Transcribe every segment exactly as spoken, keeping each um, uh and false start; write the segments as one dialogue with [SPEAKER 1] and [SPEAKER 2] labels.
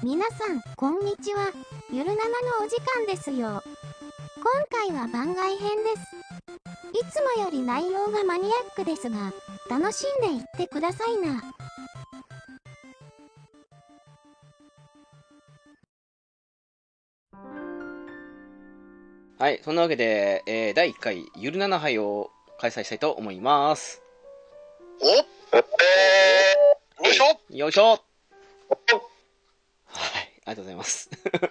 [SPEAKER 1] 皆さん、こんにちは。ゆるななのお時間ですよ。今回は番外編です。いつもより内容がマニアックですが、楽しんでいってくださいな。
[SPEAKER 2] はい、そんなわけで、えー、だいいっかいゆるなな杯を開催したいと思います。
[SPEAKER 3] おえー、よいしょ
[SPEAKER 2] よいしょ。はい、ありがとうございます。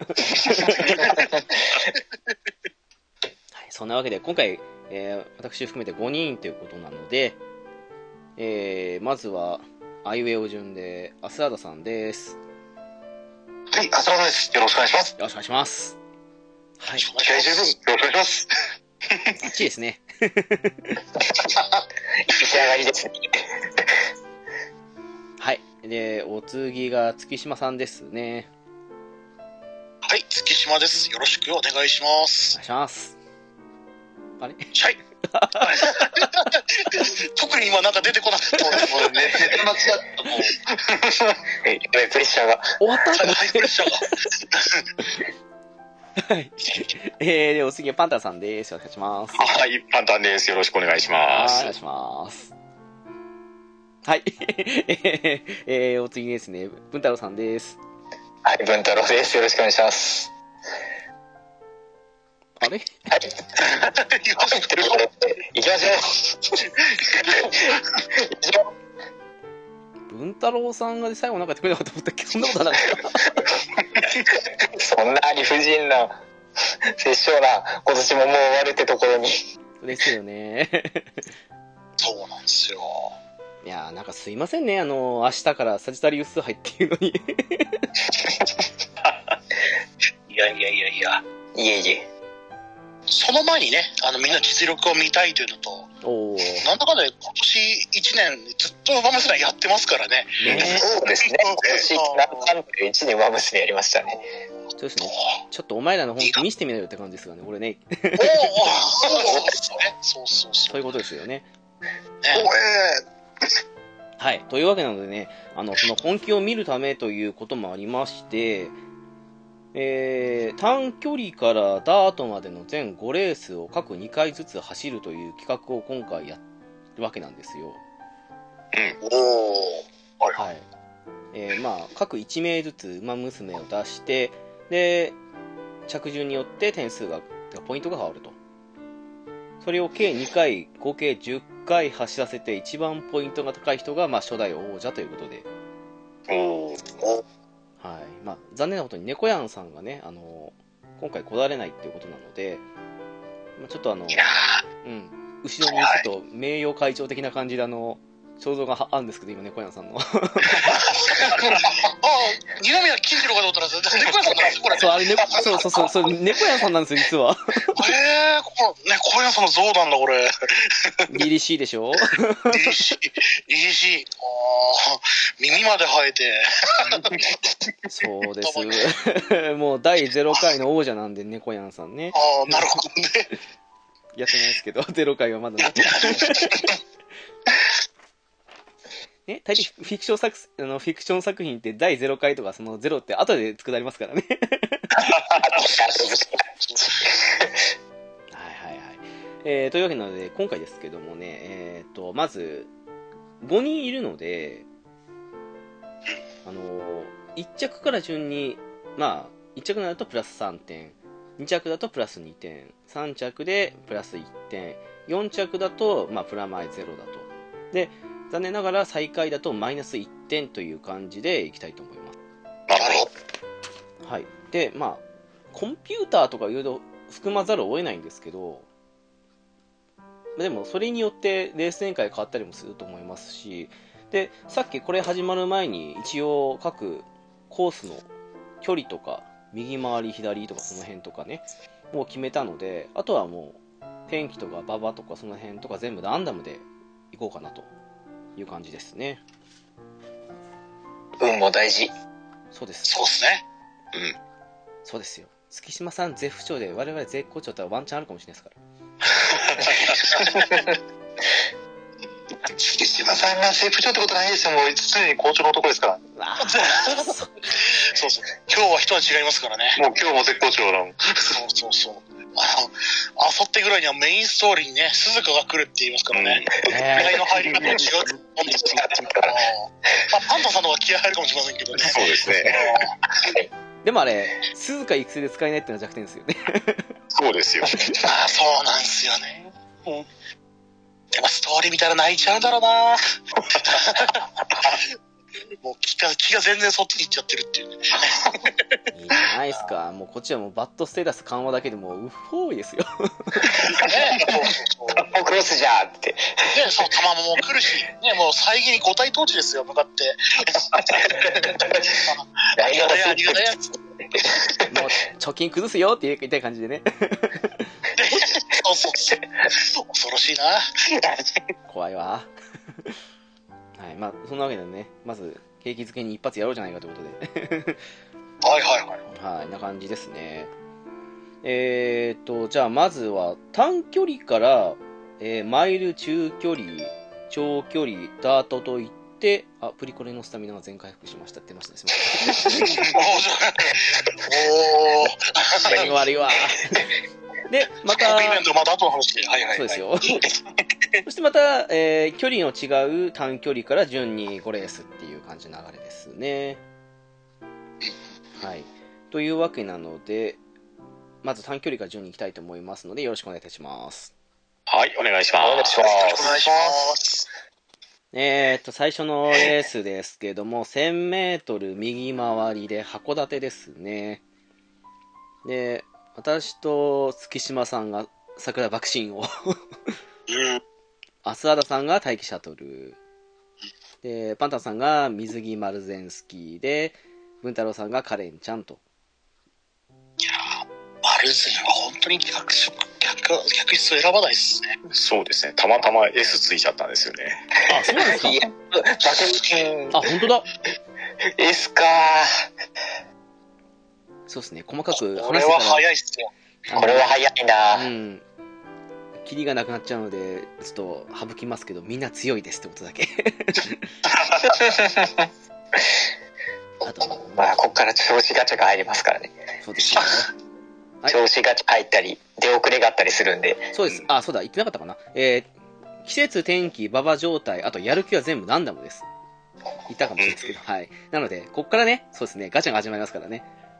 [SPEAKER 2] はい、そんなわけで今回、えー、私含めてごにんということなので、えー、まずはアイウェイオ順でアスラーダさんです。
[SPEAKER 3] はい、アスラーダです。よろしくお願いします。
[SPEAKER 2] よろしくお願いします。はい、
[SPEAKER 3] 気合い十分よろしくお願いします。
[SPEAKER 2] バッチリですね。
[SPEAKER 3] 仕上がりですね。
[SPEAKER 2] はい、でお次が月島さんですね。
[SPEAKER 4] はい、月島です。よろしくお願いします。
[SPEAKER 2] お願いします。あれ？
[SPEAKER 4] はい。特に今なんか出てこなかった。もうね、ネタ待ちだったもう。
[SPEAKER 3] え、プレッシャーが
[SPEAKER 2] 終わった？
[SPEAKER 4] はい、プレッシャーが。
[SPEAKER 2] はい。えー、でお次はパンタンさんです。お願いします。
[SPEAKER 3] はい、パンタンです。よろしくお願いします。
[SPEAKER 2] お願いします。はい。えー、えー、お次ですね、文太郎さんです。
[SPEAKER 3] はい、文太郎です。よろしくお願いします。
[SPEAKER 2] あれ？
[SPEAKER 3] はい。行きましょ
[SPEAKER 2] う。文太郎さんが最後なんかやってくれなかったと思ったっけ？そんなことはない
[SPEAKER 3] ですか。そんな理不尽な殺生な今年ももう終わるってところに。
[SPEAKER 2] ですよね。
[SPEAKER 4] そうなんですよ。
[SPEAKER 2] いやー、なんかすいませんね、あのー、明日からサジタリウス杯っていうのに。
[SPEAKER 4] いやいやいやいや。
[SPEAKER 3] いえいえ。
[SPEAKER 4] その前にね、あのみんな実力を見たいというのと、
[SPEAKER 2] お
[SPEAKER 4] なんだかんだ今年いちねんずっとウマ娘やってますからね。
[SPEAKER 2] ね、
[SPEAKER 3] そうですね。今年なんかんだいちねんウマ娘やりましたね。
[SPEAKER 2] そうですね。ちょっとお前らの本気見せてみなよって感じですがね、これね。
[SPEAKER 4] おお、そうですね。そうそうそう。
[SPEAKER 2] そういうことですよね。
[SPEAKER 4] ね、
[SPEAKER 2] はい。というわけなのでね、あの、その本気を見るためということもありまして、えー、短距離からダートまでの全ごレースを各にかいずつ走るという企画を今回やるわけなんですよ。
[SPEAKER 4] うん。おお。
[SPEAKER 2] はい。えー、まあ、各いち名ずつ馬娘を出して、で、着順によって点数が、ポイントが変わると。それを計にかい、合計じゅっかい走らせて一番ポイントが高い人が、まあ、初代王者ということで。
[SPEAKER 3] おお。
[SPEAKER 2] はい。まあ、残念なことに猫やんさんがね、あの、今回来られないっていうことなので、まあ、ちょっとあの、うん、後ろにちょっと名誉会長的な感じであの、肖像があるんですけど、今猫やんさんの。ああ、
[SPEAKER 4] 二宮金次郎かと思ったら、猫屋さんなんですよ、これ。
[SPEAKER 2] そう、あれ、ね、そうそうそう、そう猫やんさんなんですよ、実は。
[SPEAKER 4] えー、これ、猫屋さんの像なんだ、これ。
[SPEAKER 2] 凛々しいでしょ？
[SPEAKER 4] 凛々しい。凛々しい。ああ、耳まで生えて。
[SPEAKER 2] そうです。もうだいゼロかいの王者なんで、猫やんさんね。
[SPEAKER 4] ああ、なるほどね。
[SPEAKER 2] やってないですけど、ゼロかいはまだね。ね、大抵フィクション作、あの、フィクション作品ってだいゼロかいとかそのゼロって後で作られますからね。はいはいはい。えー、というわけなので、今回ですけどもね、えーと、まず、ごにんいるので、あのー、いっ着から順に、まあ、いっ着になるとプラスさんてん、に着だとプラスにてん、さん着でプラスいってん、よん着だと、まあ、プラマイゼロだと。で、残念ながら最下位だとマイナスいってんという感じでいきたいと思います。
[SPEAKER 4] なるほ
[SPEAKER 2] ど。はい。で、まあ、コンピューターとかいろいろ含まざるを得ないんですけど、でもそれによってレース展開変わったりもすると思いますし、で、さっきこれ始まる前に一応各コースの距離とか、右回り左とかその辺とかね、もう決めたので、あとはもう天気とか馬場とかその辺とか全部ランダムでいこうかなという感じですね。
[SPEAKER 3] 運も大事。
[SPEAKER 2] そうです。
[SPEAKER 4] そうですね。
[SPEAKER 2] うん。そうですよ。月島さん絶不調で我々絶好調だったらワンチャンあるかもしれないですから。
[SPEAKER 3] 月島さんが絶不調ってことないですよ。もう常に好調の男ですから。
[SPEAKER 2] あそう
[SPEAKER 4] そうそう。 今日は一味違いますからね。
[SPEAKER 3] もう今日も絶好調だもん。
[SPEAKER 4] そうそうそう。あの、あさってぐらいにはメインストーリーにね、鈴鹿が来るって言いますからね。気合の入り方も違うと思うんですよ。まあ、パンタさんの方が気合入るかもしれませんけどね。
[SPEAKER 3] そうですね。
[SPEAKER 2] でもあれ鈴鹿育成で使えないってのは弱点ですよね。
[SPEAKER 3] そうですよ。
[SPEAKER 4] ああ、そうなんですよね。うん。でもストーリー見たら泣いちゃうんだろうな。もう気が、気が全然そっちに行っちゃってるっていうね。
[SPEAKER 2] いいじゃないですか。もうこっちはもうバットステータス緩和だけでもううっほーいですよ。
[SPEAKER 4] ね、そうそうそう。
[SPEAKER 3] もうクロスじゃーって。
[SPEAKER 4] ね、そう、玉も来るし、ね、もう再現に五体統治ですよ、向かって。ありがたい、ありがたいやつ。
[SPEAKER 2] もう貯金崩すよって言いたい感じでね。
[SPEAKER 4] そうそうそう。恐ろしいな。
[SPEAKER 2] 怖いわ。はい、まあそんなわけでね、まず景気づけに一発やろうじゃないかということで。
[SPEAKER 4] はいはいはい。
[SPEAKER 2] はい、な感じですね。えーと、じゃあまずは短距離から、えーマイル、中距離、長距離、ダートといって、あ、プリコレのスタミナが全回復しましたって言ってましたね。すみません。
[SPEAKER 4] おー。
[SPEAKER 2] 悪い悪いわ。で、また、
[SPEAKER 4] コピーメントまた後の話で。はいはい、はい。
[SPEAKER 2] そうですよ。そしてまた、えー距離の違う短距離から順にごレースっていう感じの流れですね。はい。というわけなので、まず短距離から順に行きたいと思いますので、よろしくお願いいたします。
[SPEAKER 3] はい、お願いします。お願いし
[SPEAKER 4] よろしくお願いします。
[SPEAKER 2] えーっと、最初のレースですけども、せんメートル右回りで函館ですね。で、私と月島さんが桜爆心を
[SPEAKER 4] うん。
[SPEAKER 2] アスアダさんが待機シャトルで、パンタンさんが水着マルゼンスキーで、文太郎さんがカレンちゃんと。
[SPEAKER 4] いやー、マルゼンは本当に客色、客、客室を選ばないですね。
[SPEAKER 3] そうですね。たまたま S ついちゃったんですよね。
[SPEAKER 2] あ、そうなんですか。
[SPEAKER 3] いや、
[SPEAKER 2] あ、本当だ。
[SPEAKER 3] S か
[SPEAKER 2] そうですね。細かく
[SPEAKER 4] これは
[SPEAKER 2] 話してたら。
[SPEAKER 4] 早いっすよ。
[SPEAKER 3] これは早いな。
[SPEAKER 2] うん。キリがなくなっちゃうので、ちょっと省きますけど、みんな強いですってことだけ。あと、
[SPEAKER 3] まあ、ここから調子ガチャが入りますからね。
[SPEAKER 2] そうですよ。はい、
[SPEAKER 3] 調子ガチャ入ったり、出遅れがあったりするんで。
[SPEAKER 2] そうです。あ、そうだ、言ってなかったかな。えー、季節、天気、馬場状態、あとやる気は全部ランダムです。言ったかもしれないですけど、はい。なので、こっからね、そうですね、ガチャが始まりますからね。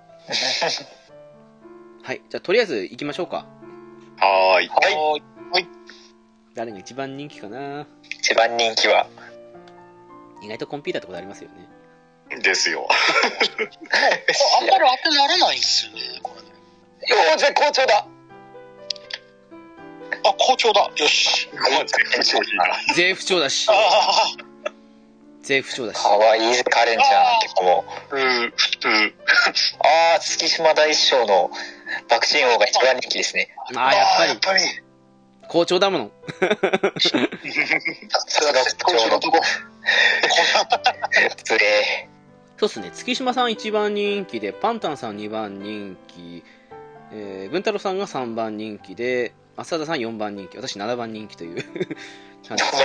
[SPEAKER 2] はい。じゃあ、とりあえず行きましょうか。
[SPEAKER 3] はーい。
[SPEAKER 4] はい。はい。
[SPEAKER 2] 誰が一番人気かな。
[SPEAKER 3] 一番人気は
[SPEAKER 2] 意外とコンピューターってことありますよね。
[SPEAKER 3] ですよ。
[SPEAKER 4] あんまり当てられないんですよね、これね。
[SPEAKER 3] よー、絶好調だ。
[SPEAKER 4] あ、好調だ。よし。
[SPEAKER 2] 税不調だし。
[SPEAKER 4] ああ。
[SPEAKER 2] 税不調だし。
[SPEAKER 3] かわいいぜ、カレンちゃんって子も。
[SPEAKER 4] うん、うん。
[SPEAKER 3] あー、月島大師匠の爆心王が一番人気ですね。
[SPEAKER 2] ああ、やっぱり。
[SPEAKER 4] やっぱり。
[SPEAKER 2] 好調だもの。
[SPEAKER 3] さすが不調のとこ。失礼。
[SPEAKER 2] そうっすね。月島さん一番人気で、パンタンさん二番人気、えー、文太郎さんが三番人気で、浅田さん四番人気、私七番人気という感じです。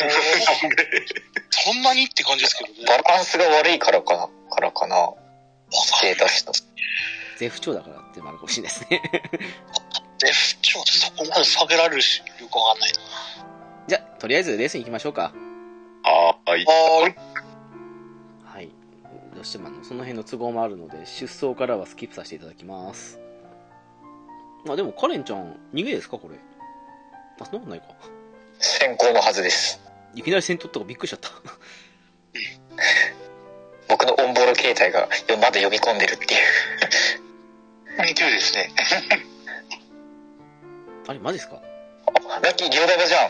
[SPEAKER 4] そんなにって感じですけどね。
[SPEAKER 3] バランスが悪いからかな、からかな。ステータスと。
[SPEAKER 2] 絶不調だからっていうのもあるかもしれないですね。
[SPEAKER 4] 絶不調でそこまで下げられるし、よくわかんないな。
[SPEAKER 2] じゃあ、とりあえずレースに行きましょうか。
[SPEAKER 3] はーい。
[SPEAKER 4] はーい。
[SPEAKER 2] はい。どうしてもあのその辺の都合もあるので、出走からはスキップさせていただきます。あ、でもカレンちゃん、逃げですかこれ。あ、そんなことないか。
[SPEAKER 3] 先行のはずです。
[SPEAKER 2] いきなり先頭とかびっくりしちゃった。
[SPEAKER 3] 僕のオンボロ携帯がまだ読み込んでるっていう。
[SPEAKER 4] ミートゥーですね。
[SPEAKER 2] あれ、マジですか。
[SPEAKER 3] ラッキー、両玉じゃん。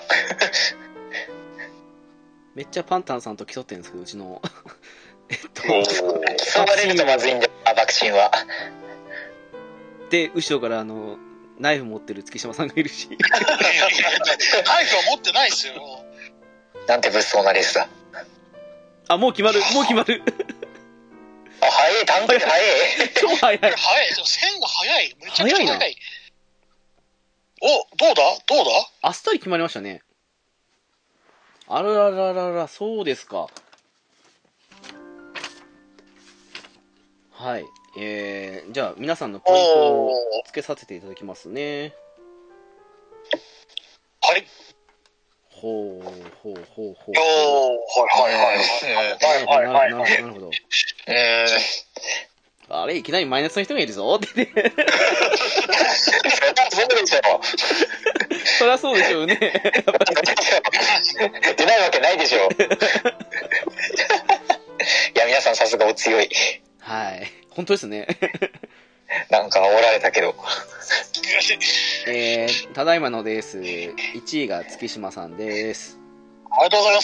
[SPEAKER 2] めっちゃパンタンさんと競ってるんですけど、うちの。えっと。
[SPEAKER 3] 競われるとまずいんだよ、爆心は。
[SPEAKER 2] で、後ろからあの、ナイフ持ってる月島さんがいるし。
[SPEAKER 4] いやいや、ナイフは持ってないですよ。
[SPEAKER 3] なんて物騒なレースだ。
[SPEAKER 2] あ、もう決まる、もう決まる。
[SPEAKER 3] あ、早い、短距離早い。
[SPEAKER 2] 超早い。
[SPEAKER 4] 早い。線が早い。めちゃくちゃ
[SPEAKER 2] 早いな
[SPEAKER 4] 早い。お、どうだどうだ
[SPEAKER 2] あっさり決まりましたね。あららららら、そうですか。はい。 えー、じゃあ皆さんのポイントをつけさせていただきますね。
[SPEAKER 4] はい。
[SPEAKER 2] ほうほうほうほう。
[SPEAKER 4] おー、はいはいはい。はいはいはい。
[SPEAKER 2] なるほど、なるほど。
[SPEAKER 3] えー、
[SPEAKER 2] あれ、いきなりマイナスの人がいるぞってね。
[SPEAKER 3] そうでしょ。
[SPEAKER 2] そりゃそうでしょうね。
[SPEAKER 3] 出ないわけないでしょ。いや、皆さんさすがお強い。
[SPEAKER 2] はい。本当ですね。
[SPEAKER 3] なんか煽られたけど。
[SPEAKER 2] えー、ただいまのです。いちいが月島さんです。
[SPEAKER 4] ありがとうございます。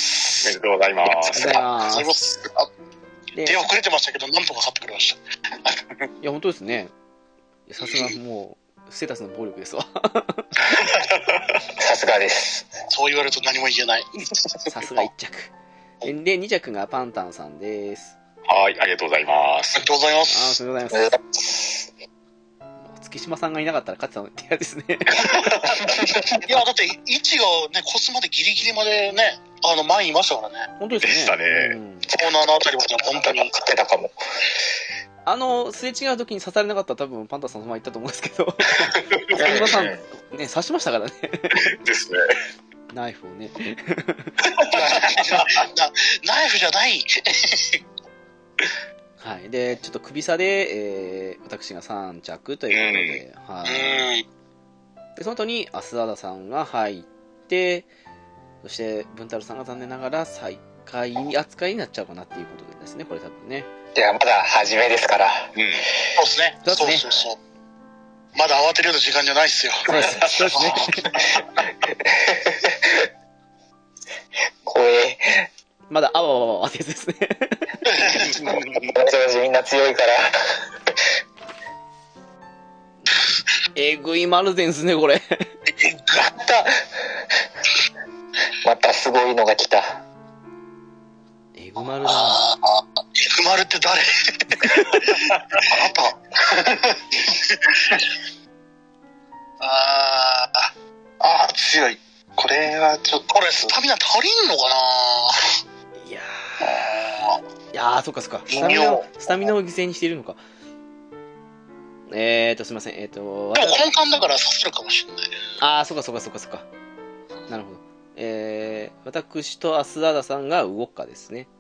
[SPEAKER 5] おめでとうございます。
[SPEAKER 2] ありがとうございます。
[SPEAKER 4] で、手遅れてましたけど、なんとか去ってくれました。
[SPEAKER 2] いや、本当ですね。さすがもう、ステータスの暴力ですわ。
[SPEAKER 3] さすがです。
[SPEAKER 4] そう言われると何も言えない。
[SPEAKER 2] さすがいっ着。で、に着がパンタンさんです。
[SPEAKER 5] はい、ありがとうございます。
[SPEAKER 4] ありがとうございま
[SPEAKER 2] あ
[SPEAKER 4] す。
[SPEAKER 2] ありがとうございます。月島さんがいなかったら勝ってたのって嫌ですね。
[SPEAKER 4] いや、だって、位置がね、コスまでギリギリまでね、あの、前にいましたからね。
[SPEAKER 2] 本当ですね。
[SPEAKER 5] でしたね。
[SPEAKER 2] うん、
[SPEAKER 4] コーナーのあたりまでは本当に。
[SPEAKER 3] 勝ってたかも。
[SPEAKER 2] あの、すれ違う時に刺されなかったら多分パンタンさんそのまま行ったと思うんですけど、月島さん、ね、刺しましたからね。
[SPEAKER 5] ですね。
[SPEAKER 2] ナイフをね。
[SPEAKER 4] ナイフじゃない。
[SPEAKER 2] はい。で、ちょっと首差で、えー、私がさん着ということで、はい。で、その後に、アスアダさんが入って、そして、文太郎さんが残念ながら最下位扱いになっちゃうかなっていうことでですね、これ多分ね。
[SPEAKER 3] いや、まだ初めですから。
[SPEAKER 5] うん。
[SPEAKER 4] そうですね。
[SPEAKER 2] そうですね。
[SPEAKER 4] そうそうそう。まだ慌てるような時間じゃないっすよ。
[SPEAKER 2] そうです。そうですね。
[SPEAKER 3] 怖え。
[SPEAKER 2] まだ、あわわわわってやつですね。
[SPEAKER 3] みんな強いから。
[SPEAKER 2] えぐいマルゼンですね、これ。
[SPEAKER 3] また、またすごいのが来た。
[SPEAKER 2] えぐまるだな。
[SPEAKER 4] えぐまるって誰？あなた。あー、あー強い。これはちょっと。これスタミナ足りんのかない
[SPEAKER 2] やー。いやー、そっかそっか。スタミナを、スタミナを犠牲にしているのか。えーと、すいません。えーと。
[SPEAKER 4] でもこの間だから刺せるかもしれない。
[SPEAKER 2] あー、そっかそっかそっかそっか。なるほど。えー、私とアスアダさんがウォッカですね。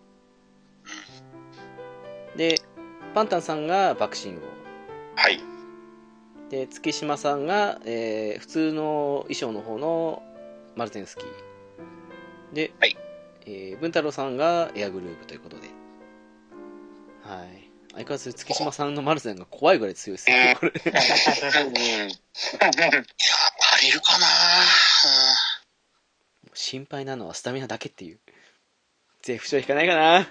[SPEAKER 2] で、パンタンさんが爆心王。
[SPEAKER 5] はい。
[SPEAKER 2] で、月島さんが、えー、普通の衣装の方のマルテンスキー。で、
[SPEAKER 4] はい。
[SPEAKER 2] えー、文太郎さんがエアグループということで。はい。相変わらず月島さんのマルテンが怖いぐらい強いですね、これ。
[SPEAKER 4] いや、足りるかな、
[SPEAKER 2] うん、心配なのはスタミナだけっていう。絶不調引かないかな。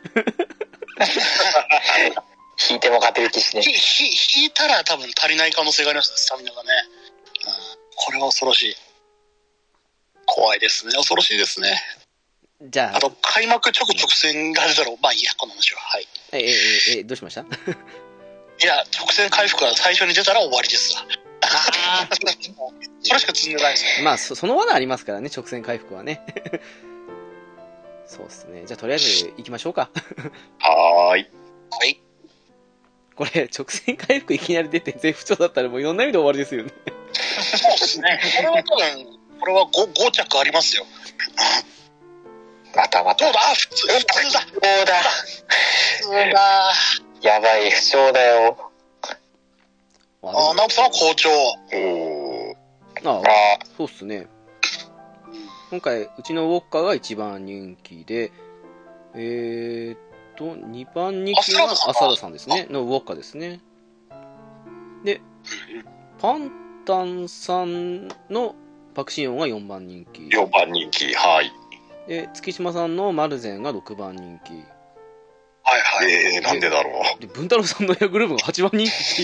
[SPEAKER 3] 引いても勝てる気しね。
[SPEAKER 4] 引いたら多分足りない可能性がありますね、スタミナがね。うん、これは恐ろしい。怖いですね、恐ろしいですね。
[SPEAKER 2] じゃあ、
[SPEAKER 4] あと、開幕直直線があるだろう。まあいいや、この話は。はい。
[SPEAKER 2] え、え、え、え、どうしました？
[SPEAKER 4] いや、直線回復は最初に出たら終わりですわ。あそれしか積んでないですね。
[SPEAKER 2] まあ、そ, その罠ありますからね、直線回復はね。そうですね。じゃあ、とりあえず行きましょうか。
[SPEAKER 5] はーい。
[SPEAKER 4] はい。
[SPEAKER 2] これ、直線回復いきなり出て絶不調だったらもういろんな意味で終わりですよね。
[SPEAKER 4] そうですね。これは多分、これは 5, 5着ありますよ。
[SPEAKER 3] またまた。
[SPEAKER 4] どうだ普通、普通だ。
[SPEAKER 3] 不調だ。
[SPEAKER 4] 普通だ。
[SPEAKER 3] やばい、不調だよ。
[SPEAKER 4] あ、直人さんは好調。
[SPEAKER 5] お
[SPEAKER 2] ああ、
[SPEAKER 3] あ
[SPEAKER 2] そうっすね。今回、うちのウォッカーがいちばん人気で、えーっと、にばん人気がアサダさんですね。のウォッカーですね。で、パンタンさんのパクシオンがよんばん人気。
[SPEAKER 5] よんばん人気、はい。
[SPEAKER 2] で、月島さんのマルゼンがろくばん人気。
[SPEAKER 4] はいはい。
[SPEAKER 5] えー、なんでだろう。
[SPEAKER 2] で、文太郎さんのエアグループがはちばん人気っていう。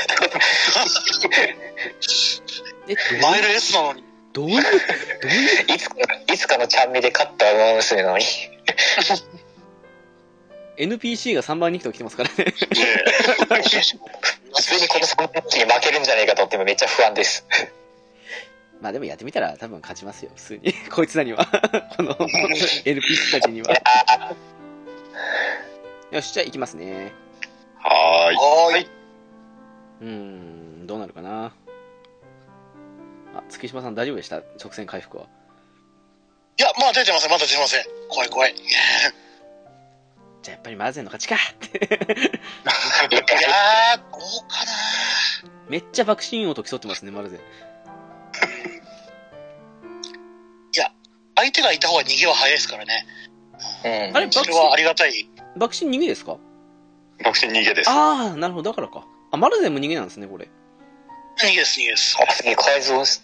[SPEAKER 2] え、
[SPEAKER 4] マイル S なのに。
[SPEAKER 2] どういう、どういう
[SPEAKER 3] いつか、いつかのチャンミで勝った馬娘なのに。
[SPEAKER 2] エヌピーシー がさんばん人気と来てますからね。
[SPEAKER 3] 普通にこのさんばん人気に負けるんじゃないかと思ってもめっちゃ不安です。
[SPEAKER 2] まあでもやってみたら多分勝ちますよ、普通に。こいつらには。この エヌピーシー たちには。よし、じゃあ行きますね。
[SPEAKER 5] はーい。
[SPEAKER 4] はーい。
[SPEAKER 2] うーん、どうなるかな。あ、月島さん大丈夫でした？直線回復は。
[SPEAKER 4] いや、まだ出てません、まだ出てません。怖い怖い。い
[SPEAKER 2] じゃあやっぱりマルゼンの勝ちかって
[SPEAKER 4] やー、どうかな。
[SPEAKER 2] めっちゃ爆心王と競ってますね、マルゼン。
[SPEAKER 4] いや、相手がいた方が逃げは早いですからね。
[SPEAKER 3] うん。
[SPEAKER 2] あれ、
[SPEAKER 4] それはありがたい。
[SPEAKER 2] 爆心逃げですか？
[SPEAKER 5] 爆心逃げです。
[SPEAKER 2] ああ、なるほど、だからか。あ、マルゼンも逃げなんですね、これ。
[SPEAKER 4] 逃げです、逃げです。
[SPEAKER 3] あ、次改造し、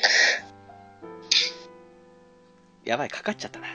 [SPEAKER 2] やばい、かかっちゃったな。
[SPEAKER 4] あ、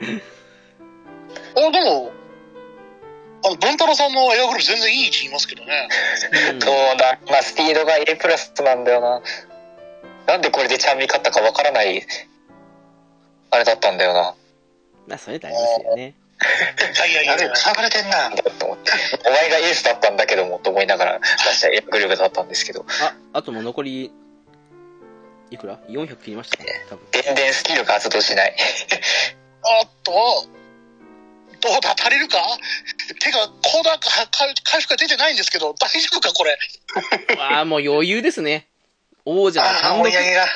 [SPEAKER 4] でも、あの、文太郎さんのエアグループ全然いい位置にいますけどね。
[SPEAKER 2] うん
[SPEAKER 3] そうだ。まあ、スピードが A プラスなんだよな。なんでこれでチャンミ勝ったかわからない、あれだったんだよな。
[SPEAKER 2] まあ、それ大事ですよね。
[SPEAKER 4] いやいやいや、
[SPEAKER 3] あれ
[SPEAKER 4] 探れてんな。
[SPEAKER 3] なんだと思って。お前がエースだったんだけども、と思いながら出した A グループだったんですけど。
[SPEAKER 2] あ、あともう残り、いくら ?よんひゃく 切りましたかね、多分。
[SPEAKER 3] 全然スキルが発動しない。
[SPEAKER 4] あっと、どうだ、足りるか？てか、コーダーか回回復が出てないんですけど、大丈夫か、これ。
[SPEAKER 2] ああ、もう余裕ですね。王者の
[SPEAKER 3] ああ、
[SPEAKER 2] 単独。
[SPEAKER 3] 追い上げが。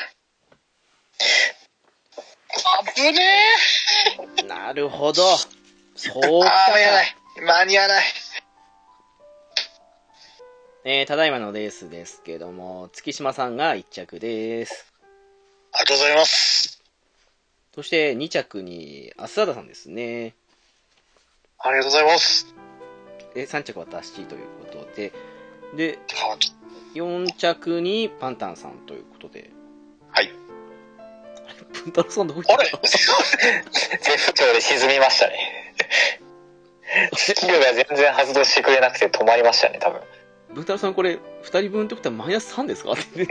[SPEAKER 4] あぶね
[SPEAKER 2] なるほど。そうか。
[SPEAKER 3] ああ、間に合わない。間に合わない。
[SPEAKER 2] えー、ただいまのレースですけども、月島さんがいっ着です。
[SPEAKER 4] ありがとうございます。
[SPEAKER 2] そしてに着に、アスアダさんですね。
[SPEAKER 4] ありがとうございます。
[SPEAKER 2] で、さん着私ということで、で、
[SPEAKER 4] あち
[SPEAKER 2] よん着にパンタンさんということで。
[SPEAKER 5] はい。
[SPEAKER 2] プンタロさんどこ行
[SPEAKER 4] あれ
[SPEAKER 2] った
[SPEAKER 3] 絶不調で沈みましたね。スキルが全然発動してくれなくて止まりましたね、多分。
[SPEAKER 2] ブンタロさんこれ、ふたりぶんってことはマイナスさんですかって。
[SPEAKER 3] え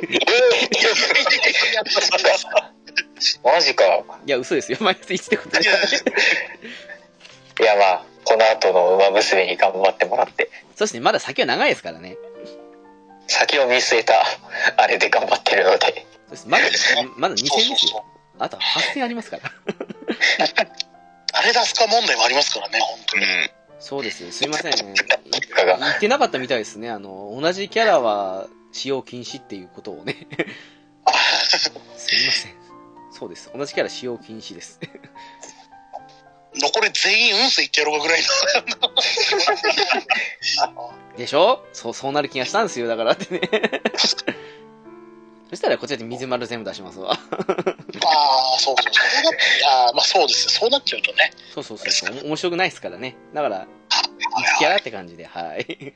[SPEAKER 3] マジか。
[SPEAKER 2] いや、嘘ですよ。マイナスいちってことで。
[SPEAKER 3] いや、まあ、この後の馬娘に頑張ってもらって、
[SPEAKER 2] そしてまだ先は長いですからね。
[SPEAKER 3] 先を見据えた、あれで頑張ってるので。
[SPEAKER 2] そしてまだ、まだに戦です
[SPEAKER 4] そうそうそう
[SPEAKER 2] よ。あとははち戦ありますから。
[SPEAKER 4] 誰出すか問題もありますからね、本当に。
[SPEAKER 5] うん。
[SPEAKER 2] そうですよ。すいませんね。
[SPEAKER 3] 結果が。
[SPEAKER 2] 言ってなかったみたいですね。あの、同じキャラは使用禁止っていうことをね。すいません。そうです。同じキャラ使用禁止です。
[SPEAKER 4] 残り全員運勢いってやろうかぐらいの。
[SPEAKER 2] でしょ？そう、そうなる気がしたんですよ。だからってね。そしたらこちらで水丸全部出しますわ。
[SPEAKER 4] ああ、そうそうそう。そうなっあーまあそうですよ。そうなっちゃうとね。
[SPEAKER 2] そうそうそうそう。面白くないですからね。だから、いつキャラって感じで、はい。じ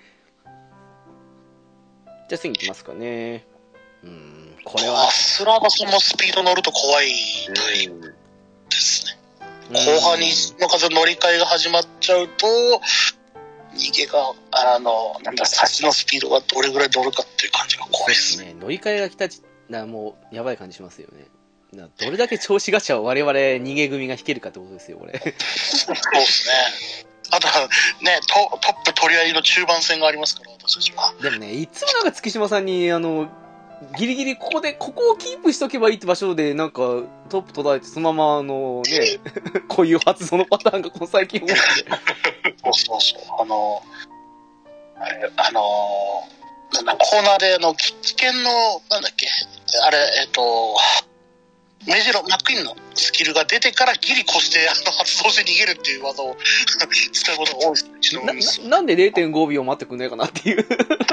[SPEAKER 2] ゃあ次行きますかね。うーん、これは
[SPEAKER 4] ア。スラバさんもスピード乗ると怖いタイプですね。後半にの風乗り換えが始まっちゃうと、逃げが、あの、なんだ、差しのスピードがどれぐらい乗るかっていう感じが怖いですね。
[SPEAKER 2] ね、乗り換えが来たち、なもう、やばい感じしますよね。などれだけ調子ガチャを我々逃げ組が引けるかってことですよ、これ。
[SPEAKER 4] そうですね。あとは、ね、トトップ取り合いの中盤戦がありますから、私たちは。
[SPEAKER 2] でもね、いつもなんか月島さんに、あの、ギリギリここで、ここをキープしとけばいいって場所で、なんか、トップ途絶えて、そのまま、あの、ね、こういう発動のパターンがこの最近多いんで。
[SPEAKER 4] そうそうそう。あの、あれ、あの、なんだコーナーで、あの、危険の、なんだっけ、あれ、えっと、メジロ、マックイーンのスキルが出てからギリ越して、あの、発動して逃げるっていう技を使うことが多いですね。うちの
[SPEAKER 2] な、
[SPEAKER 4] ミス
[SPEAKER 2] ななんで れいてんごびょう待ってくんないかなっていう。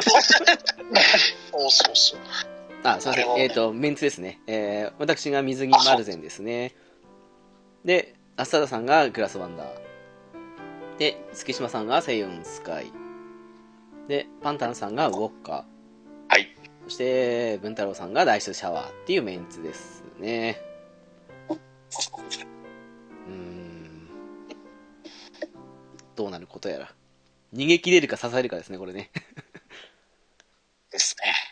[SPEAKER 4] そうそうそう。
[SPEAKER 2] あ、すいません。
[SPEAKER 4] あれを
[SPEAKER 2] えっ、と、メンツですね。えー、私が水着マルゼンですね。で、アスタダさんがグラスワンダー。で、月島さんがセイヨンスカイ。で、パンタンさんがウォッカ。
[SPEAKER 5] はい。
[SPEAKER 2] そして、文太郎さんがダイスシャワーっていうメンツですね。うーん。どうなることやら。逃げ切れるか支えるかですね、これね。
[SPEAKER 4] ですね。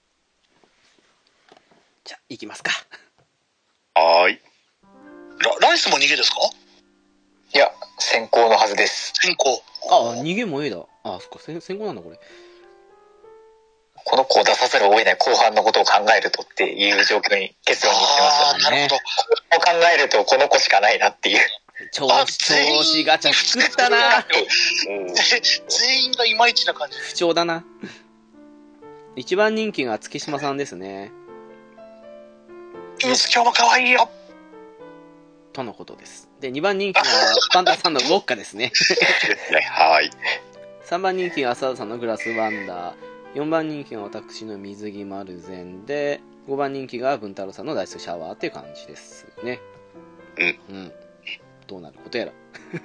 [SPEAKER 2] じゃあ、行きますか。
[SPEAKER 5] はーい。
[SPEAKER 4] ラライスも逃げですか？
[SPEAKER 3] いや、先行のはずです。
[SPEAKER 4] 先行。
[SPEAKER 2] あ、逃げも A だ。あ、そっか、先先行なんだ、これ。
[SPEAKER 3] この子を出さざるを得ない後半のことを考えるとっていう状況に結論にしてました
[SPEAKER 4] ああ、なるほど。
[SPEAKER 3] こう考えるとこの子しかないなっていう。
[SPEAKER 2] 調子、調子ガチャ作ったな。
[SPEAKER 5] うん
[SPEAKER 4] 全員がいまいちな感じ。
[SPEAKER 2] 不調だな。 いちばん人気が月島さんですね。
[SPEAKER 4] ユース今日も可愛いよ。
[SPEAKER 2] とのことです。で、にばん人気がパンダさんのウォッカですね。
[SPEAKER 5] ですね。はい。
[SPEAKER 2] さんばん人気が浅田さんのグラスワンダー。よんばん人気が私の水着丸善で、ごばん人気が文太郎さんのダイスシャワーっていう感じですね。
[SPEAKER 5] うん。
[SPEAKER 2] うん。どうなることやら。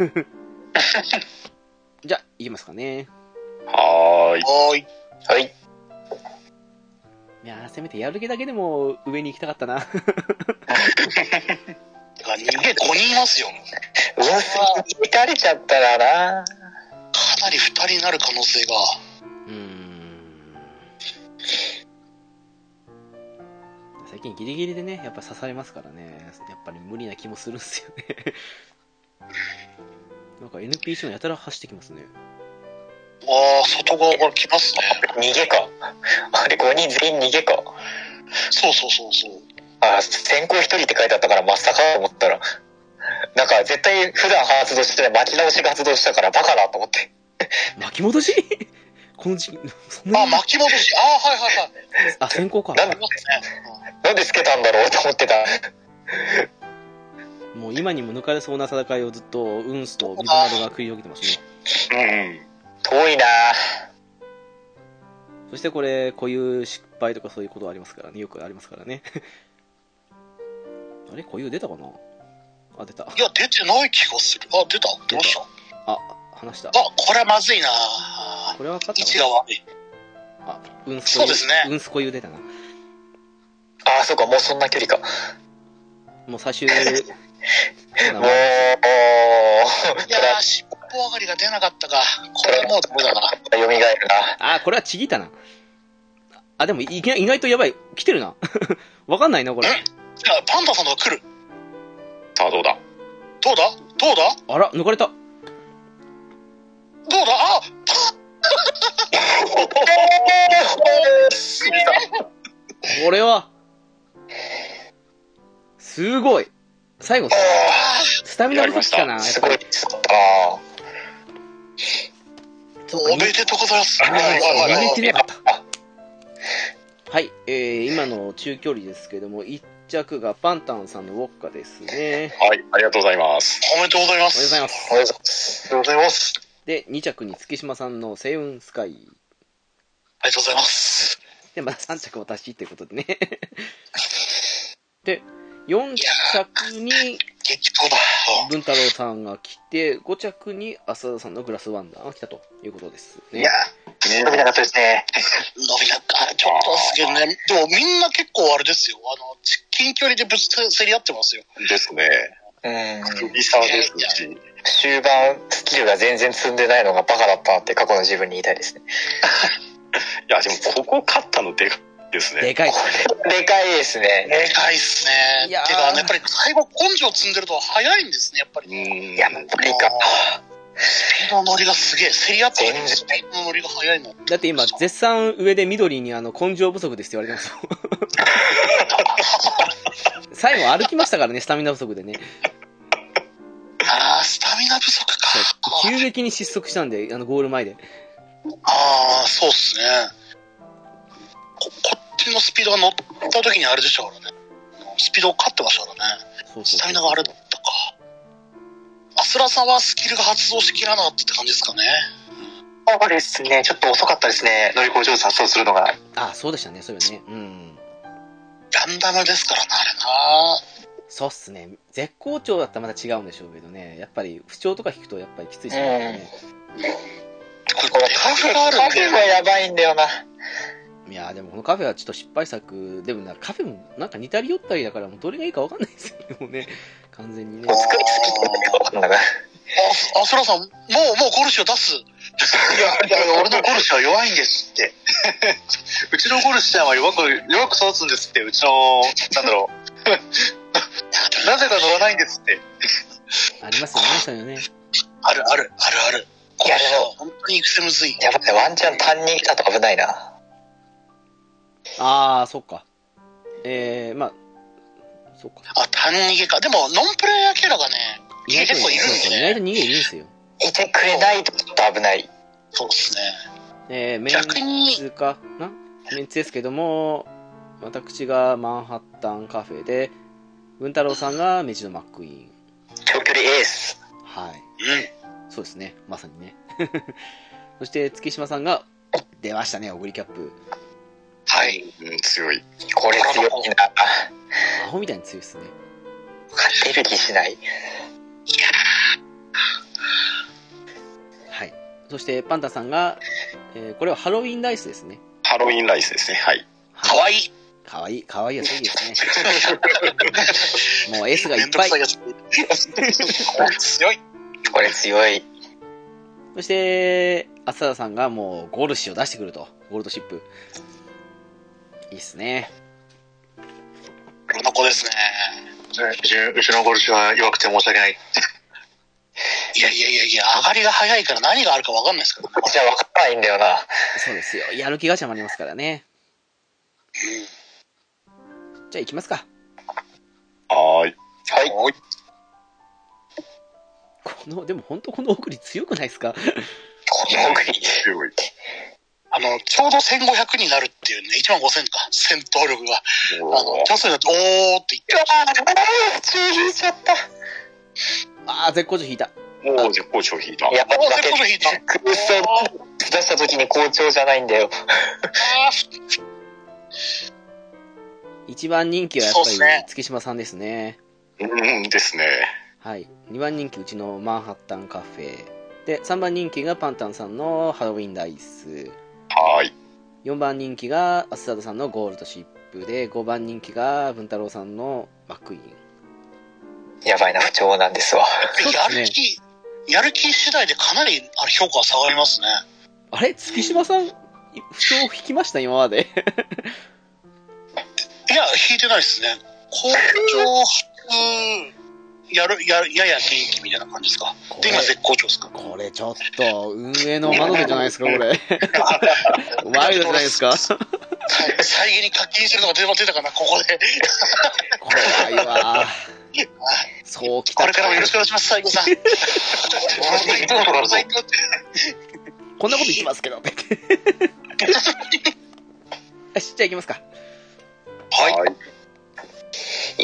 [SPEAKER 2] じゃあ、いきますかね。
[SPEAKER 5] はーい。
[SPEAKER 4] はーい。
[SPEAKER 3] はい。
[SPEAKER 2] いやー、せめてやる気だけでも上に行きたかったな。
[SPEAKER 4] てか、人間ごにんいますよ。
[SPEAKER 3] うわ、打たれちゃったらな。
[SPEAKER 4] かなりふたりになる可能性が。
[SPEAKER 2] うーん。最近ギリギリでね、やっぱ刺されますからね。やっぱり無理な気もするんですよね。なんか エヌピーシー のやたら走ってきますね。
[SPEAKER 4] ああ、外側から来ますね。
[SPEAKER 3] 逃げか。あれごにん全員逃げか。
[SPEAKER 4] そうそうそうそう。
[SPEAKER 3] あ、先行ひとりって書いてあったからまさかと思ったら、なんか絶対普段発動してない巻き直しが発動したからバカだと思って。
[SPEAKER 2] 巻き戻しこの時期、そんな
[SPEAKER 4] あ、
[SPEAKER 2] に
[SPEAKER 4] 巻き戻し。ああ、はいはいはい。
[SPEAKER 2] あ、先行か。
[SPEAKER 3] なんで、なんでつけたんだろうと思ってた。
[SPEAKER 2] もう今にも抜かれそうな戦いをずっとウンスと水丸が繰り広げてますね。
[SPEAKER 5] うん。
[SPEAKER 3] 遠いな。
[SPEAKER 2] そしてこれ、こういう失敗とかそういうことありますからね。よくありますからね。あれ、こういう出たかなあ、出た。
[SPEAKER 4] いや、出てない気がする。あ、出た。どうした
[SPEAKER 2] あ、話した。
[SPEAKER 4] あ、これはまずいな。
[SPEAKER 2] これは勝った
[SPEAKER 4] 位置が悪い。
[SPEAKER 2] あ、ウンス
[SPEAKER 4] そうですね。
[SPEAKER 2] ウンスこういう出たな。
[SPEAKER 3] ああ、そうか、もうそんな距離か。
[SPEAKER 2] もう最終、
[SPEAKER 3] もう、
[SPEAKER 4] いやー、尻尾上がりが出なかったか。これはもうダメだな。
[SPEAKER 3] 蘇るな。
[SPEAKER 2] あ、これはちぎったな。あ、でも意外意外とやばい。来てるな。わかんないな、これ。
[SPEAKER 4] いや、パンダさんとか来る。
[SPEAKER 5] さあ、どうだ
[SPEAKER 4] どうだどうだ
[SPEAKER 2] あら、抜かれた。
[SPEAKER 4] どうだあ
[SPEAKER 2] これは、すごい。最後、スタミナ不足かな。
[SPEAKER 3] すごい。ああ。
[SPEAKER 4] おめでとうございます。
[SPEAKER 2] あー見れてなかった。
[SPEAKER 3] あ
[SPEAKER 2] はい、えー、今の中距離ですけども、いっ着がパンタンさんのウォッカですね。
[SPEAKER 5] はい、ありがとうございます。
[SPEAKER 4] おめでとうございま
[SPEAKER 2] おめでとうござい
[SPEAKER 4] す。
[SPEAKER 2] ます。
[SPEAKER 3] おめでとうございます。
[SPEAKER 4] おめでとうございます。
[SPEAKER 2] で、に着に月島さんの星雲スカイ。
[SPEAKER 4] ありがとうございます。
[SPEAKER 2] で、またさん着私っていうことでね。で、よん着に
[SPEAKER 4] 激闘だ。
[SPEAKER 2] 文太郎さんが来て、ご着に浅田さんのグラスワンダーが来たということですね。
[SPEAKER 3] いやー、伸びなかったですね。
[SPEAKER 4] 伸びなかちょっとすげえね。でもみんな結構あれですよ。あの、近距離でぶつ競り合ってますよ。
[SPEAKER 5] ですね。
[SPEAKER 3] うん。
[SPEAKER 5] 首差ですし。
[SPEAKER 3] 終盤、スキルが全然積んでないのがバカだったなって過去の自分に言いたいですね。
[SPEAKER 5] いや、でもここ勝ったのでかいですね。
[SPEAKER 2] でかいですね。
[SPEAKER 3] でかいですね。
[SPEAKER 4] でかいっすね。
[SPEAKER 2] いやー
[SPEAKER 4] てか、やっぱり最後根性積んでると早いんですね、やっぱり。
[SPEAKER 5] うん。
[SPEAKER 3] やっぱりか。
[SPEAKER 4] スピードの乗りがすげえ。競り合ってるスピードの乗りが速いの。
[SPEAKER 2] だって今、絶賛上で緑にあの、根性不足ですって言われてますよ。最後歩きましたからね、スタミナ不足でね。
[SPEAKER 4] あー、スタミナ不足か。
[SPEAKER 2] 急激に失速したんで、あの、ゴール前で。
[SPEAKER 4] あー、そうっすね。こ、こっちのスピードが乗った時にあれでしたからね。スピードを勝ってましたからね。
[SPEAKER 2] そうそう
[SPEAKER 4] スタミナがあれだったか。アスラさんはスキルが発動しきらなかったって感じですかね。
[SPEAKER 3] そうですね。ちょっと遅かったですね。乗り越え上手発動するのが。
[SPEAKER 2] あ、そうでしたね、そうよね。うん。
[SPEAKER 4] ランダムですからな、あれな。
[SPEAKER 2] そうっすね。絶好調だったらまた違うんでしょうけどね。やっぱり、不調とか引くとやっぱりきついですよね。
[SPEAKER 4] これカフェがあるんで
[SPEAKER 3] カフェがやばいんだよな。
[SPEAKER 2] いやーでもこのカフェはちょっと失敗作でもな、カフェもなんか似たり寄ったりだからもうどれがいいかわかんないですよね、もうね。完全にね。
[SPEAKER 3] 作りすぎてるかわかんないから。
[SPEAKER 4] あ、アスラさん、もう、もうゴルシを出す。
[SPEAKER 6] いや、いや、俺のゴルシは弱いんですって。うちのゴルシちゃんは弱く、弱く育つんですって、うちの、なんだろう。なぜか乗らないんですって。
[SPEAKER 2] ありますよね、そういうのね。
[SPEAKER 4] あるある、あるある。
[SPEAKER 3] いやでも
[SPEAKER 4] 本当に育成むずい。
[SPEAKER 3] やばい、ワンチャン単人だと危ないな。
[SPEAKER 2] あー、そっか。えー、まあ、そっか。
[SPEAKER 4] あ、単逃げか。でも、ノンプレイヤーキャラがね、
[SPEAKER 2] 意外と
[SPEAKER 4] 結構いるんで
[SPEAKER 2] そうそう意外と
[SPEAKER 4] ね。
[SPEAKER 2] 逃げいるんですよ。
[SPEAKER 3] いてくれないとちょっと危ない。
[SPEAKER 4] そうですね。
[SPEAKER 2] えー、メ
[SPEAKER 4] 逆に
[SPEAKER 2] ンツかなメンツですけども、私がマンハッタンカフェで、文太郎さんがメジロマックイーン。
[SPEAKER 3] 長距離エース。
[SPEAKER 2] はい。
[SPEAKER 4] うん。
[SPEAKER 2] そうですね。まさにね。そして、月島さんが、出ましたね、オグリキャップ。
[SPEAKER 6] はい。
[SPEAKER 5] うん、強い。
[SPEAKER 3] これ強いな。
[SPEAKER 2] アホみたいに強いですね。
[SPEAKER 3] 勝てる気しない。いや
[SPEAKER 2] はい。そして、パンタさんが、えー、これはハロウィンライスですね。
[SPEAKER 5] ハロウィンライスですね。はい。
[SPEAKER 4] かわいい。
[SPEAKER 2] かわいい。かわいいやついいですね。もう S がいっぱい。
[SPEAKER 4] めんどくさいやつ。強い。
[SPEAKER 3] これ強い。
[SPEAKER 2] そして、浅田さんがもうゴール紙を出してくると。ゴールドシップ。いいっすね。
[SPEAKER 4] この子ですね。
[SPEAKER 6] うちうちのゴルシは弱くて申し訳ない。
[SPEAKER 4] いやいやいやいや、上がりが早いから何があるか分かんないですから。
[SPEAKER 3] じゃあ分かんないんだよな。
[SPEAKER 2] そうですよ。やる気ガチャもありますからね。
[SPEAKER 4] うん。
[SPEAKER 2] じゃあ行きますか。
[SPEAKER 5] はーい。
[SPEAKER 3] はい。
[SPEAKER 4] はい。
[SPEAKER 2] この、でも本当この送り強くないですか？
[SPEAKER 3] この送り。
[SPEAKER 5] 強い。
[SPEAKER 4] あの、ちょうどせんごひゃくになるっていうね、いちまんごせんか、戦闘力が。あの、チャンスになって、おーって言って。
[SPEAKER 3] うわー、中引いちゃった。
[SPEAKER 2] あー、絶好調引いた。
[SPEAKER 5] もう絶好調引いた。
[SPEAKER 3] やっぱ
[SPEAKER 4] おー、絶好調引いた。
[SPEAKER 3] 空想出した時に好調じゃないんだよ。
[SPEAKER 4] あー、
[SPEAKER 2] 一番人気はやっぱり
[SPEAKER 4] そうっすね
[SPEAKER 2] 月島さんですね。
[SPEAKER 5] うんですね。
[SPEAKER 2] はい。にばん人気うちのマンハッタンカフェ。で、さんばん人気がパンタンさんのハロウィンライス。
[SPEAKER 5] はーい。
[SPEAKER 2] よんばん人気がアスタードさんのゴールドシップで、ごばん人気が文太郎さんのマックイーン。
[SPEAKER 3] やばいな、不調なんですわ。
[SPEAKER 4] やる気、やる気次第でかなりあれ評価が下がりますね。
[SPEAKER 2] あれ月島さん、不調引きました今まで。
[SPEAKER 4] いや、引いてないですね。好調、やる、やる、やや元気みたいな感じですか。で、今絶好調ですか。
[SPEAKER 2] これちょっと、運営の窓手じゃないですか、これ。ワイルドじゃないですか。
[SPEAKER 4] さ再現に課金するのが出たかな、ここで。
[SPEAKER 2] 怖いわ。そうきた。
[SPEAKER 4] これからもよろしくお願いします、西郷さん。
[SPEAKER 2] こんなこと言ってますけど。よし、じゃあ行きますか。
[SPEAKER 4] はい。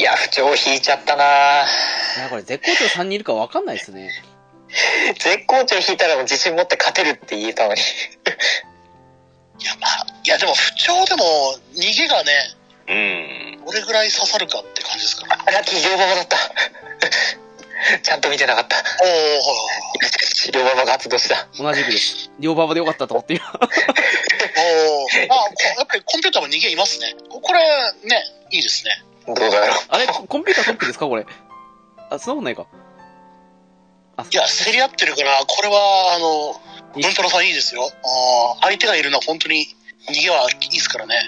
[SPEAKER 3] いや、不調引いちゃったな。
[SPEAKER 2] いや、これ絶好調さんにんいるか分かんないですね。
[SPEAKER 3] 絶好調引いたらもう自信持って勝てるって言えたのに。
[SPEAKER 4] いや、まあ、いや、でも不調でも逃げがね、
[SPEAKER 5] うん。
[SPEAKER 4] どれぐらい刺さるかって感じですから。
[SPEAKER 3] ラッキー、両馬場だった。ちゃんと見てなかった。
[SPEAKER 4] おー、
[SPEAKER 3] 両馬場が発動した。
[SPEAKER 2] 同じくです。両馬場でよかったと思って今。
[SPEAKER 4] おー。まあ、やっぱりコンピューターも逃げいますね。これ、ね、いいですね。
[SPEAKER 3] どうだろう。
[SPEAKER 2] あれコンピュータートップですかこれ。あ、そんなことないか。あ、
[SPEAKER 4] いや、競り合ってるから、これは、あの、文太郎さんいいですよ。あ相手がいるのは本当に逃げはいいですからね。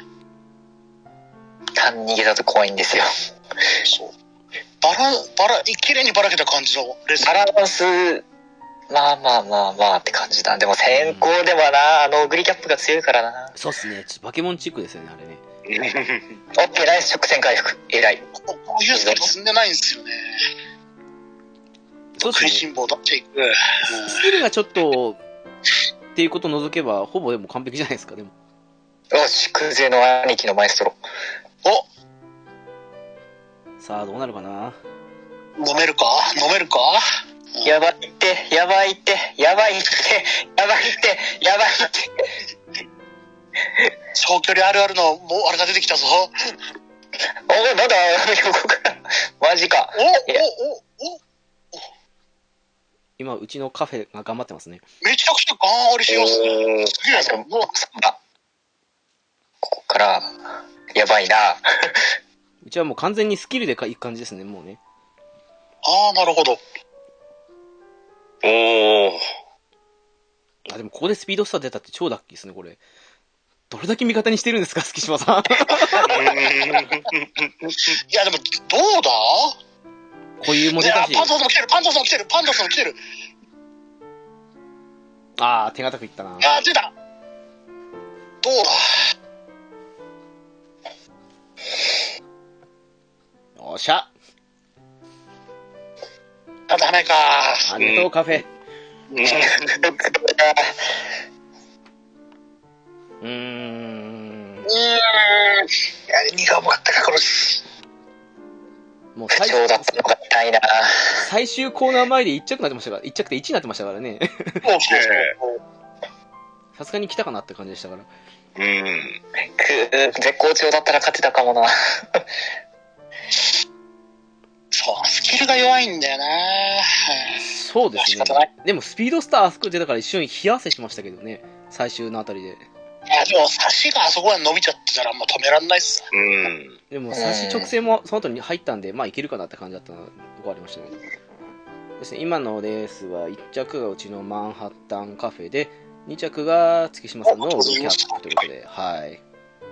[SPEAKER 3] 単逃げだと怖いんですよ。
[SPEAKER 4] そう。バラ、バラ、綺麗にばらけた感じのレース。
[SPEAKER 3] バランス、まあまあまあまあって感じだ。でも先行でもな、あの、グリキャップが強いからな。
[SPEAKER 2] そうっすね。ちょっとバケモンチックですよね、あれね。
[SPEAKER 3] オッケー、ナイス直線回復。偉い。
[SPEAKER 4] こういうスキル積んでないんですよね。
[SPEAKER 2] そうっすね。
[SPEAKER 4] 食いしん坊出していく。
[SPEAKER 2] スキルがちょっと、っていうことを除けば、ほぼでも完璧じゃないですか、でも。
[SPEAKER 3] よし、クゼの兄貴のマエストロ。
[SPEAKER 4] お
[SPEAKER 2] さあ、どうなるかな。
[SPEAKER 4] 飲めるか飲めるか
[SPEAKER 3] やばいって、やばいって、やばいって、やばいって、やばいって。
[SPEAKER 4] 長距離あるあるの、もうあれが出てきたぞ。
[SPEAKER 3] お、なんだ、横から。マジか。
[SPEAKER 4] お
[SPEAKER 3] いや
[SPEAKER 4] おおお
[SPEAKER 2] 今、うちのカフェが頑張ってますね。
[SPEAKER 4] めちゃくちゃガン張りしますね。すげえな。もう
[SPEAKER 3] あ、ここから、やばいな。
[SPEAKER 2] うちはもう完全にスキルでいく感じですね、もうね。
[SPEAKER 4] ああ、なるほど。
[SPEAKER 5] おー。
[SPEAKER 2] あ、でもここでスピードスター出たって超ラッキーですね、これ。どれだけ味方にしてるんですか、月島さん。
[SPEAKER 4] いや、でも、どうだ
[SPEAKER 2] こういうも出たし。
[SPEAKER 4] パンダさんも来てる、パンダさんも来てる、パンダさんも来てる。
[SPEAKER 2] あー、手堅くいったな。
[SPEAKER 4] あー、出た。どうだ
[SPEAKER 2] よっしゃ。
[SPEAKER 4] あ、ダメか。
[SPEAKER 2] ありがとう、カフェ。うーん。
[SPEAKER 4] う
[SPEAKER 6] や、にが重かったか、これ。
[SPEAKER 2] もう
[SPEAKER 3] 不
[SPEAKER 2] 最
[SPEAKER 3] 調だったのが痛いな。
[SPEAKER 2] 最終コーナー前でいっ着になってましたから、いっ着でいちになってましたからね。
[SPEAKER 6] そうそうそう。
[SPEAKER 2] さすがに来たかなって感じでしたから。
[SPEAKER 5] うん。
[SPEAKER 3] く絶好調だったら勝てたかもな。
[SPEAKER 4] そう、スキルが弱いんだよな。
[SPEAKER 2] そうですね
[SPEAKER 4] 仕方ない。
[SPEAKER 2] でもスピードスターあそこ出たから一瞬冷や汗しましたけどね。最終のあたりで。
[SPEAKER 4] いや、でも、差しがあそこまで伸びちゃってたら、もう止めらんないっす。
[SPEAKER 5] うん。
[SPEAKER 2] でも、差し直線もその後に入ったんで、まあいけるかなって感じだったのとこありましたね。ですね、今のレースはいっ着がうちのマンハッタンカフェで、に着が月島さんのオールキャップということで、はい。
[SPEAKER 4] よ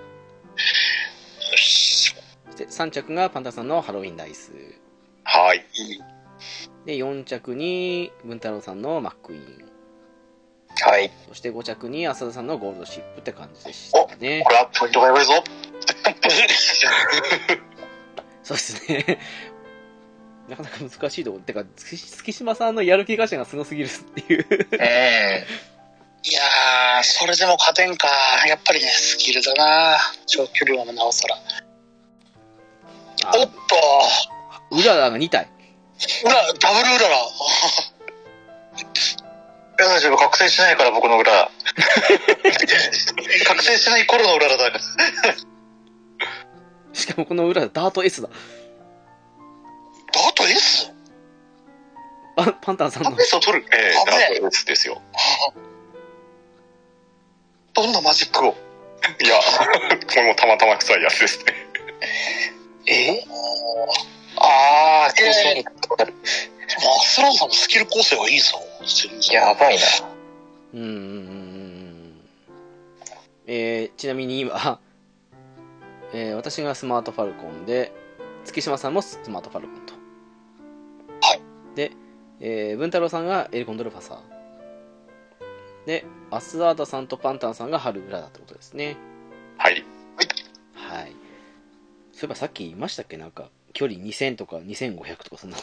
[SPEAKER 4] し。
[SPEAKER 2] そしてさん着がパンタさんのハロウィンライス。
[SPEAKER 5] はい。
[SPEAKER 2] で、よん着に文太郎さんのマックイーン。
[SPEAKER 3] はい。
[SPEAKER 2] そしてご着に浅田さんのゴールドシップって感じでしたね
[SPEAKER 6] こ。れはポイントがやばいぞ。
[SPEAKER 2] そうですね。なかなか難しいところ。てか、月月島さんのやる気頭がすごすぎるっていう。
[SPEAKER 3] うん。
[SPEAKER 4] いやー、それでも勝てんか。やっぱりね、スキルだな。長距離はなおさら。
[SPEAKER 2] あ
[SPEAKER 4] おっと、
[SPEAKER 2] ウララがに体。
[SPEAKER 4] うら、ダブルうらら。
[SPEAKER 6] いや、大丈夫、覚醒しないから、僕の裏。覚醒しない頃の裏だから。
[SPEAKER 2] しかもこのウララダート S だ。
[SPEAKER 4] ダート S?
[SPEAKER 2] パパンタンさんの。
[SPEAKER 6] S を取る。
[SPEAKER 5] ええ
[SPEAKER 4] 危ねえ
[SPEAKER 5] ダート S ですよ。
[SPEAKER 6] どんなマジックを。
[SPEAKER 5] いや、これもたまたま臭いやつですね。
[SPEAKER 3] えあー、急所に
[SPEAKER 4] マスランさんのスキル構成はいいぞ。全然。
[SPEAKER 3] やばいな。
[SPEAKER 2] うんうんうんうんえー、ちなみに今、えー、私がスマートファルコンで、月島さんもスマートファルコンと。
[SPEAKER 4] はい。
[SPEAKER 2] で、えー、文太郎さんがエルコンドルファサー。で、アスアーダさんとパンタンさんが春裏だってことですね。
[SPEAKER 5] はい。
[SPEAKER 2] はい。そういえばさっき言いましたっけなんか、距離にせんとかにせんごひゃくとかそんなのって。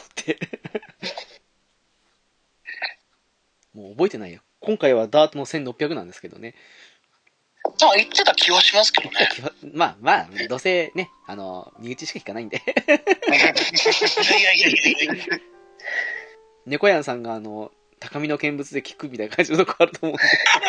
[SPEAKER 2] もう覚えてないよ。今回はダートのせんろっぴゃくなんですけどね。
[SPEAKER 4] まあ言ってた気はしますけどね。
[SPEAKER 2] まあまあ、どうせね、あの、身内しか聞かないんで。
[SPEAKER 4] いやいやいやいやいや。
[SPEAKER 2] 猫やんさんがあの、高みの見物で聞くみたいな感じのとこあると思うんで。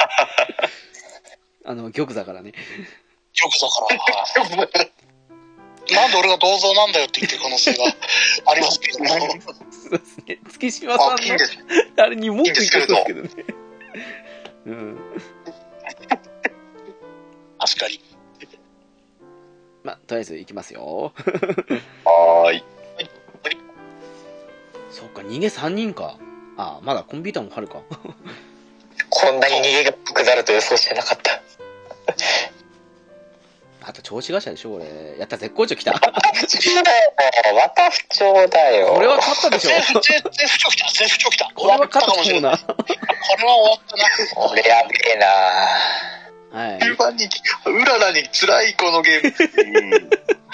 [SPEAKER 2] あの、玉座からね。
[SPEAKER 4] よくだから。なんで俺が銅像なんだよって言ってる可能性がありますけども。
[SPEAKER 2] そうですね。月島さん
[SPEAKER 6] あ、いいん
[SPEAKER 2] の
[SPEAKER 6] です。
[SPEAKER 2] あれに文句言ってそうですけどね。うん。
[SPEAKER 4] 確かに。
[SPEAKER 2] まあ、とりあえず行きますよ。
[SPEAKER 5] はーい。
[SPEAKER 2] そうか、逃げさんにんか。あ、まだコンピューターもあるか。
[SPEAKER 3] こんなに逃げが下ると予想してなかった。
[SPEAKER 2] あと調子頭でしょ、俺。やった、絶好調来た。
[SPEAKER 3] 不調だよ。また不調だよ。
[SPEAKER 2] これは勝ったでしょ。
[SPEAKER 4] 全不全全不調来た。全不調来た。
[SPEAKER 2] これは勝ったかもな。
[SPEAKER 4] 終わったかもしれない。これは終わったな。
[SPEAKER 3] これやべえな。
[SPEAKER 2] はい。
[SPEAKER 6] きゅうばん人気、うららに辛いこのゲーム。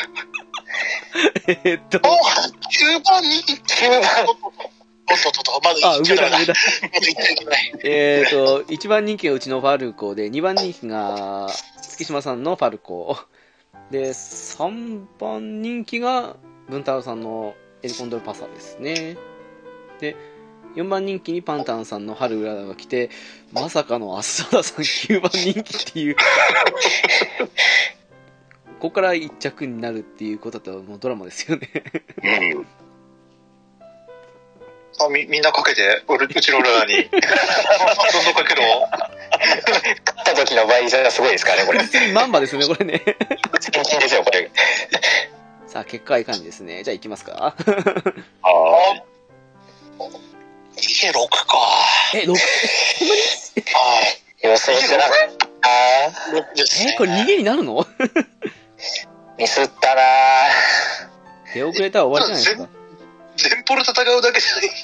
[SPEAKER 2] えーっと、
[SPEAKER 4] おきゅうばん人気。
[SPEAKER 3] きゅうばん。
[SPEAKER 4] おっとっとっと、まだ
[SPEAKER 2] あ、
[SPEAKER 4] 言っちゃダメだ。
[SPEAKER 2] 上だ、上だ。
[SPEAKER 4] まだ言っちゃいけない。
[SPEAKER 2] えーっと、いちばん人気がうちのファルコで、にばん人気が月島さんのファルコ。で、さんばん人気が文太郎さんのエルコンドルパサですね。で、よんばん人気にパンタンさんの春うららが来て、まさかのアスダさんきゅうばん人気っていう。ここからいっ着になるっていうことだともうドラマですよね。
[SPEAKER 5] うん。
[SPEAKER 6] あみみんなかけて、俺うちのうららに。どんどんかけろ。
[SPEAKER 3] 勝った時の倍率がすごいですからね、これ。
[SPEAKER 2] 普通にマンバですね、これね。
[SPEAKER 3] 最近ですよ、これ。
[SPEAKER 2] さあ、結果はいかんですね。じゃあ行きますか。
[SPEAKER 5] は
[SPEAKER 4] 逃げろくか。
[SPEAKER 2] え、ろく、そんなに
[SPEAKER 4] はい。
[SPEAKER 3] 予想してなかった。
[SPEAKER 4] ろくです
[SPEAKER 2] え、
[SPEAKER 4] ね。
[SPEAKER 2] これ逃げになるの
[SPEAKER 3] ミスったな。
[SPEAKER 2] 出遅れたら終わりじゃないですか。
[SPEAKER 6] 前方で戦うだけじゃない。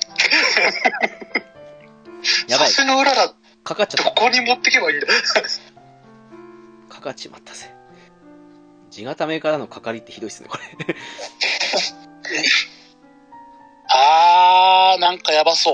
[SPEAKER 2] やばい。
[SPEAKER 6] 差しのうらら、
[SPEAKER 2] かかっちゃっ
[SPEAKER 6] どこに持ってけばいいんだ。
[SPEAKER 2] た。かかっちまったぜ。地固めからのかかりってひどいっすね、これ。
[SPEAKER 4] あー、なんかやばそう。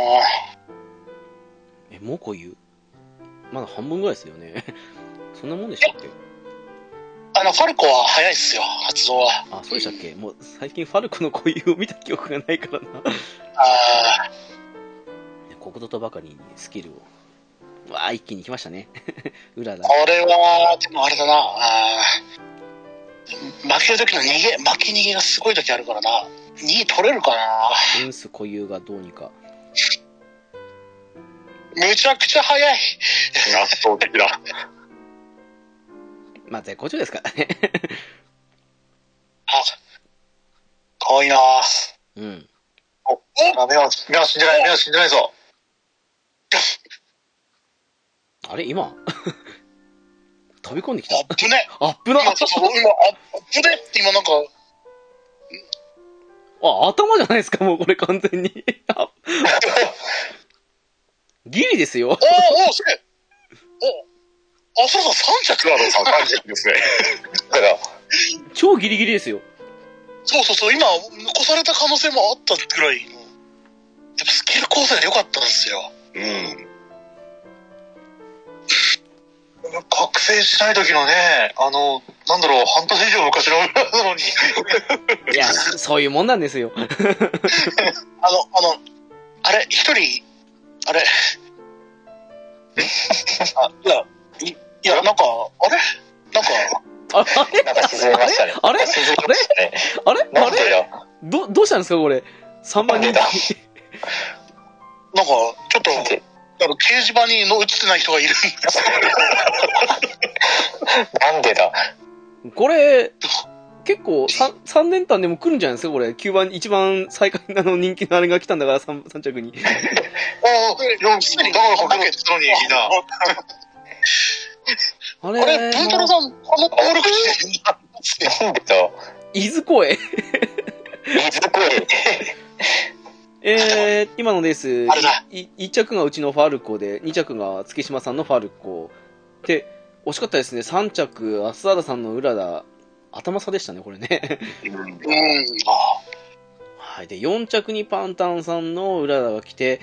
[SPEAKER 4] うん
[SPEAKER 2] え、もうこういうまだ半分ぐらいですよね。そんなもんでしたっけ？
[SPEAKER 4] あ、 の、ファルコは早いっすよ、発動は。
[SPEAKER 2] あ、そうでしたっけ？もう最近ファルコの固有を見た記憶がないからな。
[SPEAKER 4] あ
[SPEAKER 2] ここぞとばかりにスキルを。わあ、一気に来ましたね。裏だ。
[SPEAKER 4] これは、でもあれだな、あ負ける時の逃げ、負け逃げがすごい時あるからな。にい取れるかな。
[SPEAKER 2] ウンス固有がどうにか。
[SPEAKER 4] むちゃくちゃ早い。
[SPEAKER 5] 圧倒的だ。
[SPEAKER 2] まあ、絶好調ですからね。
[SPEAKER 4] あ、かわいいな。
[SPEAKER 2] うん。
[SPEAKER 6] お、あ、目は、目は死んでない、目は死んでないぞ。
[SPEAKER 2] あれ今飛び込んできた。
[SPEAKER 4] あっぶね。
[SPEAKER 2] あっぶな。
[SPEAKER 4] 今、そうそう、今、あっぶねって今なんか、
[SPEAKER 2] あ、頭じゃないですか、もうこれ完全に。ギリですよ。
[SPEAKER 4] おーおー、すげえ。お、あ、そうそう、さん着
[SPEAKER 5] クワドさんさん着ですね。
[SPEAKER 6] だから、
[SPEAKER 2] 超ギリギリですよ。
[SPEAKER 4] そうそうそう、今、残された可能性もあったぐらいの。やっぱスキル構成が良かったんですよ。
[SPEAKER 5] うん。
[SPEAKER 6] 覚醒しない時のね、あの、なんだろう、半年以上昔の裏なのに。
[SPEAKER 2] いや、そういうもんなんですよ。
[SPEAKER 4] あの、あの、あれ、一人、あれ、あ、いや、いいや、なんか、あれなんか、
[SPEAKER 2] ああれ
[SPEAKER 3] なんか沈めましたね。
[SPEAKER 2] あれ
[SPEAKER 3] 沈めましたね。
[SPEAKER 2] あれあれ
[SPEAKER 3] なんでだ
[SPEAKER 2] ど、どうしたんですかこれ。さんばん人気。
[SPEAKER 4] なんか、ちょっと、あの掲示板にの映ってない人がいるんですよ。
[SPEAKER 3] なんでだ
[SPEAKER 2] これ、結構 3, 3連単でも来るんじゃないですかこれ。きゅうばん、一番最下位なの人気のあれが来たんだから 3, 3着に。
[SPEAKER 6] ああ、いや、だから僕も言ってたのに、みんな。
[SPEAKER 2] あれ
[SPEAKER 4] あれ、文太郎さん、この登録して
[SPEAKER 3] なんでだ
[SPEAKER 2] 伊豆声。
[SPEAKER 3] いずこへ
[SPEAKER 2] えー、今のレース、
[SPEAKER 4] あれだ
[SPEAKER 2] いいっ着がうちのファルコで、に着が月島さんのファルコ。で、惜しかったですね。さん着、アスアダさんの裏だ。頭差でしたね、これね。
[SPEAKER 4] うん、あ
[SPEAKER 2] はい。で、よん着にパンタンさんの裏だが来て、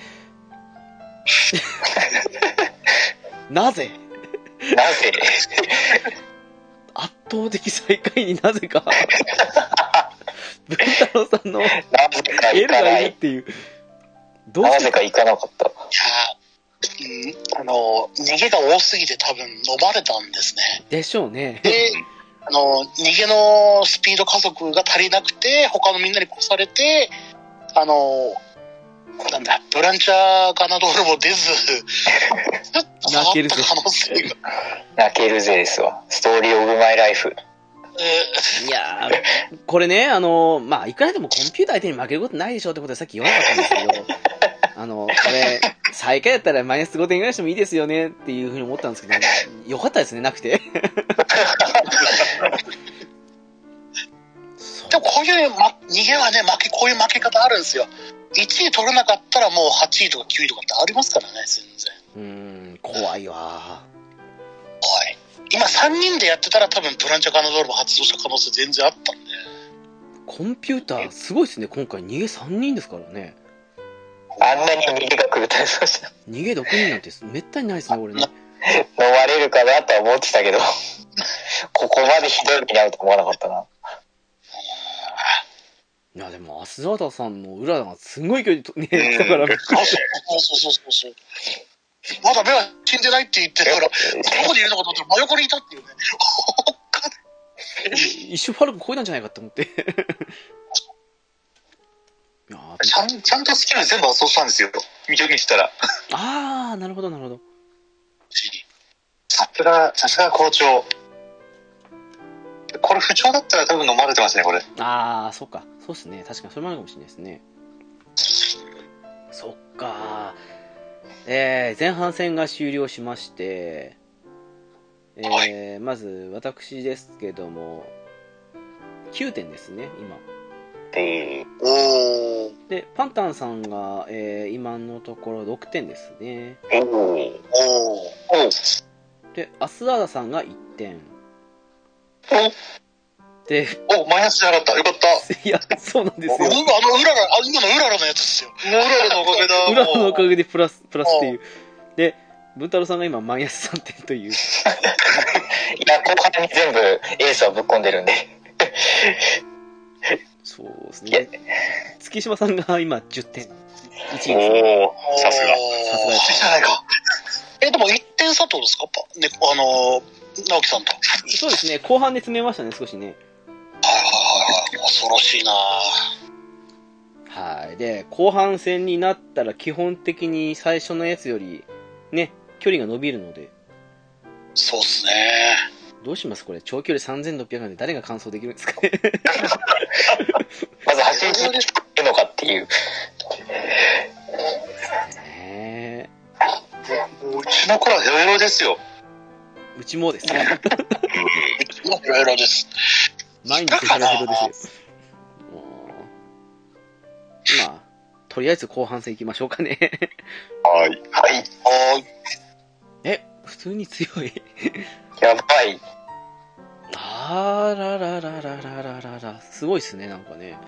[SPEAKER 2] なぜ
[SPEAKER 3] なぜ
[SPEAKER 2] 圧倒的最下位になぜか、文太郎さんの
[SPEAKER 3] なぜか
[SPEAKER 2] L
[SPEAKER 3] 行か
[SPEAKER 2] が
[SPEAKER 3] ないい。
[SPEAKER 2] るっていう。どうして
[SPEAKER 3] なぜか行かなかった。
[SPEAKER 4] いや、うん、あの、逃げが多すぎて多分飲まれたんですね。
[SPEAKER 2] でしょうね。
[SPEAKER 4] で、あの、逃げのスピード加速が足りなくて、他のみんなに越されて、あの、なんだ、ブランチャーガナドールも出ず、
[SPEAKER 2] 泣けるぜ
[SPEAKER 4] 可能性が。
[SPEAKER 3] 泣けるぜですわ。ストーリーオブマイライフ。
[SPEAKER 2] いやー、これね、あの、まあ、いくらでもコンピューター相手に負けることないでしょってことでさっき言わなかったんですけど、あの、これ、最下位だったらマイナスごてんぐらいしてもいいですよねっていうふうに思ったんですけど、よかったですね、なくて。
[SPEAKER 4] でもこういう、ま、逃げはね、負け、こういう負け方あるんですよ。いちい取れなかったらもうはちいとかきゅういとかってありますからね、全然。
[SPEAKER 2] うーん、怖いわ
[SPEAKER 4] はい。今さんにんでやってたら多分ブランチャーガナドールも発動した可能性全然あったんで。
[SPEAKER 2] コンピューター、すごいですね、今回逃げさんにんですからね。
[SPEAKER 3] あんなに逃げが来るとそうした。
[SPEAKER 2] 逃げろくにんなんてめったにないですね、これね。
[SPEAKER 3] 飲まれるかなとは思ってたけど、ここまでひどい目に遭うと思わなかったな。
[SPEAKER 2] いや、でも、アスアダさんの裏がすごい勢いでね、来たからびっくり
[SPEAKER 4] あ、
[SPEAKER 2] し
[SPEAKER 4] そうそうそうそうそう。まだ目は死んでないって言ってたから、どこにいるのかと思ったら真横にいたっていうね。
[SPEAKER 2] た。一瞬ファルコ超えたんじゃないかって思って。いやー
[SPEAKER 6] ちゃん、ちゃんとスキル全部発動したんですよ。見てみしたら。
[SPEAKER 2] あー、なるほど、なるほど。
[SPEAKER 6] さすが、さすが校長。これ不調だったら多分飲まれてますね、これ。
[SPEAKER 2] あー、そっか。そうっすね。確かにそれもあるかもしれないですね。そっかー。えー、前半戦が終了しまして、えー
[SPEAKER 6] はい
[SPEAKER 2] まず私ですけども、きゅうてんですね、今。
[SPEAKER 3] で、
[SPEAKER 4] おー。
[SPEAKER 2] で、パンタンさんが、えー今のところろくてんですね。
[SPEAKER 3] おー
[SPEAKER 4] おー。
[SPEAKER 2] で、アスアダさんがいってん。で、
[SPEAKER 6] お、マイナスじゃなかった。よかった。
[SPEAKER 2] いや、そうなんですよ。
[SPEAKER 4] あの、ウララ、あ今のウララのやつですよ。
[SPEAKER 6] もう裏のおかげだ。
[SPEAKER 2] 裏のおかげでプラス、プラスっていう。で、 文太郎さんが今マイナスさんてんという。
[SPEAKER 3] いや、後半に全部エースをぶっ込んでるんで。
[SPEAKER 2] そうですね。月島さんが今じゅってん。いちいですね。
[SPEAKER 5] おー、さすが。
[SPEAKER 2] さすがです。
[SPEAKER 6] じゃないか。
[SPEAKER 4] え、でもいってん差ってことですか、ね、あのー、直樹さんと。
[SPEAKER 2] そうですね。後半で詰めましたね、少しね。
[SPEAKER 4] はいはいはいはい。恐ろしいな
[SPEAKER 2] はい。で、後半戦になったら基本的に最初のやつより、ね、距離が伸びるので。
[SPEAKER 4] そうっすね。
[SPEAKER 2] どうしますこれ、長距離さんぜんろっぴゃくえんで誰が完走できるんですかね。
[SPEAKER 3] まず走り続けるのかっていう。
[SPEAKER 2] ね
[SPEAKER 6] もううちの頃はヘロヘロですよ。
[SPEAKER 2] うちもですね。
[SPEAKER 4] もういろいろです。
[SPEAKER 2] 毎日ヘロヘロですよ。もうまあ、とりあえず後半戦行きましょうかね。
[SPEAKER 5] はい。
[SPEAKER 3] はい。
[SPEAKER 4] はーい。
[SPEAKER 2] え、普通に強い。
[SPEAKER 3] やばい。
[SPEAKER 2] あーらららららららら。すごいっすね、なんかね。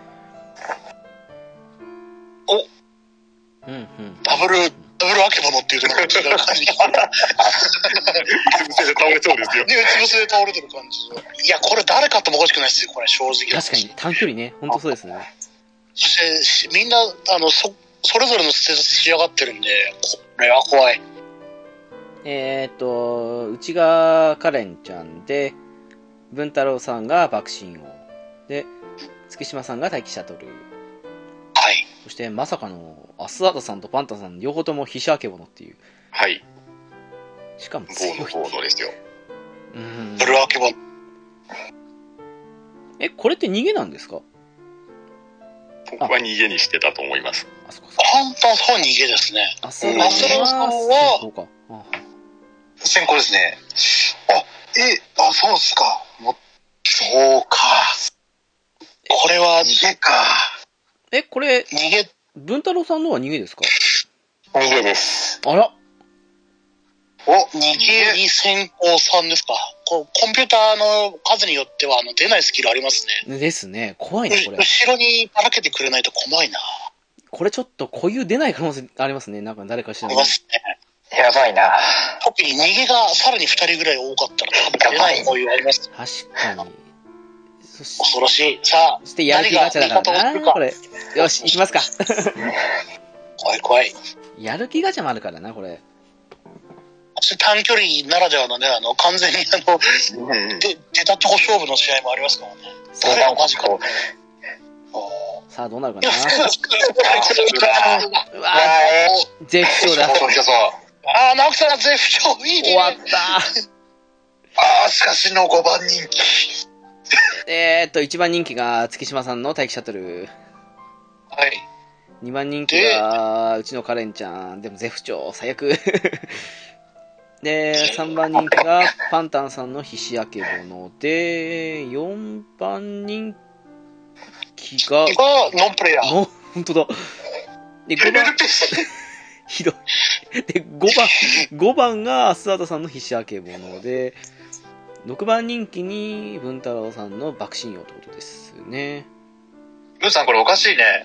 [SPEAKER 4] お
[SPEAKER 2] うんうん。
[SPEAKER 4] ダブル、ダブルあけぼのっていうところが違う感じが。
[SPEAKER 5] うつ伏せで倒れそうですよ。
[SPEAKER 4] ね、うつ伏せで倒れてる感じの。いや、これ誰かってもおかしくないですよ、これ、正直。
[SPEAKER 2] 確かに、短距離ね。ほんとそうですね。
[SPEAKER 4] そしてし、みんな、あの、そ、それぞれのステータス仕上がってるんで、これは怖い。
[SPEAKER 2] えーっと、うちがカレンちゃんで、文太郎さんが爆心王。で、月島さんが待機シャトル。
[SPEAKER 4] はい。
[SPEAKER 2] そして、まさかの、アスアーダさんとパンタさん、両方とも必死あけぼのっていう。
[SPEAKER 5] はい。
[SPEAKER 2] しかも
[SPEAKER 5] ボ
[SPEAKER 2] 強いっていう。
[SPEAKER 5] ードボードですよ。
[SPEAKER 2] うん
[SPEAKER 4] ダブルあけぼの。
[SPEAKER 2] え、これって逃げなんですか？
[SPEAKER 5] 僕は逃げにしてたと思います。
[SPEAKER 2] あそこそこ。
[SPEAKER 4] ハンターさんは逃げですね。
[SPEAKER 2] アスア
[SPEAKER 5] うん
[SPEAKER 2] ーダ
[SPEAKER 4] アスアーダさんは
[SPEAKER 2] そうか。あ
[SPEAKER 6] 先行ですね。あ、え、あ、そうっすか。もそうか。
[SPEAKER 4] これは、
[SPEAKER 6] 逃げか。
[SPEAKER 2] え、これ、
[SPEAKER 4] 逃げ、
[SPEAKER 2] 文太郎さんのは逃げですか？
[SPEAKER 3] 逃げです。
[SPEAKER 2] あら
[SPEAKER 6] お、
[SPEAKER 4] 逃げに先行さんですか。こうコンピューターの数によっては、あの、出ないスキルありますね。
[SPEAKER 2] ですね。怖いね、これ。
[SPEAKER 4] 後ろにばらけてくれないと怖いな。
[SPEAKER 2] これちょっと固有出ない可能性ありますね。なんか誰か知らない。
[SPEAKER 4] ありますね。
[SPEAKER 3] やばいな。
[SPEAKER 4] 特に逃げがさらにふたりぐらい多かったら多分出ないこういうあります。
[SPEAKER 2] 確かに。そし
[SPEAKER 4] 恐ろしい。さあ、
[SPEAKER 2] そしてやる気ガチャだからな、
[SPEAKER 4] 何が味方をするか
[SPEAKER 2] これ。よし、行きますか。
[SPEAKER 4] 怖い怖い。
[SPEAKER 2] やる気ガチャもあるからな、これ。
[SPEAKER 4] そして短距離ならではのね、あの、完全にあの、
[SPEAKER 5] うん。
[SPEAKER 4] で出たとこ勝負の試合もありますからね。
[SPEAKER 3] そう
[SPEAKER 4] 誰がマジか。
[SPEAKER 3] こ
[SPEAKER 2] さあ、どうなるか
[SPEAKER 4] いや、
[SPEAKER 2] な。
[SPEAKER 4] 普通は作ること
[SPEAKER 2] うわ
[SPEAKER 3] うわ
[SPEAKER 2] ぁ、絶不調だ。
[SPEAKER 6] そうそうそう。
[SPEAKER 4] ああ、直樹さんが絶不調。いいね。
[SPEAKER 2] 終わった。
[SPEAKER 6] あー、しかしのごばん人気。
[SPEAKER 2] えーっと、いちばん人気が月島さんの待機シャトル。
[SPEAKER 4] はい。
[SPEAKER 2] にばん人気がうちのカレンちゃん。でも絶不調、最悪。で、さんばん人気がパンタンさんの必死あけぼので、よんばん人気が、
[SPEAKER 4] が、ノンプレイヤー。
[SPEAKER 2] の、ほんとだ。で、ごばん、ひどい。で、ごばん、ごばんがアスアーダさんの必死あけぼので、ろくばん人気に文太郎さんの爆心王ってことですね。
[SPEAKER 6] ルーさんこれおかしいね。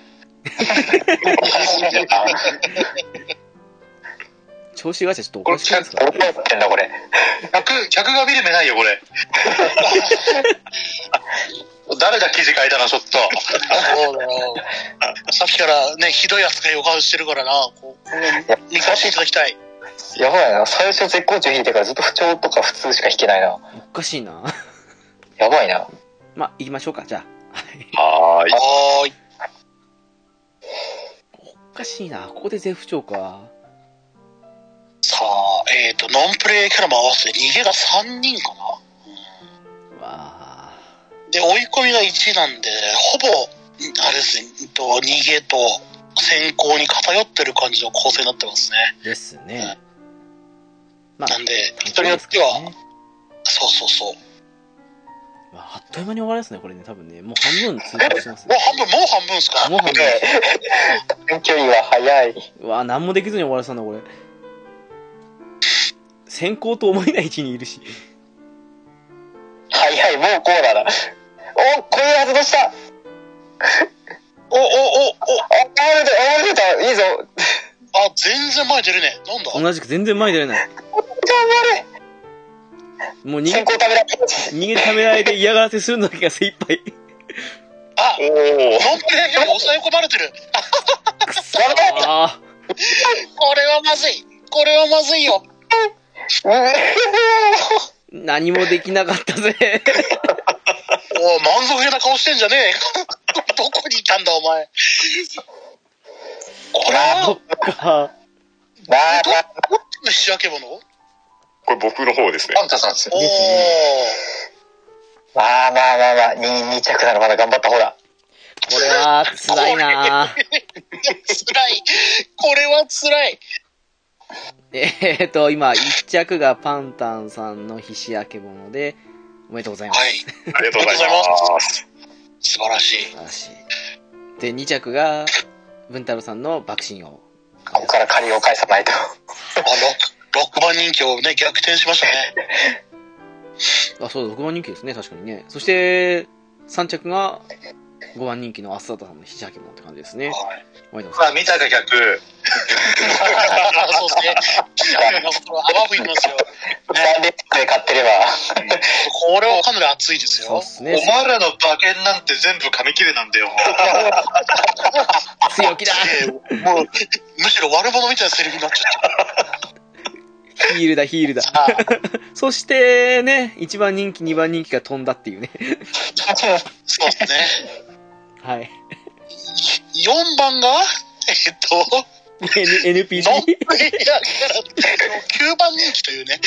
[SPEAKER 2] 調子ガチャちょっとおかしいですか？
[SPEAKER 3] どうやってんだこれ。
[SPEAKER 6] 客、客が見る目ないよ、これ。誰だ記事書いたの、ちょっと。
[SPEAKER 4] そうだよ。さっきからね、ひどい扱いをしてるからな、こう、これ、見返していただきたい。
[SPEAKER 3] やばいな。最初絶好調引いてからずっと不調とか普通しか引けないな。
[SPEAKER 2] おかしいな。
[SPEAKER 3] やばいな。
[SPEAKER 2] まあ、行きましょうか、じゃあ。
[SPEAKER 5] はーい。
[SPEAKER 4] はーい。
[SPEAKER 2] おかしいな。ここで絶不調か。
[SPEAKER 4] さあ、えっ、ー、と、ノンプレイキャラも合わせて逃げがさんにんかな。
[SPEAKER 2] わあ。
[SPEAKER 4] で、追い込みがいちなんで、ほぼ、あれですね、えっと逃げと先行に偏ってる感じの構成になってますね。
[SPEAKER 2] ですね。まあ、
[SPEAKER 4] なんで、
[SPEAKER 2] 短
[SPEAKER 4] 人によっては、
[SPEAKER 2] 距離ですからね
[SPEAKER 4] そうそうそう。
[SPEAKER 2] まあ、あっという間に終わりますね、これね。多分ね。もう半分通過してますね。
[SPEAKER 4] もう半分、もう半分ですか。
[SPEAKER 2] もう半分。
[SPEAKER 3] 短距離は速い。
[SPEAKER 2] うわ、何もできずに終わらせたんだ、これ。先行と思えない位置にいるし。
[SPEAKER 3] 速い、もうこうだな。お、こういうはずでした。
[SPEAKER 4] お、お、お、お、
[SPEAKER 3] あ、倒れて、倒れてた。いいぞ。
[SPEAKER 4] あ、全然前出るね。なんだ
[SPEAKER 2] 同じく全然前に出れない。もう逃げ、
[SPEAKER 3] 先行食べられ
[SPEAKER 2] 逃げてためられて嫌がらせするのだけが精一杯。
[SPEAKER 4] あ、
[SPEAKER 3] おお。
[SPEAKER 4] 本当にでも抑え込まれてる。
[SPEAKER 2] くそー。
[SPEAKER 4] これはまずい。これはまずいよ。
[SPEAKER 2] 何もできなかったぜ。
[SPEAKER 4] おい、満足げな顔してんじゃねえ。どこにいたんだ、お前。これは、
[SPEAKER 2] そっか。
[SPEAKER 3] まあまあ、
[SPEAKER 4] どっちの仕分け物
[SPEAKER 5] これ僕の方ですね。
[SPEAKER 6] パンタさんですよ。
[SPEAKER 4] おー。
[SPEAKER 3] まあまあまあまあ、に、に着ならまだ頑張った方だ。
[SPEAKER 2] これは辛いな。
[SPEAKER 4] 辛い。これは辛い。
[SPEAKER 2] えーっと、今、いち着がパンタンさんのひしあけぼので、おめでとうございます。
[SPEAKER 4] はい。
[SPEAKER 5] ありがとうございます。
[SPEAKER 4] 素晴らしい。
[SPEAKER 2] 素晴らしい。で、に着が、文太郎さんの爆心王。
[SPEAKER 3] ここから借りを返さないと。
[SPEAKER 4] あ、ろくばん人気をね、逆転しましたね。
[SPEAKER 2] あ、そうだ、ろくばん人気ですね、確かにね。そして、さん着が、ごばん人気のアスタータさんのひしあけぼのって感じですね。
[SPEAKER 4] はい。
[SPEAKER 2] おめでとうござい
[SPEAKER 6] まあ、見たが逆。
[SPEAKER 4] そうですね。泡吹いてますよ。
[SPEAKER 3] さん連続で買ってれば。
[SPEAKER 4] これはかなり熱いです
[SPEAKER 2] ます。そう
[SPEAKER 4] よ
[SPEAKER 2] で。すね。
[SPEAKER 6] お前らの馬券なんて全部紙切れなんだよ。
[SPEAKER 2] 強気だ。
[SPEAKER 4] もう、むしろ悪者みたいなセリフになっちゃった。
[SPEAKER 2] ヒールだ、ヒールだ。
[SPEAKER 4] あ
[SPEAKER 2] そしてね、いちばん人気、にばん人気が飛んだっていうね。
[SPEAKER 4] そうですね。
[SPEAKER 2] はい。
[SPEAKER 4] よんばんが、えっと、
[SPEAKER 2] N- エヌピーシー?
[SPEAKER 4] ノンプレイヤーからきゅうばん人気というね。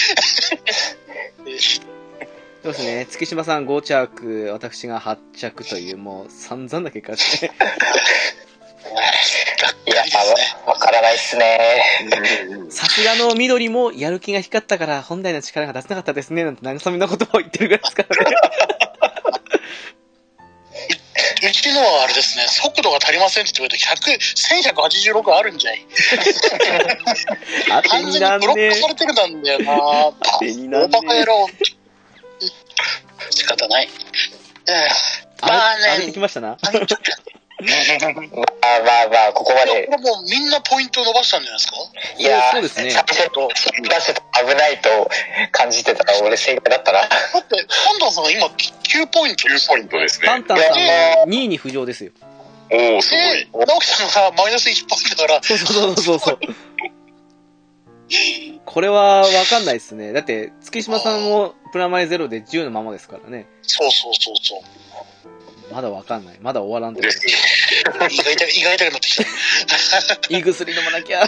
[SPEAKER 2] そうですね。月島さんご着、私がはち着という、もう散々な結果ですね。
[SPEAKER 3] いや、わわからないっすね。
[SPEAKER 2] さすがの緑もやる気が光ったから本来の力が出せなかったですね、なんて慰めなことを言ってるぐらいですからね。
[SPEAKER 4] うちのはあれですね、速度が足りませんって言われてひゃく、せんひゃくはちじゅうろくあるんじゃい。
[SPEAKER 2] 当て
[SPEAKER 4] 完
[SPEAKER 2] になん
[SPEAKER 4] 全にブロッ
[SPEAKER 2] ね
[SPEAKER 4] クされてるなんだよな。
[SPEAKER 2] 当てになんね
[SPEAKER 4] 大バカ野郎。仕方ない。ええまあ
[SPEAKER 2] あれ、上げて
[SPEAKER 4] ね
[SPEAKER 2] き、ましたな。
[SPEAKER 3] まあまあまあ、ここまで。
[SPEAKER 4] これもうみんなポイントを伸ばしたんじゃないですか。
[SPEAKER 3] いや
[SPEAKER 2] そうですね
[SPEAKER 3] 最初に出してた危ないと感じてたら俺正解だったな。
[SPEAKER 4] だって、パンダさんが今きゅうポイント
[SPEAKER 5] きゅうポイントですね。
[SPEAKER 2] パンタンさんもにいに浮上ですよ。
[SPEAKER 5] おー、すご
[SPEAKER 4] で
[SPEAKER 5] い。、
[SPEAKER 4] 直樹さんがマイナスいちポイントだから、
[SPEAKER 2] そうそうそうそうそう。これはわかんないですね。だって、月島さんもプラマイゼロでじゅうのままですからね。
[SPEAKER 4] そうそうそうそう。
[SPEAKER 2] まだわかんない。まだ終わらんって
[SPEAKER 5] で
[SPEAKER 2] こと
[SPEAKER 5] すね。
[SPEAKER 4] 胃が痛く、胃が痛くなってきた。
[SPEAKER 2] 胃薬飲まなきゃ。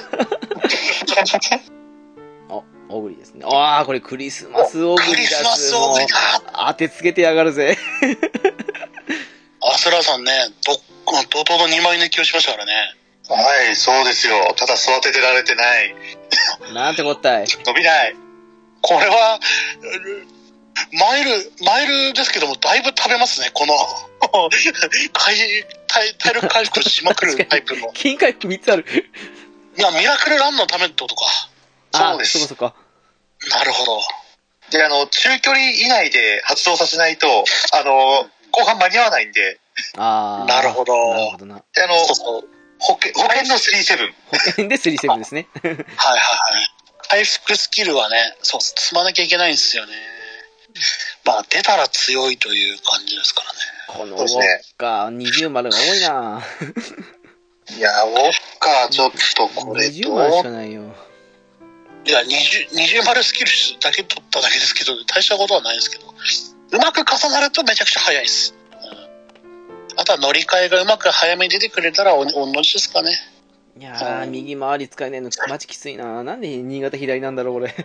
[SPEAKER 2] あ、オグリですね。ああ、これクリスマスオグリだ
[SPEAKER 4] クリスマスオグリだ。
[SPEAKER 2] 当てつけてやがるぜ。
[SPEAKER 4] アスラーさんね、ど、怒涛のにまい抜きをしましたからね。
[SPEAKER 6] はい、そうですよ。ただ育ててられてない。
[SPEAKER 2] なんてこったい。
[SPEAKER 6] 伸びない。
[SPEAKER 4] これは、マイル、マイルですけども、だいぶ食べますね、この、回体体力回復しまくるタイプの。
[SPEAKER 2] 金回復みっつある。
[SPEAKER 4] いや、ミラクルランのためってことか。
[SPEAKER 6] そうです
[SPEAKER 2] あそこそこ。
[SPEAKER 4] なるほど。
[SPEAKER 6] で、あの、中距離以内で発動させないと、あの、後半間に合わないんで、
[SPEAKER 2] ああ。
[SPEAKER 4] なるほど
[SPEAKER 2] なるほどな。
[SPEAKER 6] であの、
[SPEAKER 4] そうそう。
[SPEAKER 6] 保険、保険のスリーセブン。
[SPEAKER 2] 保険でスリーセブンですね。
[SPEAKER 4] はいはいはい。回復スキルはね、そう、積まなきゃいけないんですよね。まあ、出たら強いという感じですからね。
[SPEAKER 2] このウォッ
[SPEAKER 6] そうですね
[SPEAKER 2] カ、二重丸が多いな。
[SPEAKER 6] いや、ウォッカーちょっとこれ
[SPEAKER 2] 二重丸し
[SPEAKER 6] どう
[SPEAKER 2] かないよ。
[SPEAKER 4] いや、二重、二重丸スキルだけ取っただけですけど、大したことはないですけど、うまく重なるとめちゃくちゃ早いです。うん、あとは乗り換えがうまく早めに出てくれたらお、同じですかね。
[SPEAKER 2] いやー、右回り使えないの、マジきついな。なんで新潟左なんだろう、俺。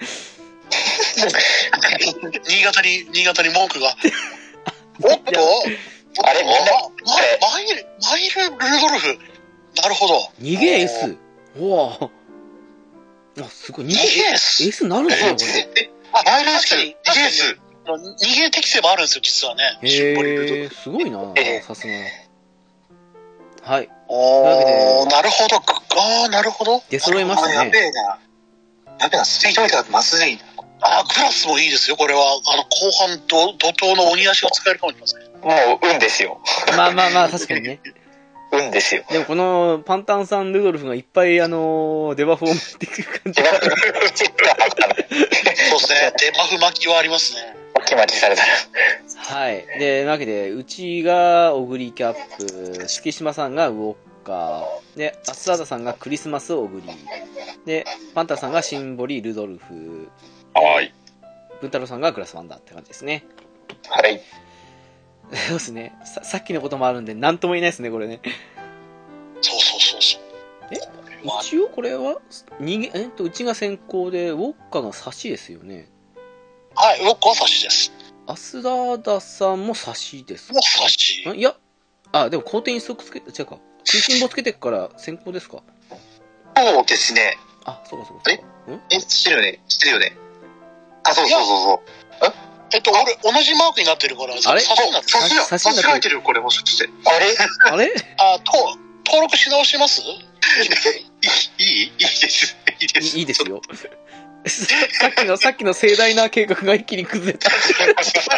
[SPEAKER 4] 新潟に、新潟に文句が。おっと
[SPEAKER 3] あれみんな
[SPEAKER 4] まマイル、マイル・ルドルフ。なるほど。
[SPEAKER 2] 逃げ S。おわあ、すごい。逃
[SPEAKER 4] 逃
[SPEAKER 2] げ
[SPEAKER 4] げ S。
[SPEAKER 2] S なるんだよ、これ。
[SPEAKER 4] あ、
[SPEAKER 6] マイルスキル、
[SPEAKER 4] 確かに、
[SPEAKER 6] ディフェンス。
[SPEAKER 4] 逃げ適性もあるんですよ、実はね。
[SPEAKER 2] へえ、すごいな、さすが。はい。
[SPEAKER 4] お
[SPEAKER 2] というわけで
[SPEAKER 4] ー、なるほど。あー、なるほど。
[SPEAKER 2] 出揃いました
[SPEAKER 6] や
[SPEAKER 2] ね。
[SPEAKER 6] べえな。やべえな、スピードメーターまずいな。
[SPEAKER 4] あー、クラスもいいですよ、これは。あの、後半と怒涛の鬼足を使えるかもしれません。
[SPEAKER 3] もう運ですよ。
[SPEAKER 2] まあまあまあ、確かにね。
[SPEAKER 3] 運ですよ。
[SPEAKER 2] でもこのパンタンさんルドルフがいっぱいあのデバフを持ってくる感じ。
[SPEAKER 4] そうですね。デバフ巻きはありますね。
[SPEAKER 3] 巻き巻きされたら。
[SPEAKER 2] はい。で、というわけで、うちがオグリキャップ、月島さんがウォッカー、で、アスラーダさんがクリスマスオグリ、で、パンタンさんがシンボリルドルフ、
[SPEAKER 5] はい。
[SPEAKER 2] ブンタロウさんがグラスワンダーって感じですね。
[SPEAKER 3] はい。
[SPEAKER 2] そうですね。さ、さっきのこともあるんで、なんとも言えないですね、これね。
[SPEAKER 4] そうそうそうそう。
[SPEAKER 2] え一応これは、逃げ、えっと、うちが先行で、ウォッカが差しですよね。
[SPEAKER 4] はい、ウォッカは差しです。
[SPEAKER 2] アスラーダさんも差しですか？
[SPEAKER 4] もう差し。
[SPEAKER 2] んいや、あ、でも後手に即つけ、違うか。食いしん坊つけてっから先行ですか？
[SPEAKER 6] そうですね。
[SPEAKER 2] あ、そうかそうか。
[SPEAKER 6] え
[SPEAKER 2] ん
[SPEAKER 6] え、知ってるよね知ってるよねあ、そうそうそうそう。
[SPEAKER 4] えっと、俺、同じマークになってるから、
[SPEAKER 2] あれ
[SPEAKER 4] 差しになってる。
[SPEAKER 6] 差しだ、
[SPEAKER 2] 差しになってる
[SPEAKER 6] 差し書いてるよ、これ、もしかして。
[SPEAKER 3] あれ
[SPEAKER 2] あれ
[SPEAKER 4] あ、と、登録し直します
[SPEAKER 6] いい、いい、いいです。いいです。
[SPEAKER 2] いいいですよ。さっきの、さっきの盛大な計画が一気に崩れた。
[SPEAKER 6] 声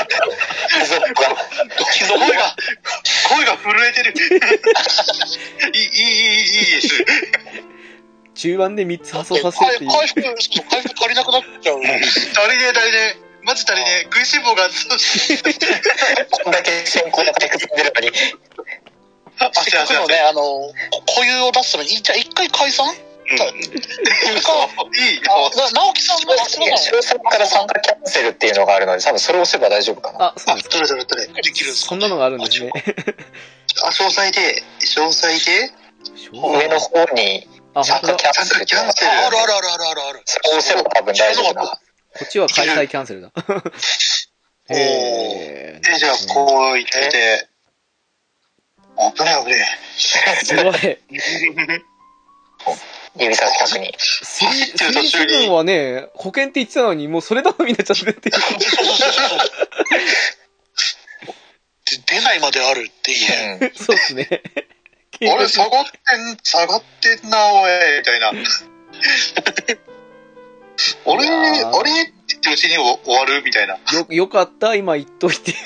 [SPEAKER 6] が、声が震えてる。いい、いい、いい、いいです。
[SPEAKER 2] 中盤でみっつ発送させるっていう。
[SPEAKER 4] 回復、そう回復足りなくなっちゃう。
[SPEAKER 6] 足りねえ、足りねえ。マジ足りねえ。食いしん坊が、
[SPEAKER 3] こんだけ先行の回復積んでるのに。
[SPEAKER 6] 足足足
[SPEAKER 4] せっかくのね、あの、固有を出すために、じゃあ一回解散
[SPEAKER 6] うん。いいよ。
[SPEAKER 4] あ、な直樹さんが必要なの
[SPEAKER 3] 詳細から参加キャンセルっていうのがあるので、多分それを押せば大丈夫かな。
[SPEAKER 2] あ、そうですか。
[SPEAKER 6] どれどれどれ。
[SPEAKER 4] できるんですか
[SPEAKER 2] そんなのがあるんですね。
[SPEAKER 6] あ、詳細で、詳細で、
[SPEAKER 3] 上の方に
[SPEAKER 2] あ、
[SPEAKER 3] 参
[SPEAKER 2] 本当だ。
[SPEAKER 3] 加キャンセルっていうのが
[SPEAKER 6] 参加キャンセル
[SPEAKER 4] あるあるあるあるあるある。
[SPEAKER 3] それを押せば多分大丈夫な。
[SPEAKER 2] こっちは開催キャンセルだ。
[SPEAKER 6] おー
[SPEAKER 2] え
[SPEAKER 6] え、じゃあ、こう言ってて、危ない危ね
[SPEAKER 2] すごい。
[SPEAKER 3] 指差し確認。
[SPEAKER 2] スリー、スリーセブンはね、保険って言ってたのに、もうそれ頼みになっちゃってっていう。
[SPEAKER 4] そうそうそうそう。で出ないまであるっていう。
[SPEAKER 3] うん。
[SPEAKER 2] そうですね。
[SPEAKER 6] え。あれ、下がってん、下がってんな、おい、みたいな。あれ、
[SPEAKER 2] いやー
[SPEAKER 6] あれって言ってうちに終わるみたいな。
[SPEAKER 2] よ、よかった、今言っといて。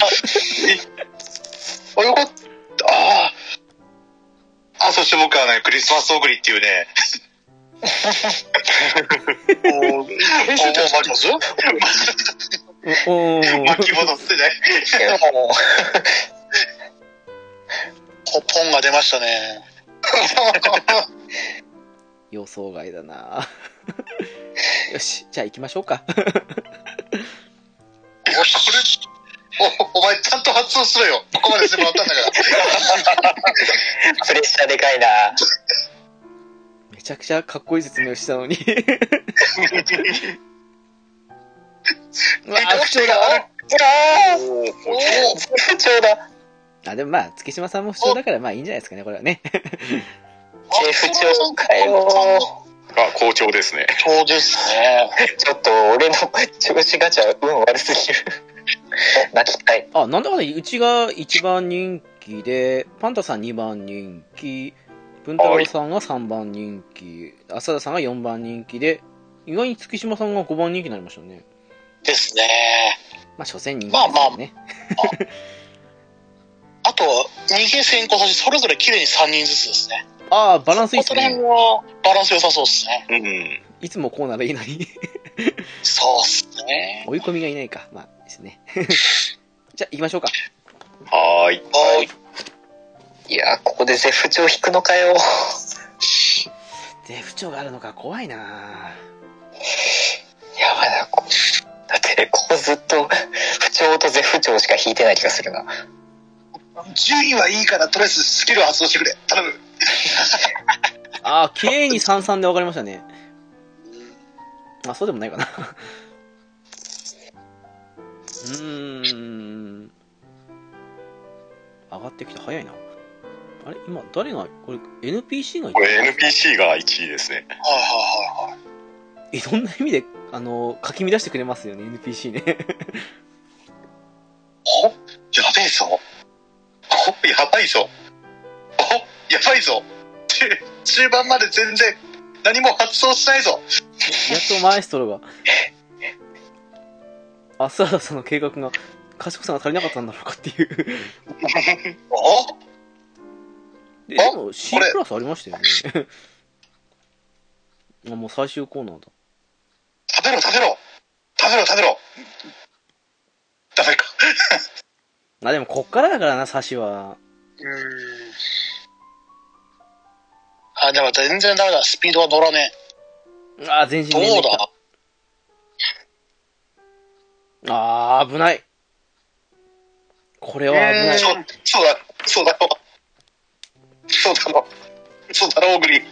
[SPEAKER 6] あ、よかった。ああ。あ、そして僕はね、クリスマスオグリっていうね、
[SPEAKER 4] もう、編集点あります
[SPEAKER 2] おー
[SPEAKER 6] 巻き戻ってね。
[SPEAKER 3] でも、
[SPEAKER 4] ポポンが出ましたね。
[SPEAKER 2] 予想外だな。よし、じゃあ行きましょうか。
[SPEAKER 6] これ、お、お前ちゃんと発音しろよ。ここまでしてもらったんだから。
[SPEAKER 3] プレッシャーでかいな。
[SPEAKER 2] めちゃくちゃかっこいい説明をしたのに。うわ、不調だ。
[SPEAKER 3] あ不調だ。
[SPEAKER 2] あ、でもまあ、月島さんも不調だから、まあいいんじゃないですかね、これはね。
[SPEAKER 3] え、不調かよ。
[SPEAKER 5] が好調ですね。
[SPEAKER 4] そうですね。
[SPEAKER 3] ちょっと俺の調子ガチャ運悪すぎる。泣きたい。
[SPEAKER 2] あ、なんだかんだ、うちがいちばん人気で、パンタさんにばん人気、文太郎さんがさんばん人気、浅田さんがよんばん人気で、意外に月島さんがごばん人気になりましたね。
[SPEAKER 4] ですね。
[SPEAKER 2] まあ、所詮人気ですよね。
[SPEAKER 4] あとは、逃げ先行差し、それぞれ綺麗にさんにんずつですね。
[SPEAKER 2] ああ、バランスいいっす
[SPEAKER 4] この辺
[SPEAKER 2] ね。
[SPEAKER 4] はバランス良さそうですね。
[SPEAKER 5] うん。
[SPEAKER 2] いつもこうならいいのに。
[SPEAKER 4] そうっすね。
[SPEAKER 2] 追い込みがいないか。まあですね。じゃあ行きましょうか。
[SPEAKER 5] はーい。
[SPEAKER 4] はい。
[SPEAKER 3] いや、ここで絶不調引くのかよ。
[SPEAKER 2] 絶不調があるのか怖いな。
[SPEAKER 3] やばいな、こうだって、ここずっと不調と絶不調しか引いてない気がするな。
[SPEAKER 6] 順位はいいから、とりあえずスキルを発動してくれ。頼む。
[SPEAKER 2] ああ、綺麗にさんさんで分かりましたね。あ、そうでもないかな。うーん。上がってきて早いな。あれ今、誰が、これ エヌピーシー がい
[SPEAKER 5] これ エヌピーシー がいちいですね。
[SPEAKER 4] はいはいはいはい。
[SPEAKER 2] いろんな意味で、あの、かき乱してくれますよね、エヌピーシー ね。
[SPEAKER 6] おやべえぞ。おやばいぞ。おやばいぞ。中盤まで全然何も発動しないぞ。
[SPEAKER 2] やっとマエストロが、アスラダさんの計画が、賢さが足りなかったんだろうかっていう。
[SPEAKER 6] お
[SPEAKER 2] ででも C プラスありましたよね。あ、もう最終コーナーだ。
[SPEAKER 6] 食べろ食べろ食べろ食べろダメか。
[SPEAKER 2] あ、でもこっからだからな、サシは。
[SPEAKER 4] うーん。あ、でも全然ダメだ。スピードは乗らね
[SPEAKER 2] あ、全身
[SPEAKER 4] え。どうだ。
[SPEAKER 2] あー、危ない。これは危ない。
[SPEAKER 6] そうそうだ、そうだろ。そうだろ。そうだろ、オグリ。え、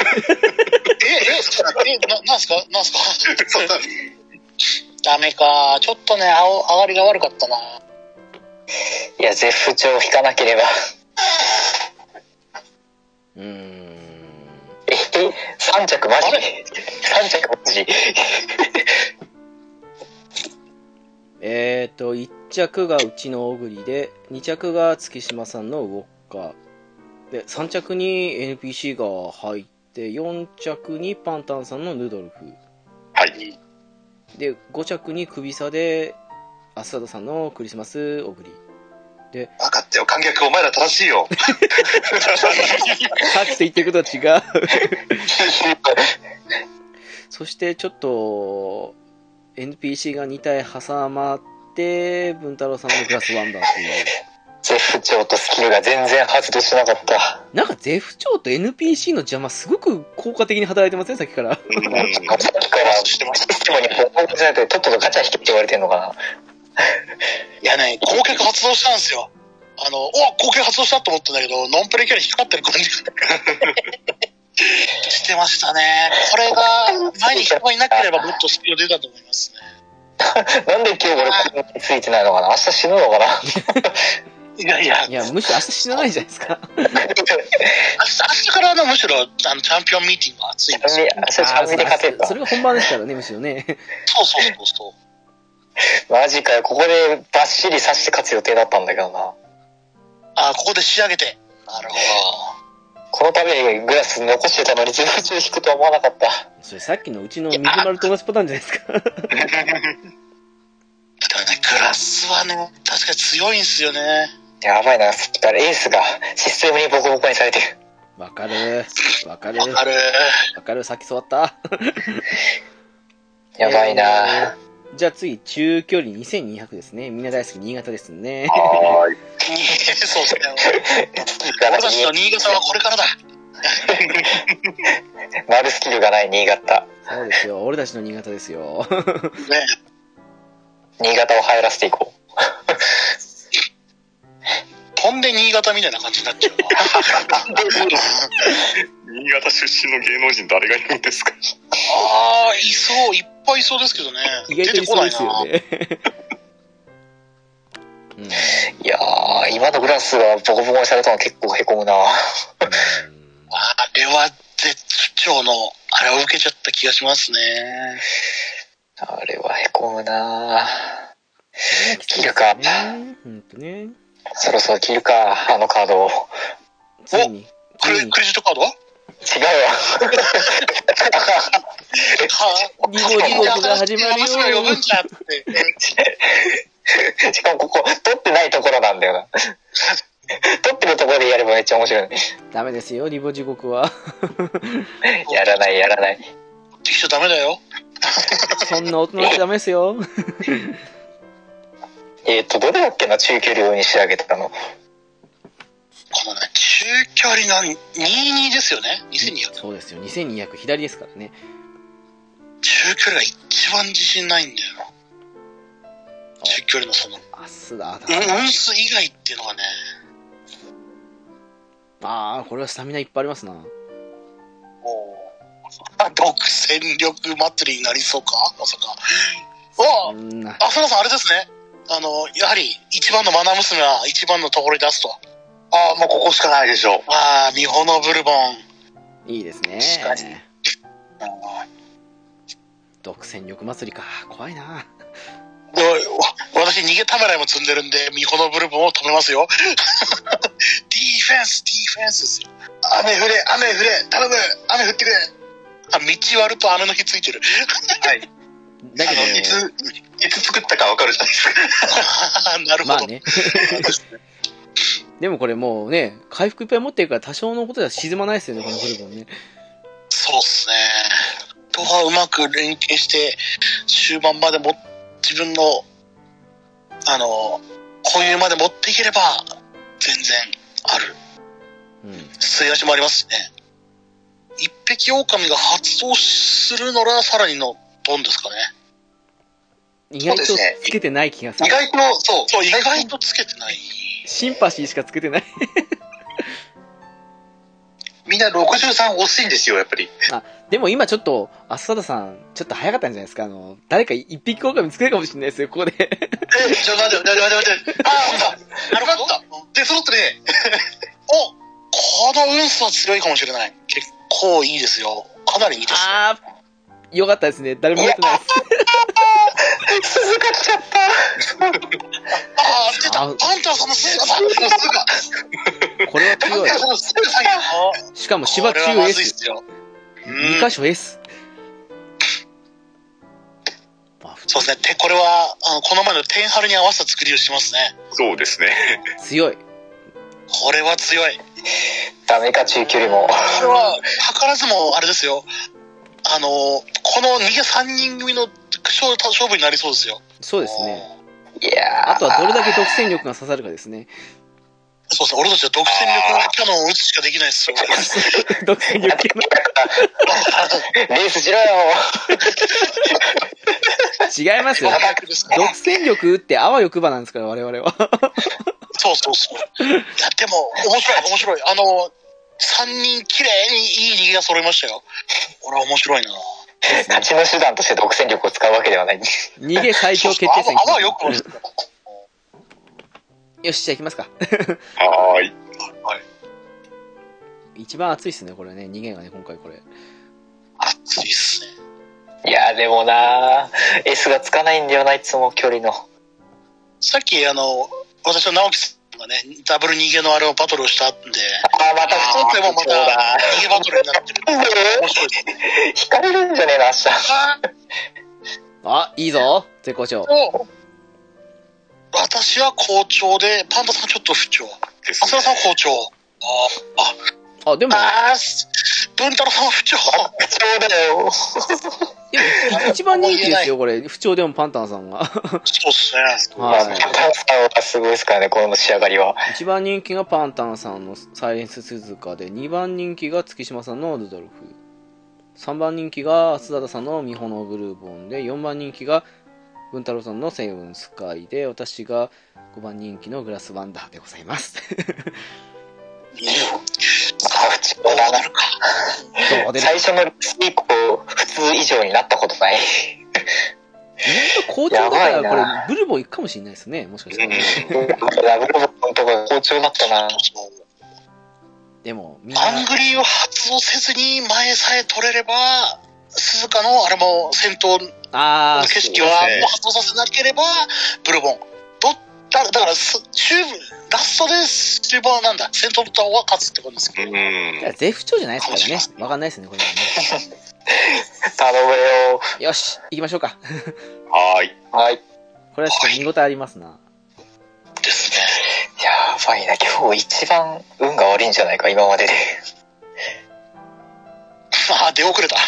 [SPEAKER 4] え、え、な、なんすかなんすか
[SPEAKER 6] そうだ。
[SPEAKER 4] ダメか。ちょっとね、あお上がりが悪かったな。
[SPEAKER 3] いや、絶不調を引かなければ。
[SPEAKER 2] うーん。
[SPEAKER 3] え、さん着マジさん着マジ
[SPEAKER 2] えーと、いっ着がうちの小栗で、に着が月島さんのウォッカ。で、さん着に エヌピーシー が入って、よん着にパンタンさんのヌドルフ。
[SPEAKER 5] はい。
[SPEAKER 2] で、ご着にクビサで、アスタドさんのクリスマス小栗。で、
[SPEAKER 6] 分かったよ、観客お前ら正しいよ。
[SPEAKER 2] さっきと言ってることは違う。そしてちょっと、エヌピーシー がに体挟まって、文太郎さんのグラスワンダーっていう。
[SPEAKER 3] 絶不調とスキルが全然発動しなかった。
[SPEAKER 2] なんかゼフ長と エヌピーシー の邪魔すごく効果的に働いてますね、さっきから。
[SPEAKER 3] さっきからシステムに報告じゃなくて、とっととガチャ引けって言われてんのかな。
[SPEAKER 4] いやね、後脚発動したんですよ。あの、お後脚発動したと思ったんだけど、ノンプレイキャラ引っかかってる感じがしてましたね。これが、前に人がいなければもっとスピード出たと思いますね。
[SPEAKER 3] なんで今日俺ここについてないのかな。明日死ぬのかな。
[SPEAKER 4] いやいや、
[SPEAKER 2] いや、むしろ明日死なないじゃないですか。
[SPEAKER 4] 明日、明日からのむしろ、あの、チャンピオンミーティングが熱いんですよ。
[SPEAKER 3] 明日チャンピで勝てるか。
[SPEAKER 2] それが本番ですからね、むしろね。
[SPEAKER 4] そうそうそうそう。
[SPEAKER 3] マジかよ、ここでバッシリ刺して勝つ予定だったんだけどな。
[SPEAKER 4] あ、ここで仕上げて。なるほど。
[SPEAKER 3] このためにグラス残してたのに全部中引くとは思わなかった。
[SPEAKER 2] それさっきのうちの水丸と同じパターンじゃないですか。
[SPEAKER 4] だからね、グラスはね、確かに強いんすよね。
[SPEAKER 3] やばいな、さっきからエースがシステムにボコボコにされてる。
[SPEAKER 2] わかる。わかる。
[SPEAKER 4] わかる。
[SPEAKER 2] わかる。さっき座った。
[SPEAKER 3] やばいな、
[SPEAKER 2] えー、じゃあ次、中距離にせんにひゃくですね。みんな大好き新潟ですね。
[SPEAKER 5] はーい。
[SPEAKER 4] そうですね。俺たちの新潟はこれからだ。
[SPEAKER 3] 丸スキルがない新潟。
[SPEAKER 2] そうですよ。俺たちの新潟ですよ。
[SPEAKER 4] ね。
[SPEAKER 3] 新潟を入らせていこう。
[SPEAKER 4] 飛んで新潟みたいな感じになっちゃう
[SPEAKER 5] 新潟出身の芸能人誰がいるんですか？
[SPEAKER 4] ああ、いそう、いっぱいいそうですけどね。
[SPEAKER 2] 意外といそうですよね。うん、
[SPEAKER 3] いやー、今のグラスがボコボコにされたの結構へこむな。
[SPEAKER 2] うん、
[SPEAKER 4] あれは絶不調の、あれを受けちゃった気がしますね。
[SPEAKER 3] あれはへこむな。切るか。
[SPEAKER 2] ほんとね。
[SPEAKER 3] そろそろ切るか、あのカードを。
[SPEAKER 2] 次に。
[SPEAKER 4] クレ、クレジットカード
[SPEAKER 3] 違うわ。
[SPEAKER 2] リボ地獄が始まるよ。
[SPEAKER 4] 呼ぶんじゃって
[SPEAKER 3] しかもここ、取ってないところなんだよな。取ってるところでやればめっちゃ面白い。
[SPEAKER 2] ダメですよ、リボ地獄は。
[SPEAKER 3] やらない、やらない。
[SPEAKER 4] できちゃダメだよ。
[SPEAKER 2] そんな大人はダメですよ。
[SPEAKER 3] えっと、どれだっけな、中距離に仕上げてたの。
[SPEAKER 4] このね、中距離のにじゅうにですよね。にせんにひゃく。
[SPEAKER 2] そうですよ、にせんにひゃく左ですからね。
[SPEAKER 4] 中距離が一番自信ないんだよな。中距離のその、
[SPEAKER 2] あ、すだ、
[SPEAKER 4] 運数以外っていうのがね。
[SPEAKER 2] ああ、これはスタミナいっぱいありますな。
[SPEAKER 4] あ、独占力祭りになりそうかまさか。おあ、そもそもあれですね。あの、やはり、一番のマナ娘は一番のところに出すと。
[SPEAKER 6] ああ、もうここしかないでしょ。
[SPEAKER 4] ああ、ミホのブルボン。
[SPEAKER 2] いいですね。独占力祭りか。怖いな。
[SPEAKER 4] で、私逃げためらいも積んでるんで、ミホのブルボンを止めますよ。ディフェンス、ディフェンスですよ。雨降れ、雨降れ、頼む、雨降ってくれ。あ、道割ると雨の日ついてる。
[SPEAKER 6] はい。だけど、いつ、いつ作ったかわかるじゃないですか。
[SPEAKER 4] なるほど。
[SPEAKER 2] まあね。 でもこれもうね、回復いっぱい持ってるから多少のことでは沈まないですよね、このブルボンね。
[SPEAKER 4] そうっすね。とはうまく連携して、終盤までも、自分の、あの、固有まで持っていければ、全然ある。
[SPEAKER 2] うん。
[SPEAKER 4] 末足もありますしね。一匹狼が発動するのら、さらにの、どんですかね。
[SPEAKER 2] 意外と
[SPEAKER 6] そうですね
[SPEAKER 2] つけてない気がする。
[SPEAKER 6] 意外と、そう、
[SPEAKER 4] そう、意外とつけてない。
[SPEAKER 2] シンパシーしかつけてない。
[SPEAKER 6] みんなろくじゅうさん惜しいんですよ、やっぱり。
[SPEAKER 2] あ、でも今ちょっと、アスサダさん、ちょっと早かったんじゃないですか。あの、誰か一匹狼つけるかもしれないですよ、ここで。
[SPEAKER 6] え、ちょ、待って、待って、待って、待って。ああ、なるほど。で、揃ってね。
[SPEAKER 4] お、この運数は強いかもしれない。結構いいですよ。かなりいいです。
[SPEAKER 2] あー、よかったですね。誰も持ってないです。
[SPEAKER 3] 鈴が来ちゃった。
[SPEAKER 4] ああ、出た。
[SPEAKER 2] あ
[SPEAKER 4] パンターさんの鈴が。
[SPEAKER 2] これは強い。
[SPEAKER 4] パンターさんの鈴が先だ。
[SPEAKER 2] しかも芝
[SPEAKER 4] これはま
[SPEAKER 2] 中
[SPEAKER 4] ずいっ
[SPEAKER 2] S。
[SPEAKER 4] すよ。
[SPEAKER 2] に箇所 S。
[SPEAKER 4] そうですね。てこれはあのこの前の天春に合わせた作りをしますね。
[SPEAKER 5] そうですね。
[SPEAKER 2] 強い。
[SPEAKER 4] これは強い。
[SPEAKER 3] ダメか、中距離も。
[SPEAKER 4] これは図らずもあれですよ。あのこの逃げさんにん組の勝勝負になりそうですよ。
[SPEAKER 2] そうですね。
[SPEAKER 3] いやー。
[SPEAKER 2] あとはどれだけ独占力が刺さるかですね。
[SPEAKER 4] そうですね。俺たちは独占力のキャノンを打つしかできないですよ。
[SPEAKER 2] 独占力
[SPEAKER 3] レースしろよ。
[SPEAKER 2] 違いますよ。独占力ってあわよくばなんですから、我々は。
[SPEAKER 4] そうそうそう。いや、でも、面白い、面白い。あの、さんにん綺麗にいい逃げが揃いましたよ。これは面白いな。
[SPEAKER 3] 勝ちの手段として独占力を使うわけではない。
[SPEAKER 2] 逃げ最強決定戦。
[SPEAKER 4] あわよくば。
[SPEAKER 2] よし、じゃあ行きますか。
[SPEAKER 5] はーい。
[SPEAKER 2] 一番熱いっすね、これね。逃げがね、今回これ。
[SPEAKER 4] 熱いっすね。
[SPEAKER 3] いやーでもなー、S がつかないんだよな、いつも距離の。
[SPEAKER 4] さっき、あの、私は直樹さんがね、ダブル逃げのあれをバトルをしたんで、
[SPEAKER 3] あー、また
[SPEAKER 4] 今回もまた逃げバトルになってる。面白いですね。
[SPEAKER 3] 引かれるんじゃねえな、明日。
[SPEAKER 2] あ、いいぞ、絶好調。
[SPEAKER 4] お私は好調で、パンダさんちょっと不調。浅田さんは好調。あ、
[SPEAKER 2] あ、でも、
[SPEAKER 4] あ、あー、文太郎さんは不調。
[SPEAKER 3] 不調だよ。
[SPEAKER 2] でも一番人気ですよ、これ。不調でもパンタンさんは。
[SPEAKER 4] そうっすね。
[SPEAKER 2] はい。
[SPEAKER 3] パンタンさんはすごいですからね、この仕上がりは。
[SPEAKER 2] 一番人気がパンタンさんのサイレンス鈴鹿で、二番人気が月島さんのルドルフ。三番人気が須田さんのミホのブルーボンで、四番人気が文太郎さんのセイウンスカイで、私が五番人気のグラスワンダーでございます。
[SPEAKER 3] あ、不調だな。
[SPEAKER 2] どう出る
[SPEAKER 3] 最初のレース以降、普通以上になったことない。
[SPEAKER 2] 意外と好調だから、
[SPEAKER 3] やばい
[SPEAKER 2] これ
[SPEAKER 3] な、
[SPEAKER 2] ブルボンいくかもしれないですね、もしかしたらね。
[SPEAKER 3] ラブロボンとか好調だったな。
[SPEAKER 2] でも、みんな、
[SPEAKER 4] ハングリーを発動せずに前さえ取れれば、鈴鹿のあれも先頭の
[SPEAKER 2] あー、
[SPEAKER 4] 景色はもう発動させなければ、ブルボン。どだだからす、中部、ラストで中盤なんだ。先頭取った方が勝つってことですけど。
[SPEAKER 5] うん。
[SPEAKER 2] いや絶不調じゃないですからね。わかんないですね、これはね。
[SPEAKER 3] 頼むよ。
[SPEAKER 2] よし、行きましょうか。
[SPEAKER 5] はーい。
[SPEAKER 3] はい。
[SPEAKER 2] これはちょっと見応えありますな。
[SPEAKER 4] ですね。
[SPEAKER 3] やばいな、今日一番運が悪いんじゃないか、今までで。
[SPEAKER 4] ああ、出遅れた。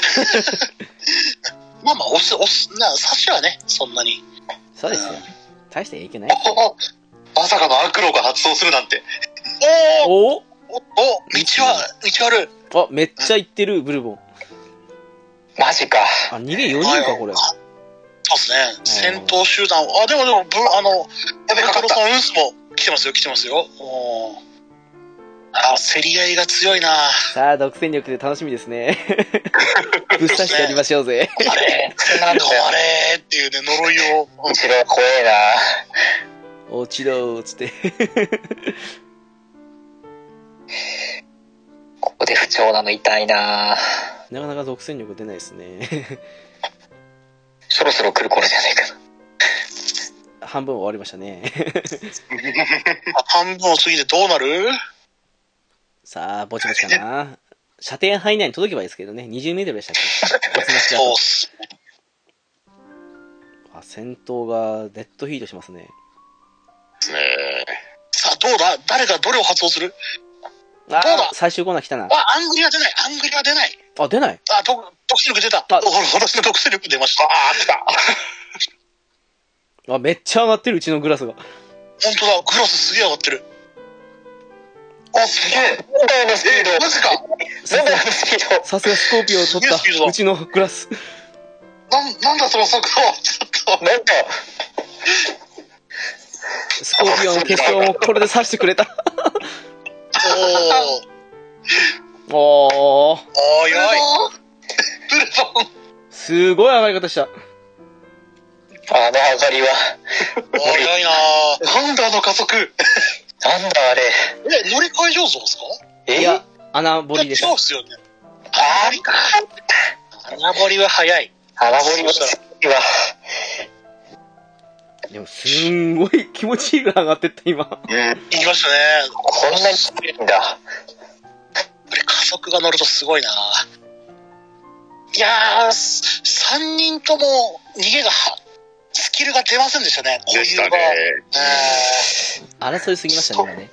[SPEAKER 4] まあまあ、押す、押す、な、差しはね、そんなに。
[SPEAKER 2] そうですよ。大して影響ない。
[SPEAKER 6] おまさかのアクロが発動するなんて。
[SPEAKER 4] おお
[SPEAKER 2] お
[SPEAKER 4] おお道は、道ある。
[SPEAKER 2] あ、めっちゃ行ってる、ブルボン。
[SPEAKER 3] マジか。
[SPEAKER 2] あ、逃げよにんか、これ。
[SPEAKER 4] そうですね。戦闘集団。あ、でもでも、ブあの、やべ、カカロさん、ウンスも来てますよ、来てますよ。おーあ、競り合いが強いな。
[SPEAKER 2] さあ、独占力で楽しみですね。ぶっ刺してやりましょうぜ。
[SPEAKER 4] あれ、
[SPEAKER 3] なんだよ
[SPEAKER 4] あれーっていうね、呪いを。
[SPEAKER 3] 後ろ怖えな。
[SPEAKER 2] 落ちろーっつって。
[SPEAKER 3] ここで不調なの痛いな。
[SPEAKER 2] なかなか独占力出ないですね。
[SPEAKER 3] そろそろ来る頃じゃないかな。
[SPEAKER 2] 半分終わりましたね。
[SPEAKER 4] 半分を過ぎてどうなる？
[SPEAKER 2] さあ、ぼちぼちかな。射程範囲内に届けばいいですけどね。にじゅうメートルでしたっけ？
[SPEAKER 4] そうっす。
[SPEAKER 2] あ、戦闘がデッドヒートしますね。
[SPEAKER 5] ですね。
[SPEAKER 4] さあ、 どうだ誰がどれを発動する？
[SPEAKER 2] あ
[SPEAKER 4] どうだ
[SPEAKER 2] ー、最終コーナー来たな。
[SPEAKER 4] あ、アングリは出ない。アングリは出ない。
[SPEAKER 2] あ、出ない。
[SPEAKER 4] あ、と特殊力出た。
[SPEAKER 2] あ
[SPEAKER 4] お私の特殊力出ました。
[SPEAKER 6] あー、来た。
[SPEAKER 2] あ、めっちゃ上がってる、うちのグラスが。
[SPEAKER 4] 本当だ、グラスすげえ上がってる。
[SPEAKER 3] あ、すげえ。なんだよね、スピード。
[SPEAKER 4] え、マジか。
[SPEAKER 3] なんだよね、スピード。
[SPEAKER 2] さすがスコーピオンを取っ
[SPEAKER 4] すげえスピードだ
[SPEAKER 2] た、うちのグラス。
[SPEAKER 4] なん、なんだその速度は。ちょっと。
[SPEAKER 3] なんだ。
[SPEAKER 2] スコーピオンの結晶もこれで刺してくれた。
[SPEAKER 4] おー。
[SPEAKER 2] おー。
[SPEAKER 4] おー、やい。ブルボン。
[SPEAKER 2] すごい上がり方した。
[SPEAKER 3] あの上がりは。
[SPEAKER 4] おー、やいなー。
[SPEAKER 6] なんだあの加速。
[SPEAKER 3] なんだあれ。
[SPEAKER 4] え、乗り換え上手ですか？
[SPEAKER 3] え
[SPEAKER 2] いや、穴掘りでした
[SPEAKER 4] いや違うっ。すよね。あー、か。穴掘りは早い。
[SPEAKER 3] 穴掘りはすごいわ。
[SPEAKER 2] でも、すんごい気持ちいいぐらい上がってった、今。
[SPEAKER 6] うん。
[SPEAKER 4] 行きましたね。
[SPEAKER 3] こんなに強いんだ。
[SPEAKER 4] これ加速が乗るとすごいな。いやー、さんにんとも逃げがは、スキルが出ませんでしたね。
[SPEAKER 6] でしたね。
[SPEAKER 4] え
[SPEAKER 2] 争いすぎましたね、今ね。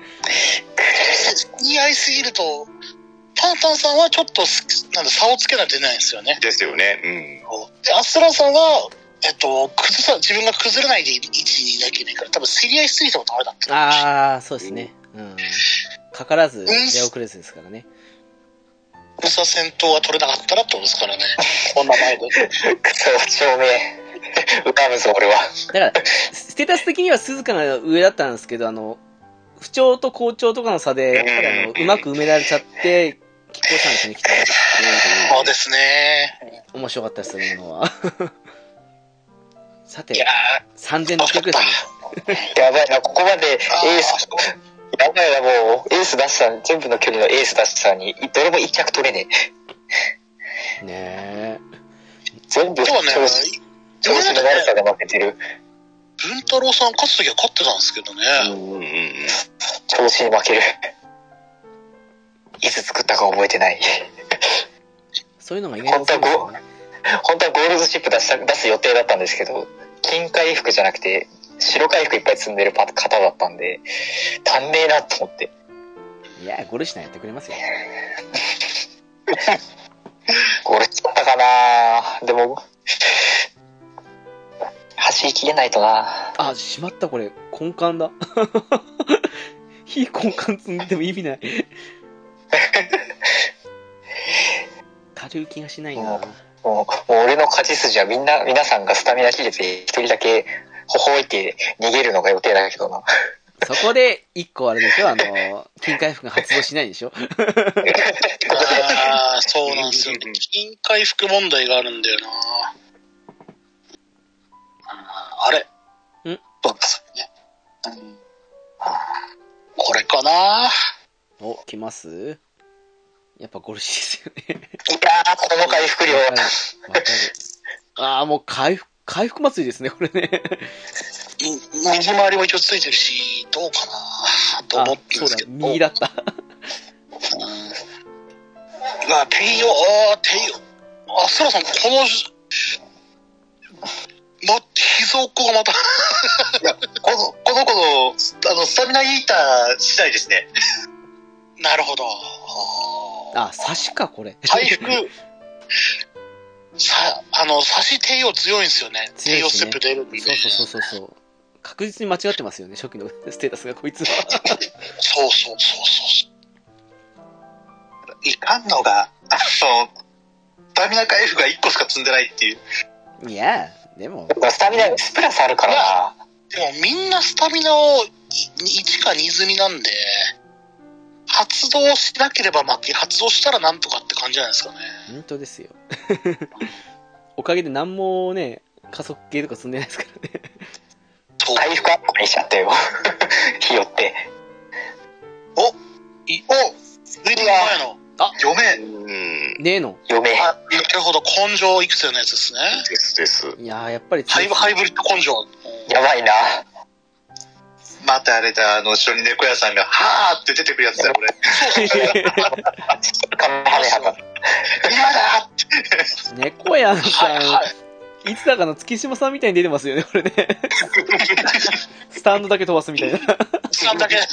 [SPEAKER 4] ー、似合いすぎると、パンタンさんはちょっとす、なんだ、差をつけないと出ないんですよね。
[SPEAKER 6] ですよね。
[SPEAKER 4] で、アスラさんは、えっと、崩さ、自分が崩れないで位置にいなきゃいけないから、多分競り合いしすぎてもダメだった。
[SPEAKER 2] あー、そうですね。うん。かからず、出遅れずですからね。
[SPEAKER 4] 武者戦闘が取れなかったらってことですからね。こんな前で。
[SPEAKER 3] クソ、証明。恨むぞ、俺は。
[SPEAKER 2] だから、ステータス的には鈴鹿が上だったんですけど、あの、不調と好調とかの差で、やっぱりあの、うまく埋められちゃって、拮抗したんですね、きっと。
[SPEAKER 4] そうですね。
[SPEAKER 2] 面白かったです、そういうのは。さて
[SPEAKER 4] いや、
[SPEAKER 2] さんぜんろっぴゃくですね。
[SPEAKER 3] やばいな、ここまでエース、やばいな、もう、エース出した、全部の距離のエース出したのに、どれも一着取れねえ。
[SPEAKER 2] ねえ。
[SPEAKER 3] 全部、
[SPEAKER 4] 今日はね
[SPEAKER 3] 調子、調子の悪さが負けてる。
[SPEAKER 4] 文太郎さん勝つときは勝ってたんですけどね。
[SPEAKER 6] うんうんうん。
[SPEAKER 3] 調子に負ける。いつ作ったか覚えてない。
[SPEAKER 2] そういうのが意外と強いですよね。
[SPEAKER 3] 本当はゴールドチップ出した出す予定だったんですけど、金回復じゃなくて、白回復いっぱい積んでるパ方だったんで、足んねえなと思って。
[SPEAKER 2] いや、ゴルシナやってくれますよ。
[SPEAKER 3] ゴールチッったかな。でも、走りきれないとな。
[SPEAKER 2] あ、しまった、これ。根幹だ。非根幹積んでも意味ない。軽い気がしないな。
[SPEAKER 3] もう、もう俺の勝ち筋はみんな、皆さんがスタミナ切れて一人だけほほいて逃げるのが予定だけどな。
[SPEAKER 2] そこで、一個あれでしょ、あの、金回復が発動しないでしょ。
[SPEAKER 4] ああ、そうなんですよね。金回復問題があるんだよな。あれ
[SPEAKER 2] ん
[SPEAKER 4] どうださね。これかな。
[SPEAKER 2] お、来ますやっぱゴルシですよね。
[SPEAKER 3] いやー、この回復量。
[SPEAKER 2] わかる。わかる。ああ、もう回復、回復祭りですね、これね。
[SPEAKER 4] 右回りも一応ついてるし、どうかなと思ってるんですけど。
[SPEAKER 2] そうだ、右だった。
[SPEAKER 4] うん。まあ、テイオ、ああ、テイオ。あ、スラさん、この、ま、膝おっこがまた。
[SPEAKER 6] いや、この、この子の、あの、スタミナイーター次第ですね。
[SPEAKER 4] なるほど。
[SPEAKER 2] あ、差しか、これ。
[SPEAKER 4] 回復。さ、あの、差しテイオ強いんですよね。テイオステップ出るんで。
[SPEAKER 2] そうそうそうそうそう。確実に間違ってますよね、初期のステータスがこいつは。
[SPEAKER 4] そうそうそうそう。
[SPEAKER 6] いかんのが、あの、スタミナ回復がいっこしか積んでないっていう。
[SPEAKER 2] いや、でも。
[SPEAKER 3] スタミナプラスあるからな。
[SPEAKER 4] でもみんなスタミナをいちかに済みなんで、発動しなければ負け、発動したらなんとかって感じじゃないですかね。
[SPEAKER 2] 本当ですよ。おかげで何もね、加速系とか積んでないですからね。
[SPEAKER 3] 回復アップにしちゃったよ。ひよって。
[SPEAKER 4] おいおルイディ前の。
[SPEAKER 2] あ
[SPEAKER 6] 嫁。うん。
[SPEAKER 2] ねえの。
[SPEAKER 3] 嫁。
[SPEAKER 4] あ、なるほど、根性育成のやつですね。
[SPEAKER 6] ですです。
[SPEAKER 2] いやー、やっぱり
[SPEAKER 4] ハイブ、ハイブリッド根性。
[SPEAKER 3] やばいな。
[SPEAKER 6] またあれだ、あの、後ろに猫屋さんが、はーって出てくるやつだよ、これ。
[SPEAKER 4] そうそうそう。
[SPEAKER 3] カメハメハだ。
[SPEAKER 6] 今だって。
[SPEAKER 2] 猫屋さん、
[SPEAKER 4] はいはい。
[SPEAKER 2] いつだかの月島さんみたいに出てますよね、これね。スタンドだけ飛ばすみたいな。
[SPEAKER 4] スタンドだけ。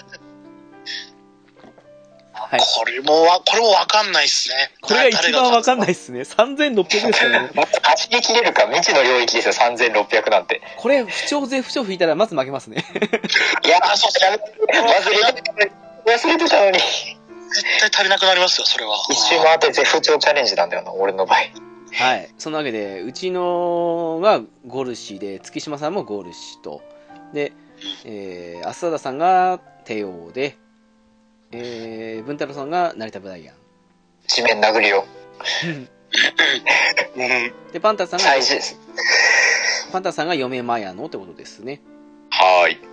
[SPEAKER 2] はい。
[SPEAKER 4] これもわ、これもわかんないっすね。
[SPEAKER 2] これが一番わかんない
[SPEAKER 4] い。
[SPEAKER 2] っすね。さんぜんろっぴゃくですからね。
[SPEAKER 3] 走り切れるか未知の領域ですよ、さんぜんろっぴゃくなんて。
[SPEAKER 2] これ、不調税不調引いたらまず負けますね。
[SPEAKER 3] いや、
[SPEAKER 4] あ、そうっすね。
[SPEAKER 3] 忘れてた、忘れてたのに。
[SPEAKER 4] 絶対足りなくなりますよ、それは。
[SPEAKER 3] 一周回ってゼフ長チャレンジなんだよな、俺の場合。
[SPEAKER 2] はい。そのわけで、うちのがゴルシで、月島さんもゴルシと。で、えー、浅田さんが帝王で、えー、文太郎さんが成田ブライアン。
[SPEAKER 3] 地面殴るよ。
[SPEAKER 2] で、パンタさんが、
[SPEAKER 3] 大事です。
[SPEAKER 2] パンタさんが嫁マヤのってことですね。
[SPEAKER 5] はーい。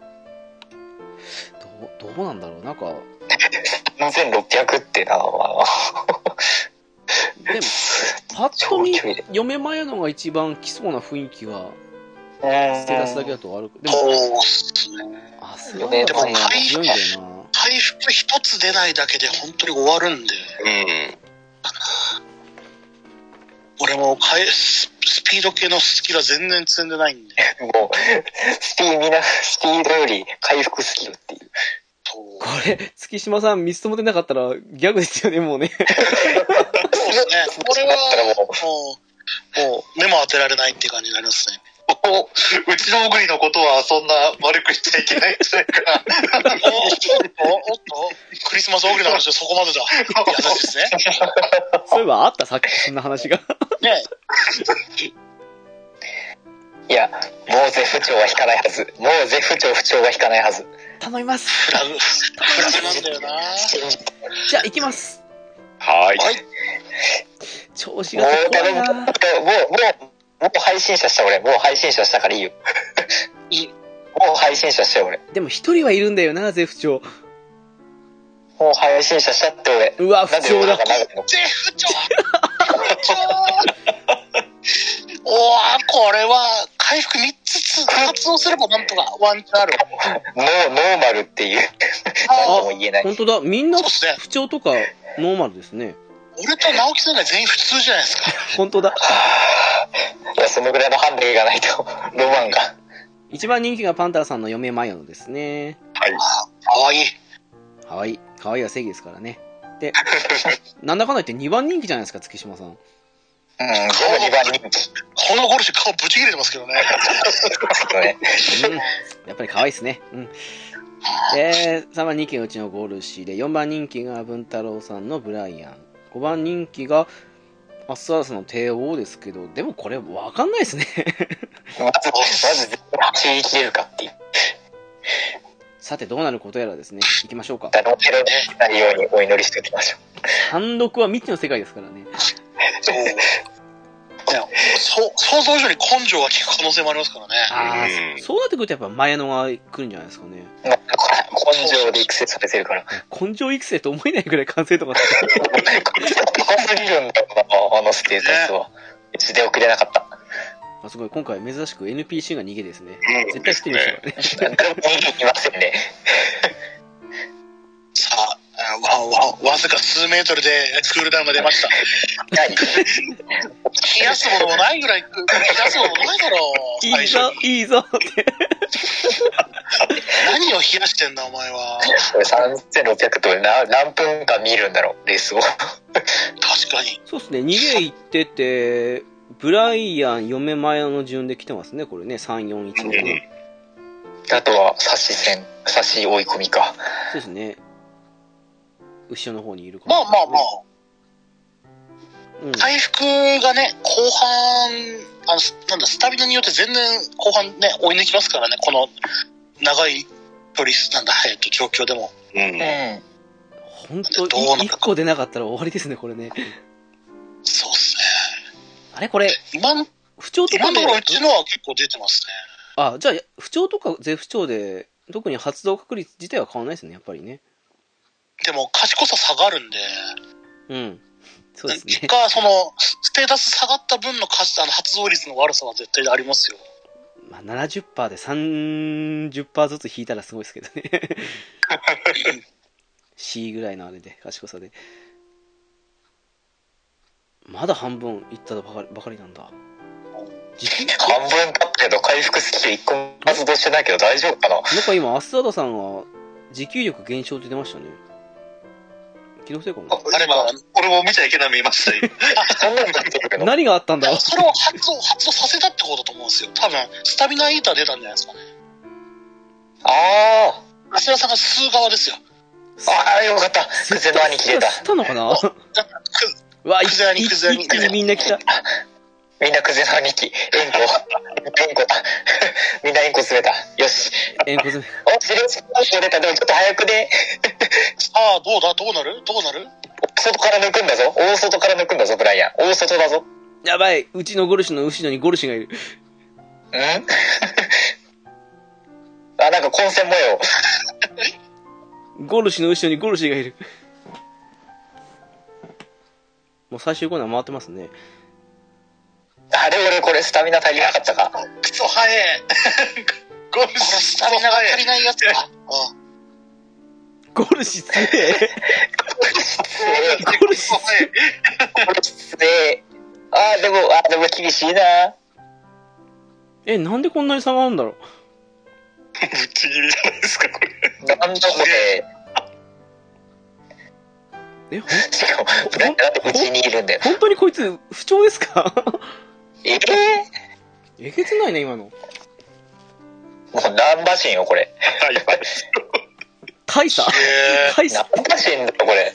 [SPEAKER 2] どう、どうなんだろうなんか、
[SPEAKER 3] さんぜんろっぴゃくってな、まあ、
[SPEAKER 2] でも、パッと見
[SPEAKER 3] 超距離で、
[SPEAKER 2] 嫁マヤのが一番来そうな雰囲気は、
[SPEAKER 3] ステ
[SPEAKER 2] ステータスだけだと悪く。でも、
[SPEAKER 4] そうっすね。
[SPEAKER 2] あ、そうなんだね。強いんだよな。
[SPEAKER 4] 回復一つ出ないだけで本当に終わるんで。
[SPEAKER 5] うん。
[SPEAKER 4] 俺もかえススピード系のスキルは全然積んでないんで。
[SPEAKER 3] もう、スピーみんな、スピードより回復スキルっていう。
[SPEAKER 4] そう
[SPEAKER 2] これ、月島さん、ミストも出なかったら、ギャグですよね、もうね。
[SPEAKER 4] そうですね。これは
[SPEAKER 3] も
[SPEAKER 4] もう、もう目も当てられないっていう感じになりますね。
[SPEAKER 6] おうちの小栗のことはそんな悪くしちゃいけないんじゃないかな。
[SPEAKER 4] おおっとクリスマスオグリの話はそこまでだ。優しいですね。
[SPEAKER 2] そういえばあった、さっきそんな話が。
[SPEAKER 4] ね
[SPEAKER 3] う、いや、もうゼフ長は引かないはず。もうゼフ長不調は引かないはず。
[SPEAKER 2] 頼みます。
[SPEAKER 4] フラグ、フラグなんだよな。
[SPEAKER 2] じゃあ、行きます。
[SPEAKER 5] はーい。
[SPEAKER 4] はい。
[SPEAKER 2] 調子
[SPEAKER 3] もう
[SPEAKER 2] が怖
[SPEAKER 3] 頼む。
[SPEAKER 2] いな。
[SPEAKER 3] もう、もう、もう配信者した俺。もう配信者したからいいよ。
[SPEAKER 4] いい。
[SPEAKER 3] もう配信者したよ俺。
[SPEAKER 2] でも一人はいるんだよな、ゼフ長。
[SPEAKER 3] もう配信者したって俺。
[SPEAKER 2] うわ、不調だ
[SPEAKER 3] なんで俺なん。か長いの。
[SPEAKER 4] ゼフ長おわこれは回復みっつ発動すればなんとかワンチャンある。
[SPEAKER 3] ノー、ノーマルっていう。なんとも言えない。
[SPEAKER 2] 本当だ、みんな
[SPEAKER 4] そうですね。
[SPEAKER 2] 不調とかノーマルですね。
[SPEAKER 4] 俺と直樹さんが全員普通じゃないですか。
[SPEAKER 2] 本当だ。
[SPEAKER 3] いや、そのぐらいのハンデがないと、ロマンが。
[SPEAKER 2] 一番人気がパンタラさんの嫁マヨのですね。
[SPEAKER 5] はい。
[SPEAKER 4] かわいい。
[SPEAKER 2] かわいい。かわいいは正義ですからね。で、なんだかんだ言ってにばん人気じゃないですか、月島さん。
[SPEAKER 3] うん、でもにばん人気。
[SPEAKER 4] このゴルシ顔ブチ切れてますけどね。
[SPEAKER 3] ね。
[SPEAKER 2] うん。やっぱり可愛いですね。うん。で、さんばん人気がうちのゴルシで、よんばん人気が文太郎さんのブライアン。ごばん人気が、アスアースの帝王ですけど、でもこれわかんないですね。
[SPEAKER 3] まず、まず、走り切れるかっていう。
[SPEAKER 2] さて、どうなることやらですね。行きましょうか。
[SPEAKER 3] 誰もテロにないようにお祈りしておきましょう。
[SPEAKER 2] 単独は未知の世界ですからね。
[SPEAKER 4] そう。いやそ想像以上に根性が効く可能性もありますからね。
[SPEAKER 2] あ
[SPEAKER 5] うん
[SPEAKER 2] あ、そうなってくるとやっぱ前のが来るんじゃないですかね。
[SPEAKER 3] まあ根性で育成されてるから。
[SPEAKER 2] 根性育成と思えないぐらい完成とかって。
[SPEAKER 3] 高すぎるんだよな、あのステータスは。うちで送れなかった。
[SPEAKER 2] あ、すごい、今回珍しく エヌピーシー が逃げですね。
[SPEAKER 5] うん
[SPEAKER 2] 絶対知ってるんですからね。
[SPEAKER 3] 誰もいませんね。
[SPEAKER 4] さあ、わ、わ、わずか数メートルでクールダウンが出ました。
[SPEAKER 3] 何
[SPEAKER 4] 冷やすものもないぐらい、冷やすものもないだろう。
[SPEAKER 2] いいぞ、いいぞって。
[SPEAKER 4] 何を冷やしてんだ、お前は。
[SPEAKER 3] さんぜんろっぴゃくとな何分間見るんだろう、レースを。
[SPEAKER 4] 確かに。
[SPEAKER 2] そうですね、逃げ行ってて、ブライアン、嫁前の順で来てますね、これね、さんよんいちでね。
[SPEAKER 3] あとは、差し線、差し追い込みか。
[SPEAKER 2] そうですね。後ろの方にいるか
[SPEAKER 4] まあまあまあ。
[SPEAKER 2] うん。
[SPEAKER 4] 回復がね、後半、あの、なんだ、スタミナによって全然後半ね、追い抜きますからね、この長い距離、なんだ、えっと、状況でも。
[SPEAKER 5] うん。
[SPEAKER 3] うん。
[SPEAKER 2] 本当
[SPEAKER 4] どうなるか
[SPEAKER 2] いっこ出なかったら終わりですね、これね。
[SPEAKER 4] そうっすね。
[SPEAKER 2] あれこれ、
[SPEAKER 4] 今の、
[SPEAKER 2] 不調とかで
[SPEAKER 4] 今のところうちのは結構出てますね。
[SPEAKER 2] あ、じゃあ、不調とか絶不調で、特に発動確率自体は変わらないですね、やっぱりね。
[SPEAKER 4] でも、賢さ下がるんで、
[SPEAKER 2] うん。そうですね。
[SPEAKER 4] 結果、その、ステータス下がった分の価値あの発動率の悪さは絶対ありますよ。
[SPEAKER 2] まあ、ななじゅっパーセントでさんじゅっパーセントずつ引いたらすごいですけどね。C ぐらいのあれで、賢さで。まだ半分いったばかりばかりなんだ。 時給
[SPEAKER 3] 半分経ったけど回復スキルいっこも発動してないけど大丈夫かな。
[SPEAKER 2] なんか今、アスアダさんが持久力減少って出ましたね。気のせいかな。
[SPEAKER 6] あれは、俺も見ちゃいけないの見ましたよ。
[SPEAKER 3] そんなになってるけど。
[SPEAKER 2] 何があったんだろう。
[SPEAKER 4] それを発動、発動させたってことだと思うんですよ。多分、スタミナイーター出たんじゃないですかね。
[SPEAKER 3] あ
[SPEAKER 4] アスラさんが吸う側ですよ。
[SPEAKER 3] あ。ああ、よかった。クゼの兄貴出た。
[SPEAKER 2] 吸ったのかな。
[SPEAKER 4] く
[SPEAKER 2] うわ、
[SPEAKER 4] クゼ兄、クゼ兄
[SPEAKER 2] 一気にみんな来た。
[SPEAKER 3] みんなクゼの兄貴。エンコ。エンコだ。みんなエンコ詰めた。よし。
[SPEAKER 2] えんこ詰め。
[SPEAKER 3] お、ジレンチが出た。でもちょっと早くね。
[SPEAKER 4] さあ、どうだどうなるどうなる
[SPEAKER 3] 大外から抜くんだぞ。大外から抜くんだぞ、ブライアン。大外だぞ。
[SPEAKER 2] やばい、うちのゴルシュの後ろにゴルシュがいる。
[SPEAKER 3] んあ、なんか混戦模様。
[SPEAKER 2] ゴルシュの後ろにゴルシュがいる。もう最終コーナー回ってますね。
[SPEAKER 3] あれ、俺これスタミナ足りなかったか。
[SPEAKER 4] クソ早え。ゴルシスタミナが足りないやつだ。
[SPEAKER 2] ゴルシュ強え。ゴルシュ強え。
[SPEAKER 3] これきつね。あー、でも、あー、でも厳しいな。
[SPEAKER 2] え、なんでこんなに差があるんだろう。
[SPEAKER 5] ぶっちぎりじゃないですか、これ。
[SPEAKER 3] なんだこれ。
[SPEAKER 2] え、ほん、
[SPEAKER 3] しかも、ブライアンなんでうちにいるんだよ。
[SPEAKER 2] 本当にこいつ不調ですか。
[SPEAKER 3] ええ
[SPEAKER 2] えげつないね、今の。
[SPEAKER 3] もう何馬身よ、これ。
[SPEAKER 5] はい、はい。
[SPEAKER 2] 大差
[SPEAKER 4] え
[SPEAKER 2] 大差
[SPEAKER 3] 何馬身だよ、これ。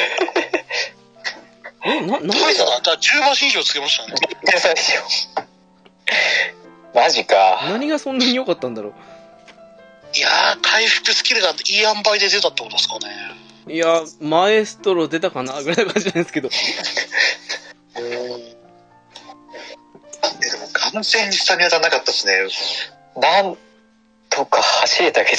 [SPEAKER 2] え、な、な
[SPEAKER 4] ー、
[SPEAKER 2] ん
[SPEAKER 4] 大差だ。
[SPEAKER 2] だ
[SPEAKER 4] だからじゅうばし以上つけましたね。
[SPEAKER 3] 天才ですよ。マジか。
[SPEAKER 2] 何がそんなに良かったんだろ
[SPEAKER 4] いやー、回復スキルがいい塩梅で出たってことですかね。
[SPEAKER 2] う。いや、マエストロ出たかなぐらいな感じなんですけど。
[SPEAKER 6] えでも完全にスタミナ足んなかったですね。
[SPEAKER 3] なんとか走れたけど、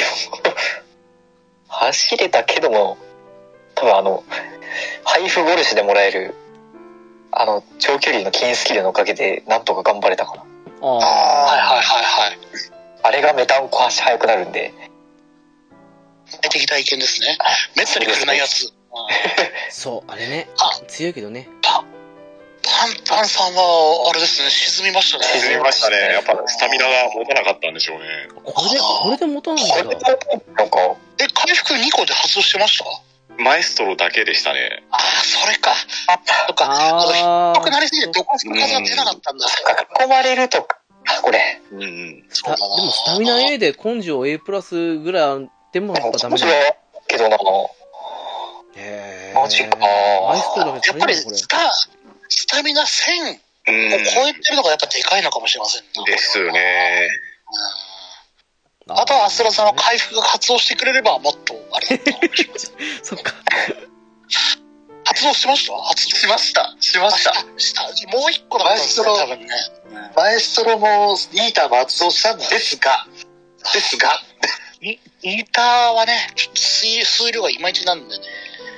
[SPEAKER 3] 走れたけども、多分あの、配布ゴルシュでもらえる、あの、長距離の金スキルのおかげで、なんとか頑張れたかな。
[SPEAKER 2] あ
[SPEAKER 4] はいはいはいはい。
[SPEAKER 3] あれがメタンコ足速くなるんで。
[SPEAKER 4] 快適体験ですね。めったにくれないやつ。うん
[SPEAKER 2] あ、そう、あれね。
[SPEAKER 4] あ
[SPEAKER 2] 強いけどね。
[SPEAKER 4] パンタンさんは、あれですね、沈みましたね。
[SPEAKER 5] 沈みましたね。やっぱスタミナが持たなかったんでしょうね。
[SPEAKER 2] これで、これで持たない
[SPEAKER 3] これ
[SPEAKER 2] んだ。
[SPEAKER 3] なんか、
[SPEAKER 4] え、回復にこで発動してました
[SPEAKER 5] マエストロだけでしたね。
[SPEAKER 4] ああ、それか。とか、
[SPEAKER 2] あ
[SPEAKER 4] 低くなりすぎてどこ吹く風が出なかったんだ。
[SPEAKER 3] 囲まれると、あ、これ。
[SPEAKER 5] うんうん。
[SPEAKER 2] スタでもスタミナ A で根性 A プラスぐらいあってもやっぱダメだ。
[SPEAKER 3] 面白いけどな。
[SPEAKER 2] へ
[SPEAKER 3] マジか。
[SPEAKER 2] マイストロが
[SPEAKER 4] やっぱり
[SPEAKER 2] これ。
[SPEAKER 4] スタ、スタミナせんを
[SPEAKER 5] うん
[SPEAKER 4] 超えてるのがやっぱでかいのかもしれませんね。
[SPEAKER 5] ですよね。
[SPEAKER 4] あとはアスラさんは回復が発動してくれればもっとあれだったかもしれません。
[SPEAKER 2] そっか。
[SPEAKER 4] 発動しました発動
[SPEAKER 6] しました。しました。
[SPEAKER 4] した。もう一個だったんですね、
[SPEAKER 6] マエストロ
[SPEAKER 4] 多分ね。
[SPEAKER 6] マエストロもイーターも発動したんですが、ですが、
[SPEAKER 4] イイーターはね、ちょっと数数量がいまいちなんでね。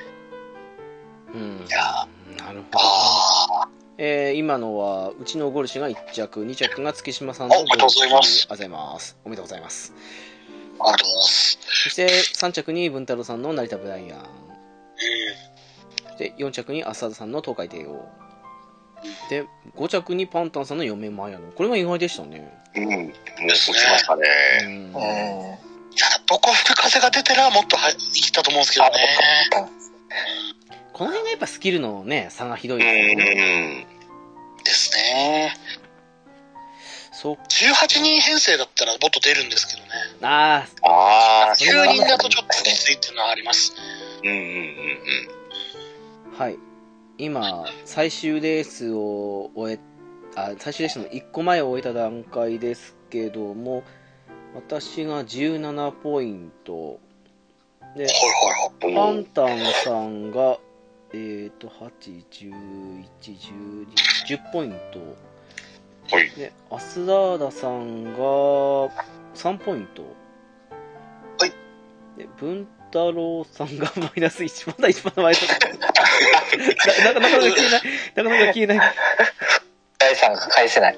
[SPEAKER 2] うん。
[SPEAKER 4] いや
[SPEAKER 2] なるほど。
[SPEAKER 4] あ
[SPEAKER 2] えー、今のは、うちのゴルシュがいっ着、に着が月島さんの
[SPEAKER 4] おめでとうございます
[SPEAKER 2] ありがとうございます。おめでとうございます。
[SPEAKER 4] あ、ありがとうございます。
[SPEAKER 2] そして、さん着に文太郎さんの成田ブライアン。で、よん着に浅田さんの東海帝王。で、ご着にパンタンさんのよめマヤの。これが意外でしたね。
[SPEAKER 5] うん。もう落ちました
[SPEAKER 2] う
[SPEAKER 5] ね。
[SPEAKER 2] ん。
[SPEAKER 3] うん。
[SPEAKER 4] いや、どこ吹く風が出てらもっとはいったと思うんですけどね。
[SPEAKER 2] この辺がやっぱスキルのね、差がひどい
[SPEAKER 5] うん
[SPEAKER 2] ですよね。
[SPEAKER 5] うん。
[SPEAKER 4] ですね。
[SPEAKER 2] そう。
[SPEAKER 4] じゅうはちにん編成だったらもっと出るんですけどね。
[SPEAKER 2] あ
[SPEAKER 5] ああ、
[SPEAKER 4] きゅうにんだとちょっときついっていうのはありますね。
[SPEAKER 5] うんうんうん
[SPEAKER 2] あ、はい。今、最終レースを終え、あ、最終レースのいっこまえを終えた段階ですけども、私がじゅうななポイント。で、
[SPEAKER 4] はいはいはい。
[SPEAKER 2] パンタンさんが、えーと、はち、じゅういち、じゅうに、じゅっポイント。
[SPEAKER 5] はい。
[SPEAKER 2] で、アスダーダさんがさんポイント。
[SPEAKER 4] はい。
[SPEAKER 2] で、文太郎さんがマイナスいち。まだいちまだマイナスな。なかなか消えない。なかなか消えない。
[SPEAKER 3] 第三が返せない。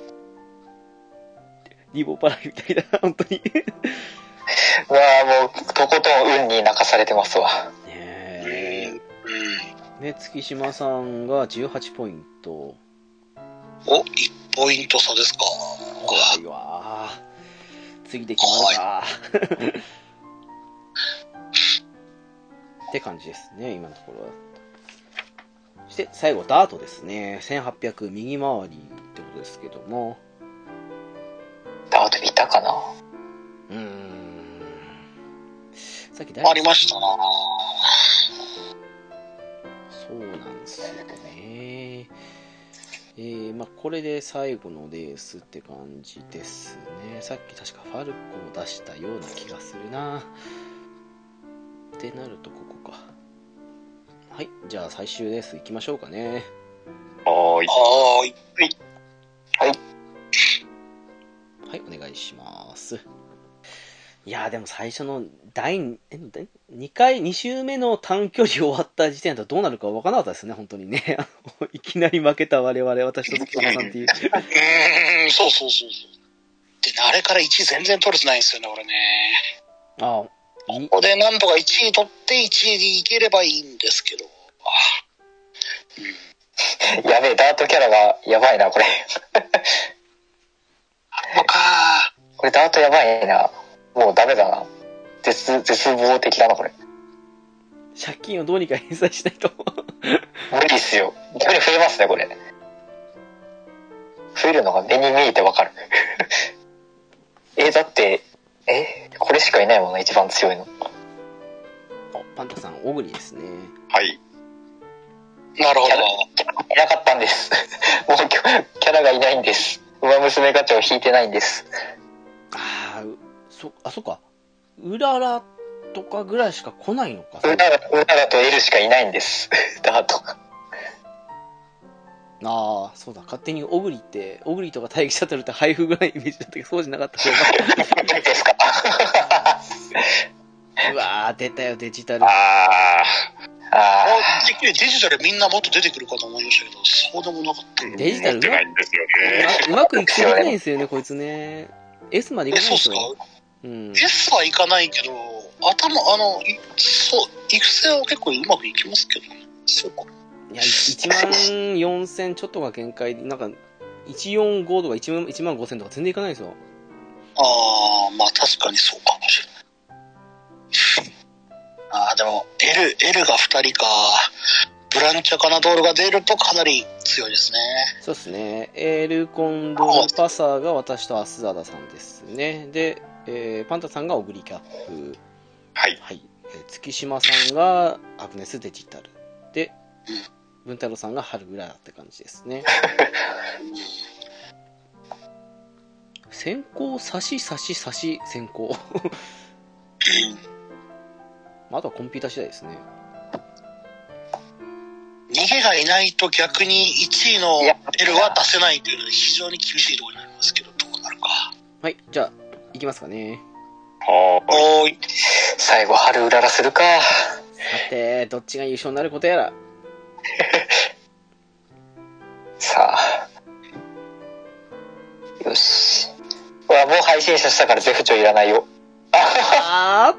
[SPEAKER 2] リボパラみたいだ、本当に。
[SPEAKER 3] うわあ、もう、とことん運に泣かされてますわ。
[SPEAKER 2] ねえ。
[SPEAKER 4] うん。
[SPEAKER 2] ね、月島さんがじゅうはちポイント。
[SPEAKER 4] お、いちポイント差ですか。
[SPEAKER 2] 怖いわー。次で決まるかって感じですね、今のところは。そして最後ダートですね。せんはっぴゃく右回りってことですけども、
[SPEAKER 3] ダートいたかな。
[SPEAKER 2] うーん、さっき誰
[SPEAKER 4] ありましたな。
[SPEAKER 2] そうなんですよね。えー、まあこれで最後のレースって感じですね。さっき確かファルコを出したような気がするな。ってなるとここか。はい、じゃあ最終レース行きましょうかね。
[SPEAKER 5] はーい。
[SPEAKER 4] はーい。
[SPEAKER 2] はい、お願いします。いやーでも最初の第にかい、に周目の短距離終わった時点だとどうなるか分からなかったですね、本当にね。いきなり負けた我々、私と月山さんっていう。
[SPEAKER 4] うーん、そうそうそうそう。で、あれからいちい全然取れてないんですよね、俺ね。
[SPEAKER 2] ああ、
[SPEAKER 4] ここでなんとかいちい取っていちいでいければいいんですけど。
[SPEAKER 3] やべえ、ダートキャラがやばいな、これ。
[SPEAKER 4] あか
[SPEAKER 3] これダートやばいな。もうダメだな。絶、絶望的だな、これ。
[SPEAKER 2] 借金をどうにか返済しないと。
[SPEAKER 3] 無理っすよ。逆に増えますね、これ。増えるのが目に見えてわかる。え、だって、え、これしかいないもんな、一番強いの。
[SPEAKER 2] お、パンタさん、オグリですね。
[SPEAKER 5] はい。
[SPEAKER 4] なるほど。
[SPEAKER 3] いなかったんです。もうキャラがいないんです。馬娘ガチャを引いてないんです。
[SPEAKER 2] ああ、そ、あ、そっか。うららとかぐらいしか来ないのか。
[SPEAKER 3] うらら、うららと L しかいないんです。ダートが。
[SPEAKER 2] ああ、そうだ。勝手にオグリって、オグリとか待機シャトルって配布ぐらいのイメージだったけど、そうじゃなかったけど。
[SPEAKER 3] 何ですか。
[SPEAKER 2] うわー、出たよ、デジタル。
[SPEAKER 5] あ
[SPEAKER 3] あ
[SPEAKER 4] あ、てっきりデジタルみんなもっと出てくるかと思いましたけど、そうでもなかった。
[SPEAKER 5] ー。
[SPEAKER 2] デジタル
[SPEAKER 5] 持ってないんですよね。
[SPEAKER 2] うまうまくいくせできないんですよね、こいつね。S までい
[SPEAKER 4] え、
[SPEAKER 2] かない
[SPEAKER 4] そうっすか。
[SPEAKER 2] んですよ。うん。
[SPEAKER 4] S はいかないけど、頭、あの、いそう、育成は結構うまくいきますけどね。そうか。
[SPEAKER 2] いや、いちまんよんせんちょっとが限界で、なんか、いちよんごとかいちまんごせんとか全然いかないんですよ。
[SPEAKER 4] ああ、まあ確かにそうかもしれない。ああ、でも、L、L がふたりか。ブランチャカナドールが出るとかなり強いですね。
[SPEAKER 2] そうですね。エルコンドルパサーが私とアスザダさんですね。で、えー、パンタさんがオグリキャップ。
[SPEAKER 5] はい。
[SPEAKER 2] はい。えー月島さんがアグネスデジタル。で、文太郎さんがハルグラって感じですね。先行、差し差し差し先行。まあ、あとはコンピューター次第ですね。
[SPEAKER 4] 逃げがいないと逆にいちいの L は出せないというので非常に厳しいところになりますけど、どうなるか。
[SPEAKER 2] はい、じゃあ、いきますかね。
[SPEAKER 5] はーい。
[SPEAKER 4] おーい。
[SPEAKER 3] 最後、春うららするか。
[SPEAKER 2] さて、どっちが優勝になることやら。
[SPEAKER 3] さあ。よし。うわ、もう配信者したから絶不調いらないよ。
[SPEAKER 2] あ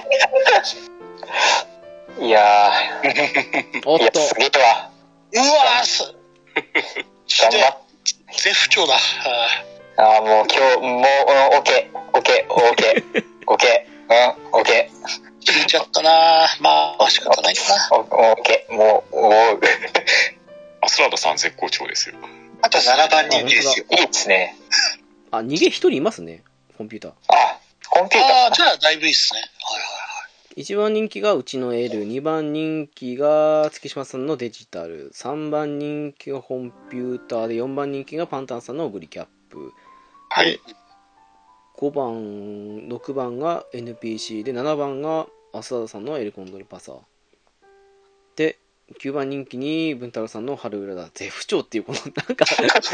[SPEAKER 3] いや
[SPEAKER 2] ーおっ
[SPEAKER 3] ー、いや、
[SPEAKER 2] と、
[SPEAKER 3] すげえわ。
[SPEAKER 4] うわーす。
[SPEAKER 3] 頑張っ
[SPEAKER 4] 絶不調だ。
[SPEAKER 3] ああ、もう今日、もう、うん、オッケー、オッケー、オッケー、オッケー、うん、オッケー。
[SPEAKER 4] 引いちゃったな。まあ、仕方ないかな。
[SPEAKER 3] オッケー、もう、おう。
[SPEAKER 5] アスラーダさん絶好調ですよ。
[SPEAKER 4] あとななばん人気ですよ。
[SPEAKER 3] いいですね。
[SPEAKER 2] あ、逃げ一人いますね、コンピューター。
[SPEAKER 3] あ、コンピューター
[SPEAKER 4] ああ、
[SPEAKER 3] か
[SPEAKER 4] じゃあだいぶいいっすね。はいはいはい。
[SPEAKER 2] いちばん人気がうちの L、にばん人気が月島さんのデジタル、さんばん人気がコンピューターで、よんばん人気がパンタンさんのオグリキャップ。
[SPEAKER 5] はい。
[SPEAKER 2] ごばん、ろくばんが エヌピーシー で、ななばんがアスダダさんのエルコンドルパサー。で、きゅうばん人気に文太郎さんの春浦だ。絶不調っていう、この、なんか、
[SPEAKER 3] だ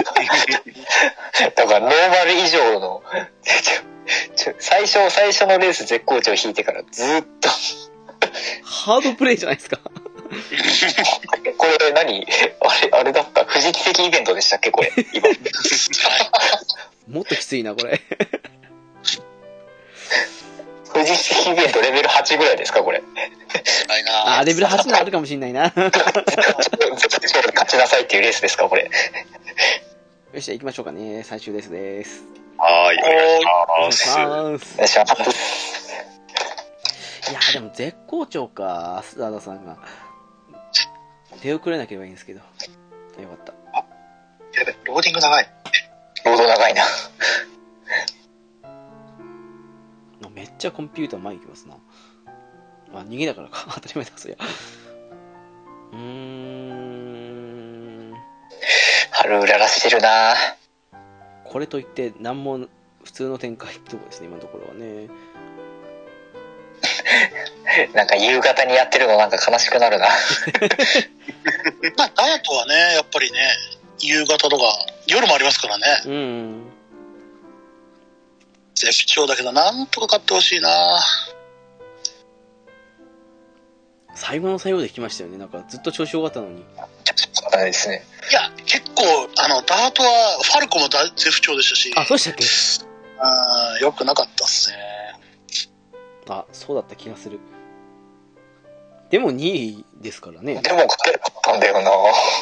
[SPEAKER 3] からノーマル以上の、ちょ最初、最初のレース絶好調引いてからずっと。
[SPEAKER 2] ハードプレイじゃないですか。
[SPEAKER 3] これ何あれ、あれだった富士奇跡イベントでしたっけこれ、今。
[SPEAKER 2] もっときついな、これ。
[SPEAKER 3] 富士奇跡イベントレベルはちぐらいですかこれ。
[SPEAKER 4] ないな。
[SPEAKER 2] あ、レベルはちのあるかもしんないな。
[SPEAKER 3] 絶好調で勝ちなさいっていうレースですかこれ。
[SPEAKER 2] よし、じゃあ行きましょうかね。最終ですです。
[SPEAKER 5] はーい、お願いし
[SPEAKER 2] お願いし
[SPEAKER 5] ます。
[SPEAKER 2] ます。
[SPEAKER 3] お願いします。
[SPEAKER 2] いやーでも絶好調か、アスダーダさんが。手をくれなければいいんですけど。よかった。
[SPEAKER 6] やべ、ローディング長い。
[SPEAKER 3] ロード長いな。
[SPEAKER 2] めっちゃコンピューター前行きますな。あ、逃げだからか。当たり前だ、そりゃ。うーん。
[SPEAKER 3] 春うららしてるな。
[SPEAKER 2] これといって、なんも普通の展開ってとこですね、今のところはね。
[SPEAKER 3] なんか夕方にやってるのなんか悲しくなるな。
[SPEAKER 4] まあ、ダートはね、やっぱりね、夕方とか、夜もありますからね。
[SPEAKER 2] うん。
[SPEAKER 4] 絶不調だけど、なんとか勝ってほしいな。
[SPEAKER 2] 最後の最後で来ましたよね。なんかずっと調子良かったのに。
[SPEAKER 3] そうですね。
[SPEAKER 4] いや、結構、あの、ダートは、ファルコも大絶不調でしたし。
[SPEAKER 2] あ、そうでしたっけ？
[SPEAKER 4] あー、よくなかったっすね。
[SPEAKER 2] あ、そうだった気がする。でもにいですからね。
[SPEAKER 3] でも勝てなかったんだよな。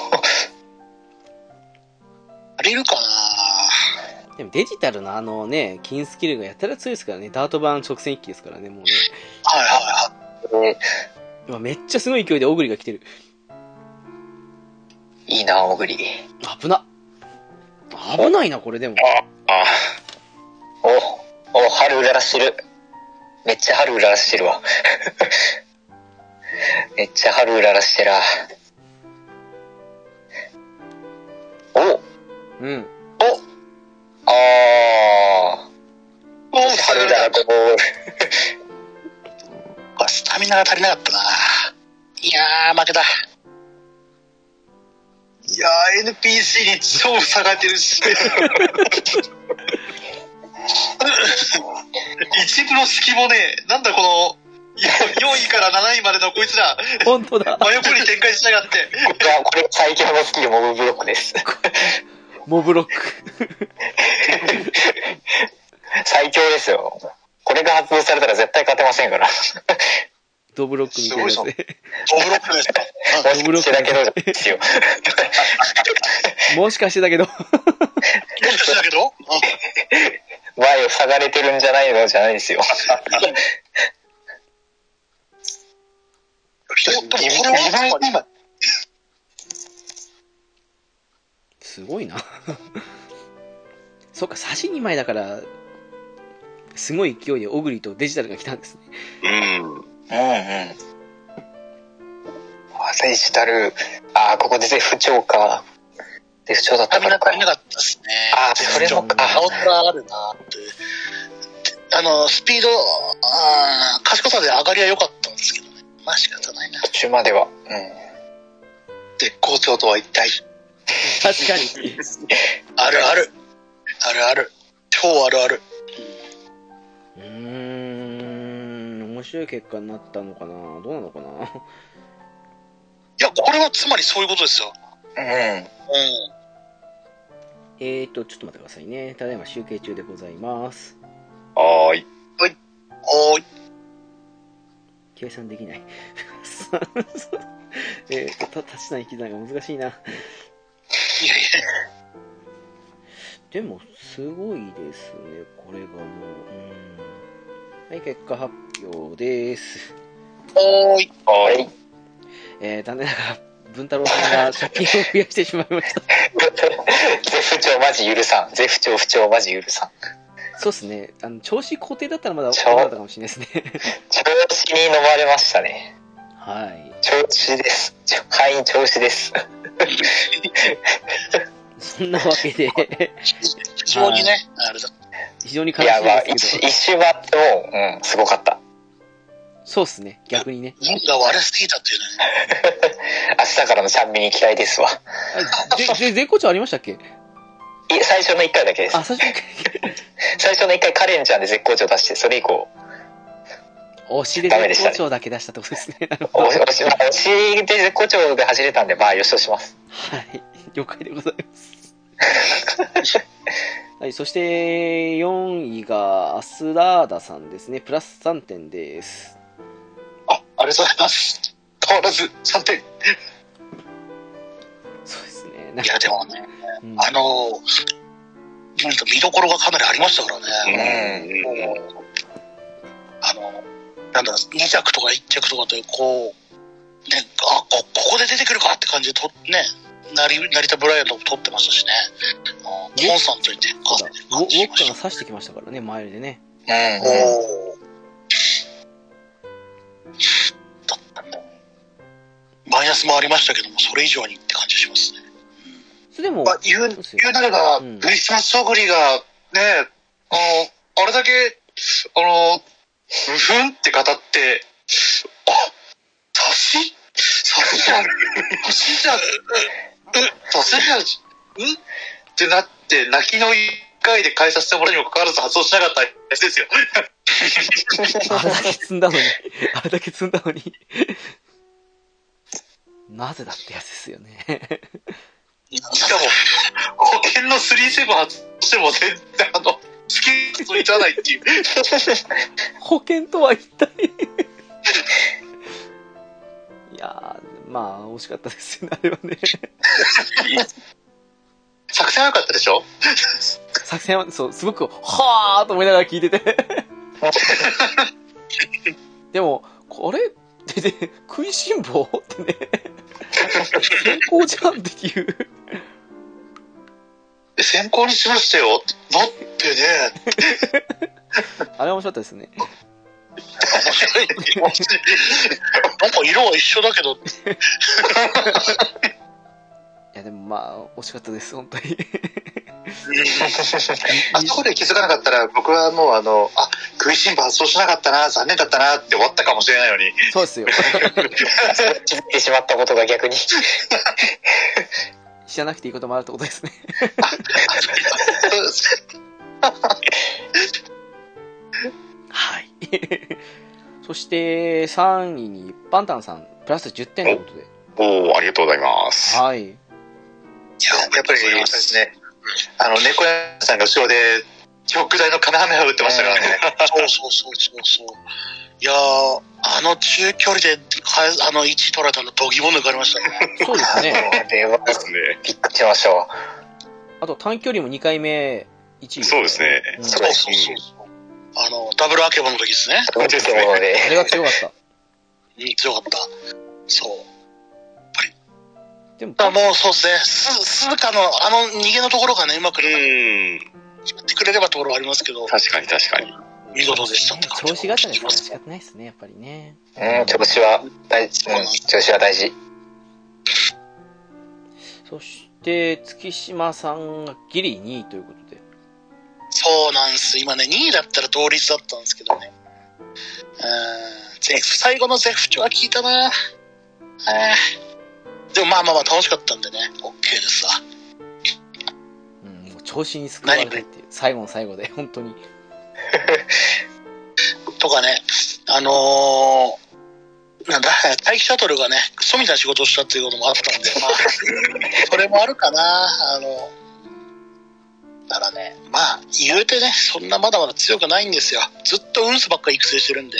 [SPEAKER 4] あれいるかな。
[SPEAKER 2] でもデジタルのあのね、金スキルがやったら強いですからね。ダート版直線一気ですからね、もうね。
[SPEAKER 4] はいはいはい。
[SPEAKER 2] 今めっちゃすごい勢いでオグリが来てる。
[SPEAKER 3] いいな、オグリ。
[SPEAKER 2] 危な。危ないな、これでも。
[SPEAKER 5] あ、
[SPEAKER 3] お、お、春うららしてる。めっちゃ春うららしてるわ。めっちゃ春うららしてら。お
[SPEAKER 2] うん。
[SPEAKER 3] おあー。お春うららゴール。
[SPEAKER 4] あ、スタミナが足りなかったな。いやー、負けた。
[SPEAKER 6] いやー、エヌピーシー に超差が出るし。一部の隙もね、なんだこの、よんいからなないまでのこいつら、
[SPEAKER 2] 本当だ。
[SPEAKER 6] 真横に展開しやがって。
[SPEAKER 3] いや、これ最強のスキルモブブロックです。
[SPEAKER 2] モブロック。
[SPEAKER 3] 最強ですよ。これが発動されたら絶対勝てませんから。
[SPEAKER 2] ドブロックみたいなやつで。
[SPEAKER 4] ドブロックですか。
[SPEAKER 3] もしかしてだけどですよ。
[SPEAKER 2] もしかしてだけど。
[SPEAKER 4] もしかしてだけど、
[SPEAKER 3] 前を塞がれてるんじゃないのじゃないですよ。
[SPEAKER 2] すごいな。そっか、差しにまいだから、すごい勢いでオグリとデジタルが来たんですね。
[SPEAKER 5] うん。
[SPEAKER 3] うんうん。デジタル、ああ、ここで絶不調か。絶不調だったからか。
[SPEAKER 4] 足りなかったですね。
[SPEAKER 3] ああ、それもか。
[SPEAKER 4] 青空あるなって。あの、スピード、あ賢さで上がりは良かったんですけどね。まあ仕方ないな。
[SPEAKER 3] 途中までは。うん。
[SPEAKER 6] 絶好調とは一体。
[SPEAKER 2] 確かに。
[SPEAKER 4] あるある。あるある。超あるある。
[SPEAKER 2] うーん、面白い結果になったのかな。どうなのかな。
[SPEAKER 4] いや、これはつまりそういうことですよ。
[SPEAKER 3] うん。
[SPEAKER 4] うん。
[SPEAKER 2] えーと、ちょっと待ってくださいね。ただいま集計中でございます。
[SPEAKER 5] はーい。
[SPEAKER 4] おーい。
[SPEAKER 2] 計算できない。えーと、立ち算引き算が難しいな。
[SPEAKER 4] いやいや。
[SPEAKER 2] でも、すごいですね。これがもう。うん。はい、結果発表です。
[SPEAKER 4] おーい。
[SPEAKER 3] はい。
[SPEAKER 2] えー、残念ながら、文太郎さんが借金を増やしてしまいました。
[SPEAKER 3] 絶不調マジ許さん。絶不調不調マジ許さん。
[SPEAKER 2] そうですね。あの、調子固定だったらまだ分かったかもしれないですね。
[SPEAKER 3] 調子に飲まれましたね。
[SPEAKER 2] はい。
[SPEAKER 3] 調子です。範囲調子です。
[SPEAKER 2] そんなわけで。
[SPEAKER 4] 非常にね、あれだ。
[SPEAKER 2] 非常に悲しい
[SPEAKER 3] いや、まあ、
[SPEAKER 2] ですけど。
[SPEAKER 3] 一一周回っても、うん、すごかった。
[SPEAKER 2] そうっすね。逆にね。
[SPEAKER 4] 運が悪すぎたっていうね。
[SPEAKER 3] 明日からのチャンビに期待ですわ。
[SPEAKER 2] あで、で、絶好調ありましたっけ？
[SPEAKER 3] い最初のいっかいだけです。
[SPEAKER 2] あ、最初に
[SPEAKER 3] 最初のいっかいカレンちゃんで絶好調出して、それ以降。
[SPEAKER 2] 推しで絶好調だけ出したってことですね。なるほど。
[SPEAKER 3] 推し、推しで絶好調で走れたんで、まあ、よしとします。
[SPEAKER 2] はい。了解でございます。はい。そして、よんいが、アスラーダさんですね。プラスさんてんです。
[SPEAKER 6] あ、ありがとうございます。変わらずさんてん。
[SPEAKER 2] そうですね。なん
[SPEAKER 4] い
[SPEAKER 2] か
[SPEAKER 4] や、でもね。
[SPEAKER 2] うん、
[SPEAKER 4] あの、見どころがかなりありましたからね。
[SPEAKER 3] うん。
[SPEAKER 4] もうあの、なんだろう、に着とかいち着とかという、こう、ね、あ、こ、ここで出てくるかって感じでと、ね、成成田ブライアントも撮ってましたしね。コンスタントにね、
[SPEAKER 2] ウォッカが刺してきましたからね、前でね。
[SPEAKER 3] うん。
[SPEAKER 4] おー。だったんだ。マイナスもありましたけども、それ以上にって感じしますね。
[SPEAKER 2] それでも、
[SPEAKER 6] まあ、言う、言うなれば、うん、クリスマスソグリが、ね、あの、あれだけ、あの、ふふんって語って、あ、差し差しじゃん、差しじゃん、差しじゃん、んってなって、泣きの一回で返させてもらうにもかかわらず発動しなかったやつですよ。
[SPEAKER 2] あれだけ積んだのに、あれだけ積んだのに、なぜだってやつですよね。
[SPEAKER 6] しかも、保険のスリーセブン発しても全然、あの、スキルといかないっていう。
[SPEAKER 2] 保険とは一体いやー、まあ、惜しかったですよね、あれはね。
[SPEAKER 6] 作戦は良かったでしょ？
[SPEAKER 2] 作戦は、そう、すごく、はーと思いながら聞いてて。でも、これってね、食いしん坊ってね、先行じゃんっていう。
[SPEAKER 6] 先行にしましたよ。だってね。
[SPEAKER 2] あれは面白かったですね。
[SPEAKER 4] 面白い。なんか色は一緒だけど。い
[SPEAKER 2] やでもまあ惜しかったです本当に。
[SPEAKER 6] あそこで気づかなかったら僕はもうあのあ食いしん坊発動しなかったな残念だったなって終わったかもしれないのに。
[SPEAKER 2] そうですよ。
[SPEAKER 3] 気づいてしまったことが逆に。
[SPEAKER 2] 知らなくていいこともあるってことですね。
[SPEAKER 6] そうです
[SPEAKER 2] はい。そしてさんいにパンタンさんプラスじゅってんということで。
[SPEAKER 5] おお、ありがとうございます。
[SPEAKER 2] はい。いや
[SPEAKER 6] やっぱりですね。あの猫屋さんが後ろで極大の金飴を打ってましたからね。
[SPEAKER 4] そうそうそうそうそう。いやーあの中距離であの位置取られたの度肝抜かれましたね。
[SPEAKER 2] そうですね。
[SPEAKER 3] あれはですね。びっくりしましたわ。
[SPEAKER 2] あと短距離もにかいめいちい。
[SPEAKER 5] そうですね。
[SPEAKER 2] うん、
[SPEAKER 4] そうそうそうそう。あのダブルアケボの時ですね。
[SPEAKER 3] そうですね。
[SPEAKER 2] あれは強かった。
[SPEAKER 4] うん、強かった。そう。やっぱり。
[SPEAKER 2] でも
[SPEAKER 4] あもうそうですね。す鈴鹿のあの逃げのところがねうまくね。決まってくれればところはありますけど。
[SPEAKER 5] 確かに確かに。
[SPEAKER 4] 見事でしたって感じ。
[SPEAKER 2] 調子があったら仕方ないですねやっぱりね。
[SPEAKER 3] うん調子は大事。うん調子は大事。
[SPEAKER 2] そして月島さんがギリにいということで。
[SPEAKER 4] そうなんです。今ねにいだったら同率だったんですけどね。うんゼフ最後のゼフチは効いたな。でもまあまあまあ楽しかったんでね OK ですわ。
[SPEAKER 2] うんもう調子に救われたっていう最後の最後で本当に。
[SPEAKER 4] とかねあのー、なんだ待機シャトルがねクソみたいな仕事をしたっていうこともあったんでまあそれもあるかな。あのだからねまあ言うてねそんなまだまだ強くないんですよ。ずっと運数ばっかり育成してるんで。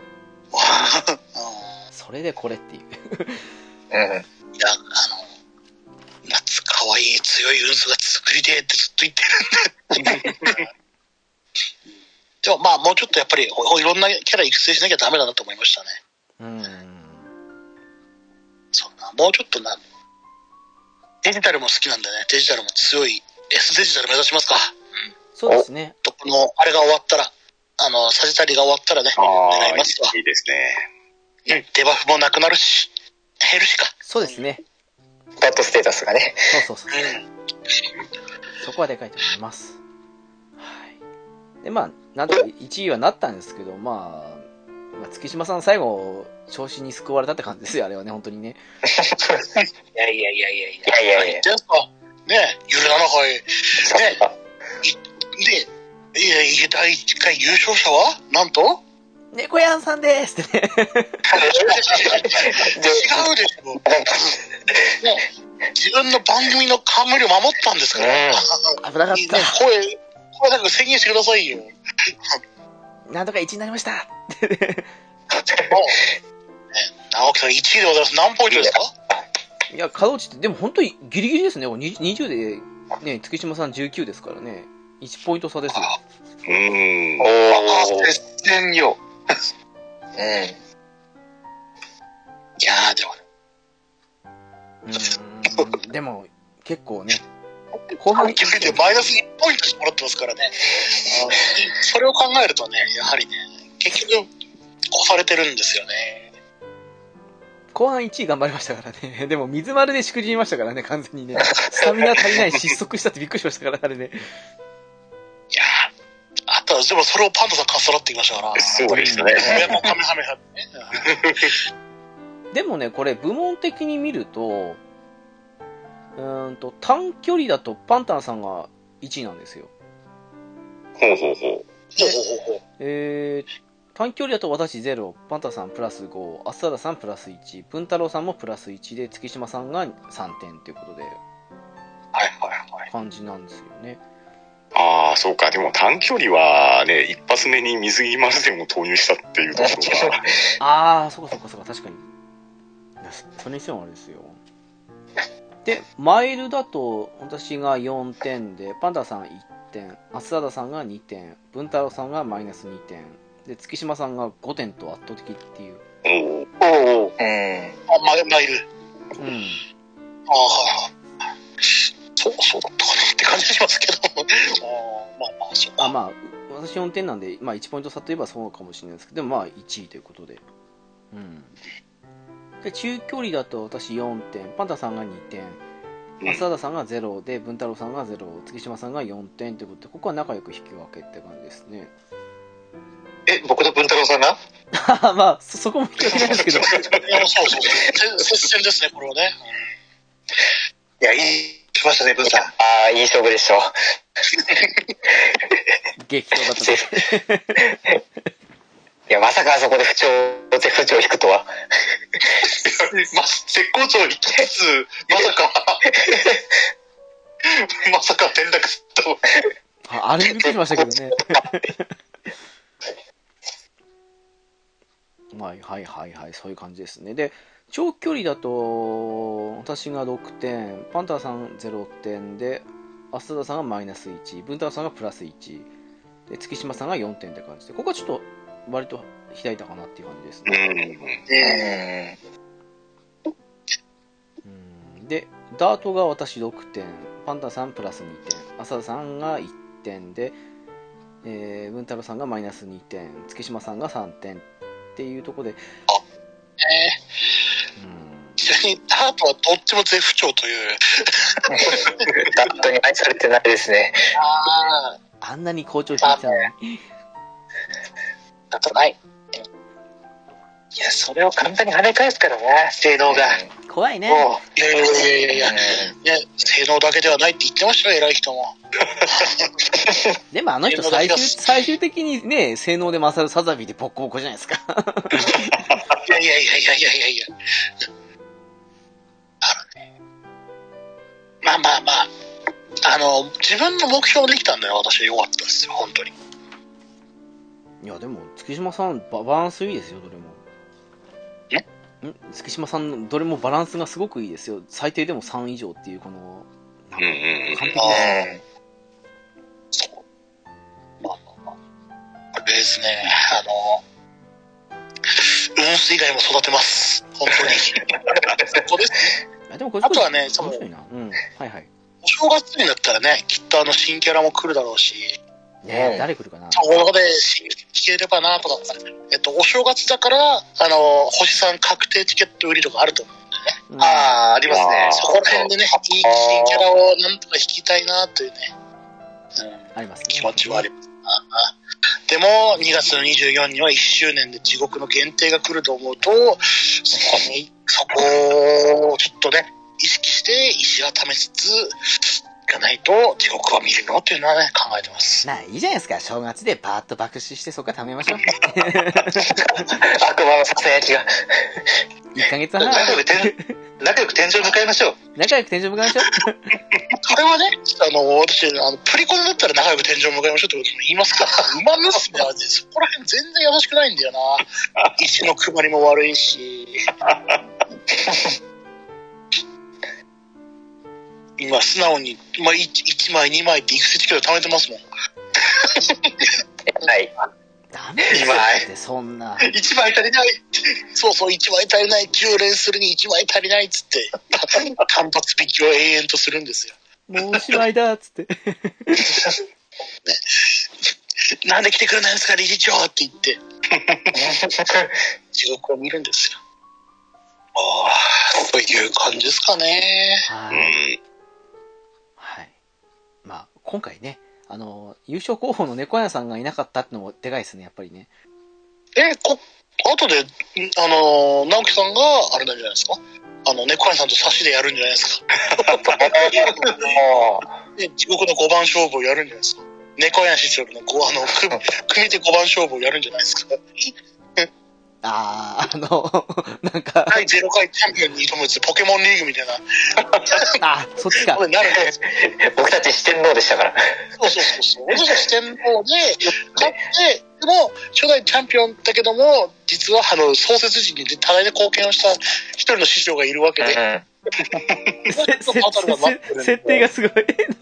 [SPEAKER 2] それでこれっていう。
[SPEAKER 3] うん。いや
[SPEAKER 4] あの夏可愛い強い運数が作りてえってずっと言ってるんで。でもまあもうちょっとやっぱりいろんなキャラ育成しなきゃダメだなと思いましたね。
[SPEAKER 2] うん。
[SPEAKER 4] そうなもうちょっとなデジタルも好きなんでねデジタルも強い S デジタル目指しますか。うん、
[SPEAKER 2] そうですね。
[SPEAKER 4] とこのあれが終わったらあのサジタリが終わったらね狙いますわ。
[SPEAKER 5] いいですね。
[SPEAKER 4] デバフもなくなるし減るしか。
[SPEAKER 2] そうですね。
[SPEAKER 3] バッドステータスがね。
[SPEAKER 2] そうそうそう。うん、そこはでかいと思います。はい。でまあなんとかいちいはなったんですけど、まあ、まあ、月島さん最後調子に救われたって感じですよあれはね本当にね。
[SPEAKER 4] いやいやいやいやい
[SPEAKER 3] やいやいや。
[SPEAKER 4] ねえゆるなのはいねでいやいやだいいっかい優勝者はなんと
[SPEAKER 2] 猫やんさんですってね。違う
[SPEAKER 4] でしょ。ね自分の番組の冠を守ったんですから。
[SPEAKER 2] 危なかった。
[SPEAKER 4] 声声だけ宣言してくださいよ。
[SPEAKER 2] なんとかいちいになりました。
[SPEAKER 4] ね、直樹さんいちいでございます。何ポイントですか？
[SPEAKER 2] いや、門内って、でも本当にギリギリですね。にじゅうでね、月島さんじゅうきゅうですからね。いちポイント差ですよ。
[SPEAKER 5] うーん。
[SPEAKER 6] ああ、接戦よ。
[SPEAKER 3] うん。いやー、でもね。
[SPEAKER 2] うーん。でも、結構ね、後半
[SPEAKER 4] 距離でマイナスいちポイントしてもらってますからね。それを考えるとね、やはりね、結局、越されてるんですよね。
[SPEAKER 2] 後半いちい頑張りましたからね。でも、水丸でしくじりましたからね、完全にね。スタミナ足りない失速したってびっくりしましたから、あれね。
[SPEAKER 4] いやー、あとは、でもそれをパンダさんかっさらってきましたから。
[SPEAKER 5] そうですね。
[SPEAKER 4] 親もカメハメハね。
[SPEAKER 2] でもね、これ、部門的に見ると、うーんと、短距離だとパンタンさんがいちいなんですよ。
[SPEAKER 5] ほうほうほう。
[SPEAKER 4] ほうほうほうほう。
[SPEAKER 2] えー、短距離だと私ゼロ、パンタンさんプラスご、アスタダさんプラスいち、プンタロウさんもプラスいちで、月島さんがさんてんということで、
[SPEAKER 4] はいはいはい。
[SPEAKER 2] 感じなんですよね。
[SPEAKER 5] ああ、そうか。でも短距離はね、一発目に水着マルテンを投入したっていうところが。
[SPEAKER 2] あー、そこそこそこ、確かに。そそれにしてもあれですよ。で、マイルだと、私がよんてんで、パンダさんいってん、アスタダさんがにてん、ブンタロウさんがマイナスにてん、で、月島さんがごてんと圧倒的っていう。
[SPEAKER 5] おー
[SPEAKER 4] おお。
[SPEAKER 3] うん。
[SPEAKER 4] あ、マイマイル。
[SPEAKER 2] うん。
[SPEAKER 4] ああ、そう、そうだったかなって感じがしますけど。ああ、まあまあ、そうか。
[SPEAKER 2] あ、まあ、私よんてんなんで、まあいちポイント差といえばそうかもしれないですけど、でもまあいちいということで。うん。で、中距離だと私よんてん、パンダさんがにてん、
[SPEAKER 5] うん
[SPEAKER 2] アスタダさんがゼロで、ブンタロウさんがゼロ、月島さんがよんてんということで、ここは仲良く引き分けって感じですね。
[SPEAKER 6] え、僕と文太郎さんが
[SPEAKER 2] まあ、そ、そこも引き分けなんですけど。
[SPEAKER 4] いやそうそうそう。接接戦ですね、これはね。
[SPEAKER 6] いや、いい、来ましたね、文さん。
[SPEAKER 3] ああ、いい勝負でしょう。
[SPEAKER 2] 激闘だったね。
[SPEAKER 3] いや、まさかあそこで不調、絶不調を引くとは。
[SPEAKER 6] ま、絶好調に来つつ、まさか、まさか転落と。
[SPEAKER 2] ああれびっくりしましたけどね。はいはいはいはい、そういう感じですね。で、長距離だと、私がろくてん、パンターさんゼロてんで、アスタダさんがマイナスいち、ブンタロウさんがプラスいち、で、月島さんがよんてんって感じで、ここはちょっと割と開いたかなっていう感じです
[SPEAKER 5] う
[SPEAKER 2] ね。
[SPEAKER 5] ん。
[SPEAKER 2] うんで、ダートが私ろくてん、パンタさんプラスにてん、アスタダさんがいってんで、えー、ブンタロウさんがマイナスにてん、月島さんがさんてんっていうところで、
[SPEAKER 4] え
[SPEAKER 2] うん
[SPEAKER 4] ー、ちなみに、ダートはどっちも絶不調という。
[SPEAKER 3] ダットに愛されてないですね。
[SPEAKER 4] ああ、
[SPEAKER 2] あんなに好調していたのに。
[SPEAKER 4] ダートない。
[SPEAKER 3] いや、それを簡単に跳ね返すからな、性能が。
[SPEAKER 2] 怖いね。
[SPEAKER 3] も
[SPEAKER 4] いやいやいやいやいや、ね、性能だけではないって言ってましたよ、偉い人も。
[SPEAKER 2] でもあの人最終、最終的にね、性能で勝るサザビーでボッコボコじゃないですか。
[SPEAKER 4] いやいやいやいやいやいやいや。あのね。まあまあまあ。あの、自分の目標できたんだよ、私は良かったですよ、本当に。
[SPEAKER 2] いや、でも、月島さん、ババランスいいですよ、どれも。ん月島さん、どれもバランスがすごくいいですよ。最低でもさん以上っていう、この、なんか
[SPEAKER 5] うんうん
[SPEAKER 2] 完璧
[SPEAKER 3] う、
[SPEAKER 2] ですよ。
[SPEAKER 3] ん。
[SPEAKER 4] そう。まあまあまあ。あれですね、あの、運水以外も育てます。本当に。そこです。
[SPEAKER 2] あでもこれ
[SPEAKER 4] あとはね
[SPEAKER 2] 面白いな。うん。はいはい。
[SPEAKER 4] お正月になったらね、きっとあの新キャラも来るだろうし、
[SPEAKER 2] ね
[SPEAKER 3] うん
[SPEAKER 2] 誰来るかな。
[SPEAKER 4] そこで聞ければなとか、えっと、お正月だから、あの、星さん確定チケット売りとかあると思うんでね。
[SPEAKER 2] うん
[SPEAKER 6] ああ、ありますね。
[SPEAKER 4] そこら辺でね、いい新キャラをなんとか引きたいなというね、うん、
[SPEAKER 2] ありますね。
[SPEAKER 4] 気持ちはあります。ああでも、にがつのにじゅうよっかにはいっしゅうねんで地獄の限定が来ると思うと、そこに、そこをちょっとね、意識して石は溜めつつ、いかないと地獄は見るのっていうのはね、考えてます。
[SPEAKER 2] まあ、いいじゃないですか。正月でバーッと爆死して、そこから貯めましょう。
[SPEAKER 3] 悪魔のささやきが。
[SPEAKER 2] いっかげつはん。
[SPEAKER 6] 仲良く天、仲良く天井向かいましょう。
[SPEAKER 2] 仲良く天井向かいましょう。
[SPEAKER 4] これはね、あの、私、あの、プリコンだったら仲良く天井向かいましょうってことも言いますから、馬娘はね、そこら辺全然優しくないんだよな。石の配りも悪いし。今、 素直に、まあ、いちまいにまいって育成チケット貯めてますもん。
[SPEAKER 3] はい。
[SPEAKER 2] ダメですってそんな。
[SPEAKER 6] いちまい足りない。
[SPEAKER 4] そうそう、いちまい足りない。じゅう連するにいちまい足りないっつって、単発引きを永遠とするんですよ。
[SPEAKER 2] もうおしまいだっつって。ね、
[SPEAKER 4] なんで来てくれないんですか、理事長って言って。地獄を見るんですよ。ああ、という感じですかね。
[SPEAKER 2] はい。
[SPEAKER 5] うん。
[SPEAKER 2] はい。まあ、今回ね、あの、優勝候補の猫屋さんがいなかったってのもでかいですね、やっぱりね。
[SPEAKER 4] え、こ、後で、あの、直樹さんが、あれなんじゃないですか、あの、猫屋さんと差しでやるんじゃないですか。で、地獄のごばん勝負をやるんじゃないですか。猫屋師匠のご、あの、組、組手ごばん勝負をやるんじゃないですか。
[SPEAKER 2] あー、あの、なんか。
[SPEAKER 4] 第ゼロかいチャンピオンに挑むポケモンリーグみたいな。
[SPEAKER 2] あ、そっちか。
[SPEAKER 4] なるんです
[SPEAKER 3] 僕たち四天王でしたから。
[SPEAKER 4] そうそうそうそう。俺たち四天王で、勝って、でも、初代チャンピオンだけども、実は、あの、創設時に多大な貢献をした一人の師匠がいるわけで。
[SPEAKER 3] うん
[SPEAKER 2] 設定がすごい。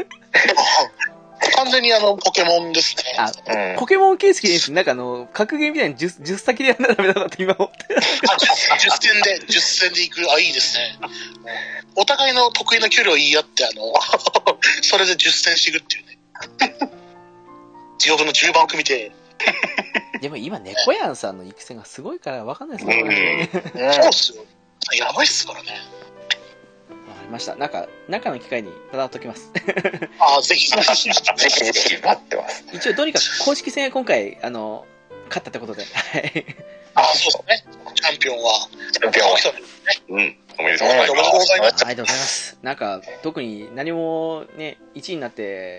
[SPEAKER 4] 完全にあの、ポケモンですね。
[SPEAKER 2] あ、うん、ポケモン形式でいいですね。なんかあの、格ゲーみたいに 10, 10先でやんならダメだなって今思って。
[SPEAKER 4] あ、じゅっ戦で、じゅっ戦でいく。あ、いいですね。お互いの得意な距離を言い合って、あの、それでじゅっ戦していくっていうね。地獄のじゅうばん組で。
[SPEAKER 2] でも今、猫やんさんの育成がすごいから分かんないですけどね。
[SPEAKER 4] そうっすよ。やばいっすからね。
[SPEAKER 2] わかりました。なんか、中の機会にまたっときます。
[SPEAKER 4] ああ、ぜひぜひ。
[SPEAKER 3] ぜひぜひ待ってます。
[SPEAKER 2] 一応、とにかく公式戦は今回、あの、勝ったってことで。はい。
[SPEAKER 4] あ、そうですね。チャンピオンは。
[SPEAKER 3] チャンピオンは。
[SPEAKER 5] うん。おめでとうございます。
[SPEAKER 4] おめでとうございます。
[SPEAKER 2] ありがとうございます。なんか、特に何もね、いちいになって、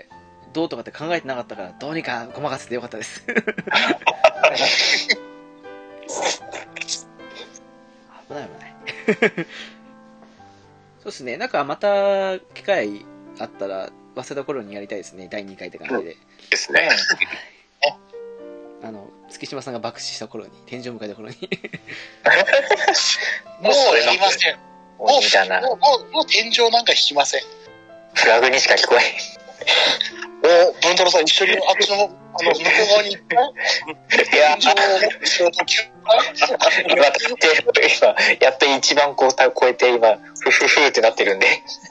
[SPEAKER 2] どうとかって考えてなかったから、どうにかごまかせてよかったです。危ない危ない。そうですね。なんかまた機会あったら、早稲田頃にやりたいですね。だいにかいって感じで。うん、
[SPEAKER 5] ですね。
[SPEAKER 2] あの、月島さんが爆死した頃に、天井迎えた頃に。
[SPEAKER 4] もういません。もう、もう、もう、もう天井なんか引きません。
[SPEAKER 3] フラグにしか聞こえん。
[SPEAKER 4] お、文太郎さん一緒にあっちの、あの、向こう側に行った。いや、天井を、
[SPEAKER 3] 今、今、やっと一番こう、超えて、今、ふふふってなってるんで。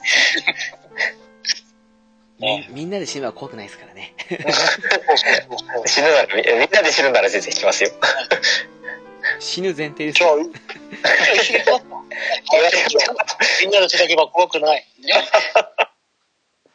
[SPEAKER 2] み, みんなで死ぬのは怖くないですからね。
[SPEAKER 3] 死ぬなら、みんなで死ぬなら全然引きますよ。
[SPEAKER 2] 死ぬ前提です。
[SPEAKER 4] じゃあ、みんなで叩けば怖くない。ね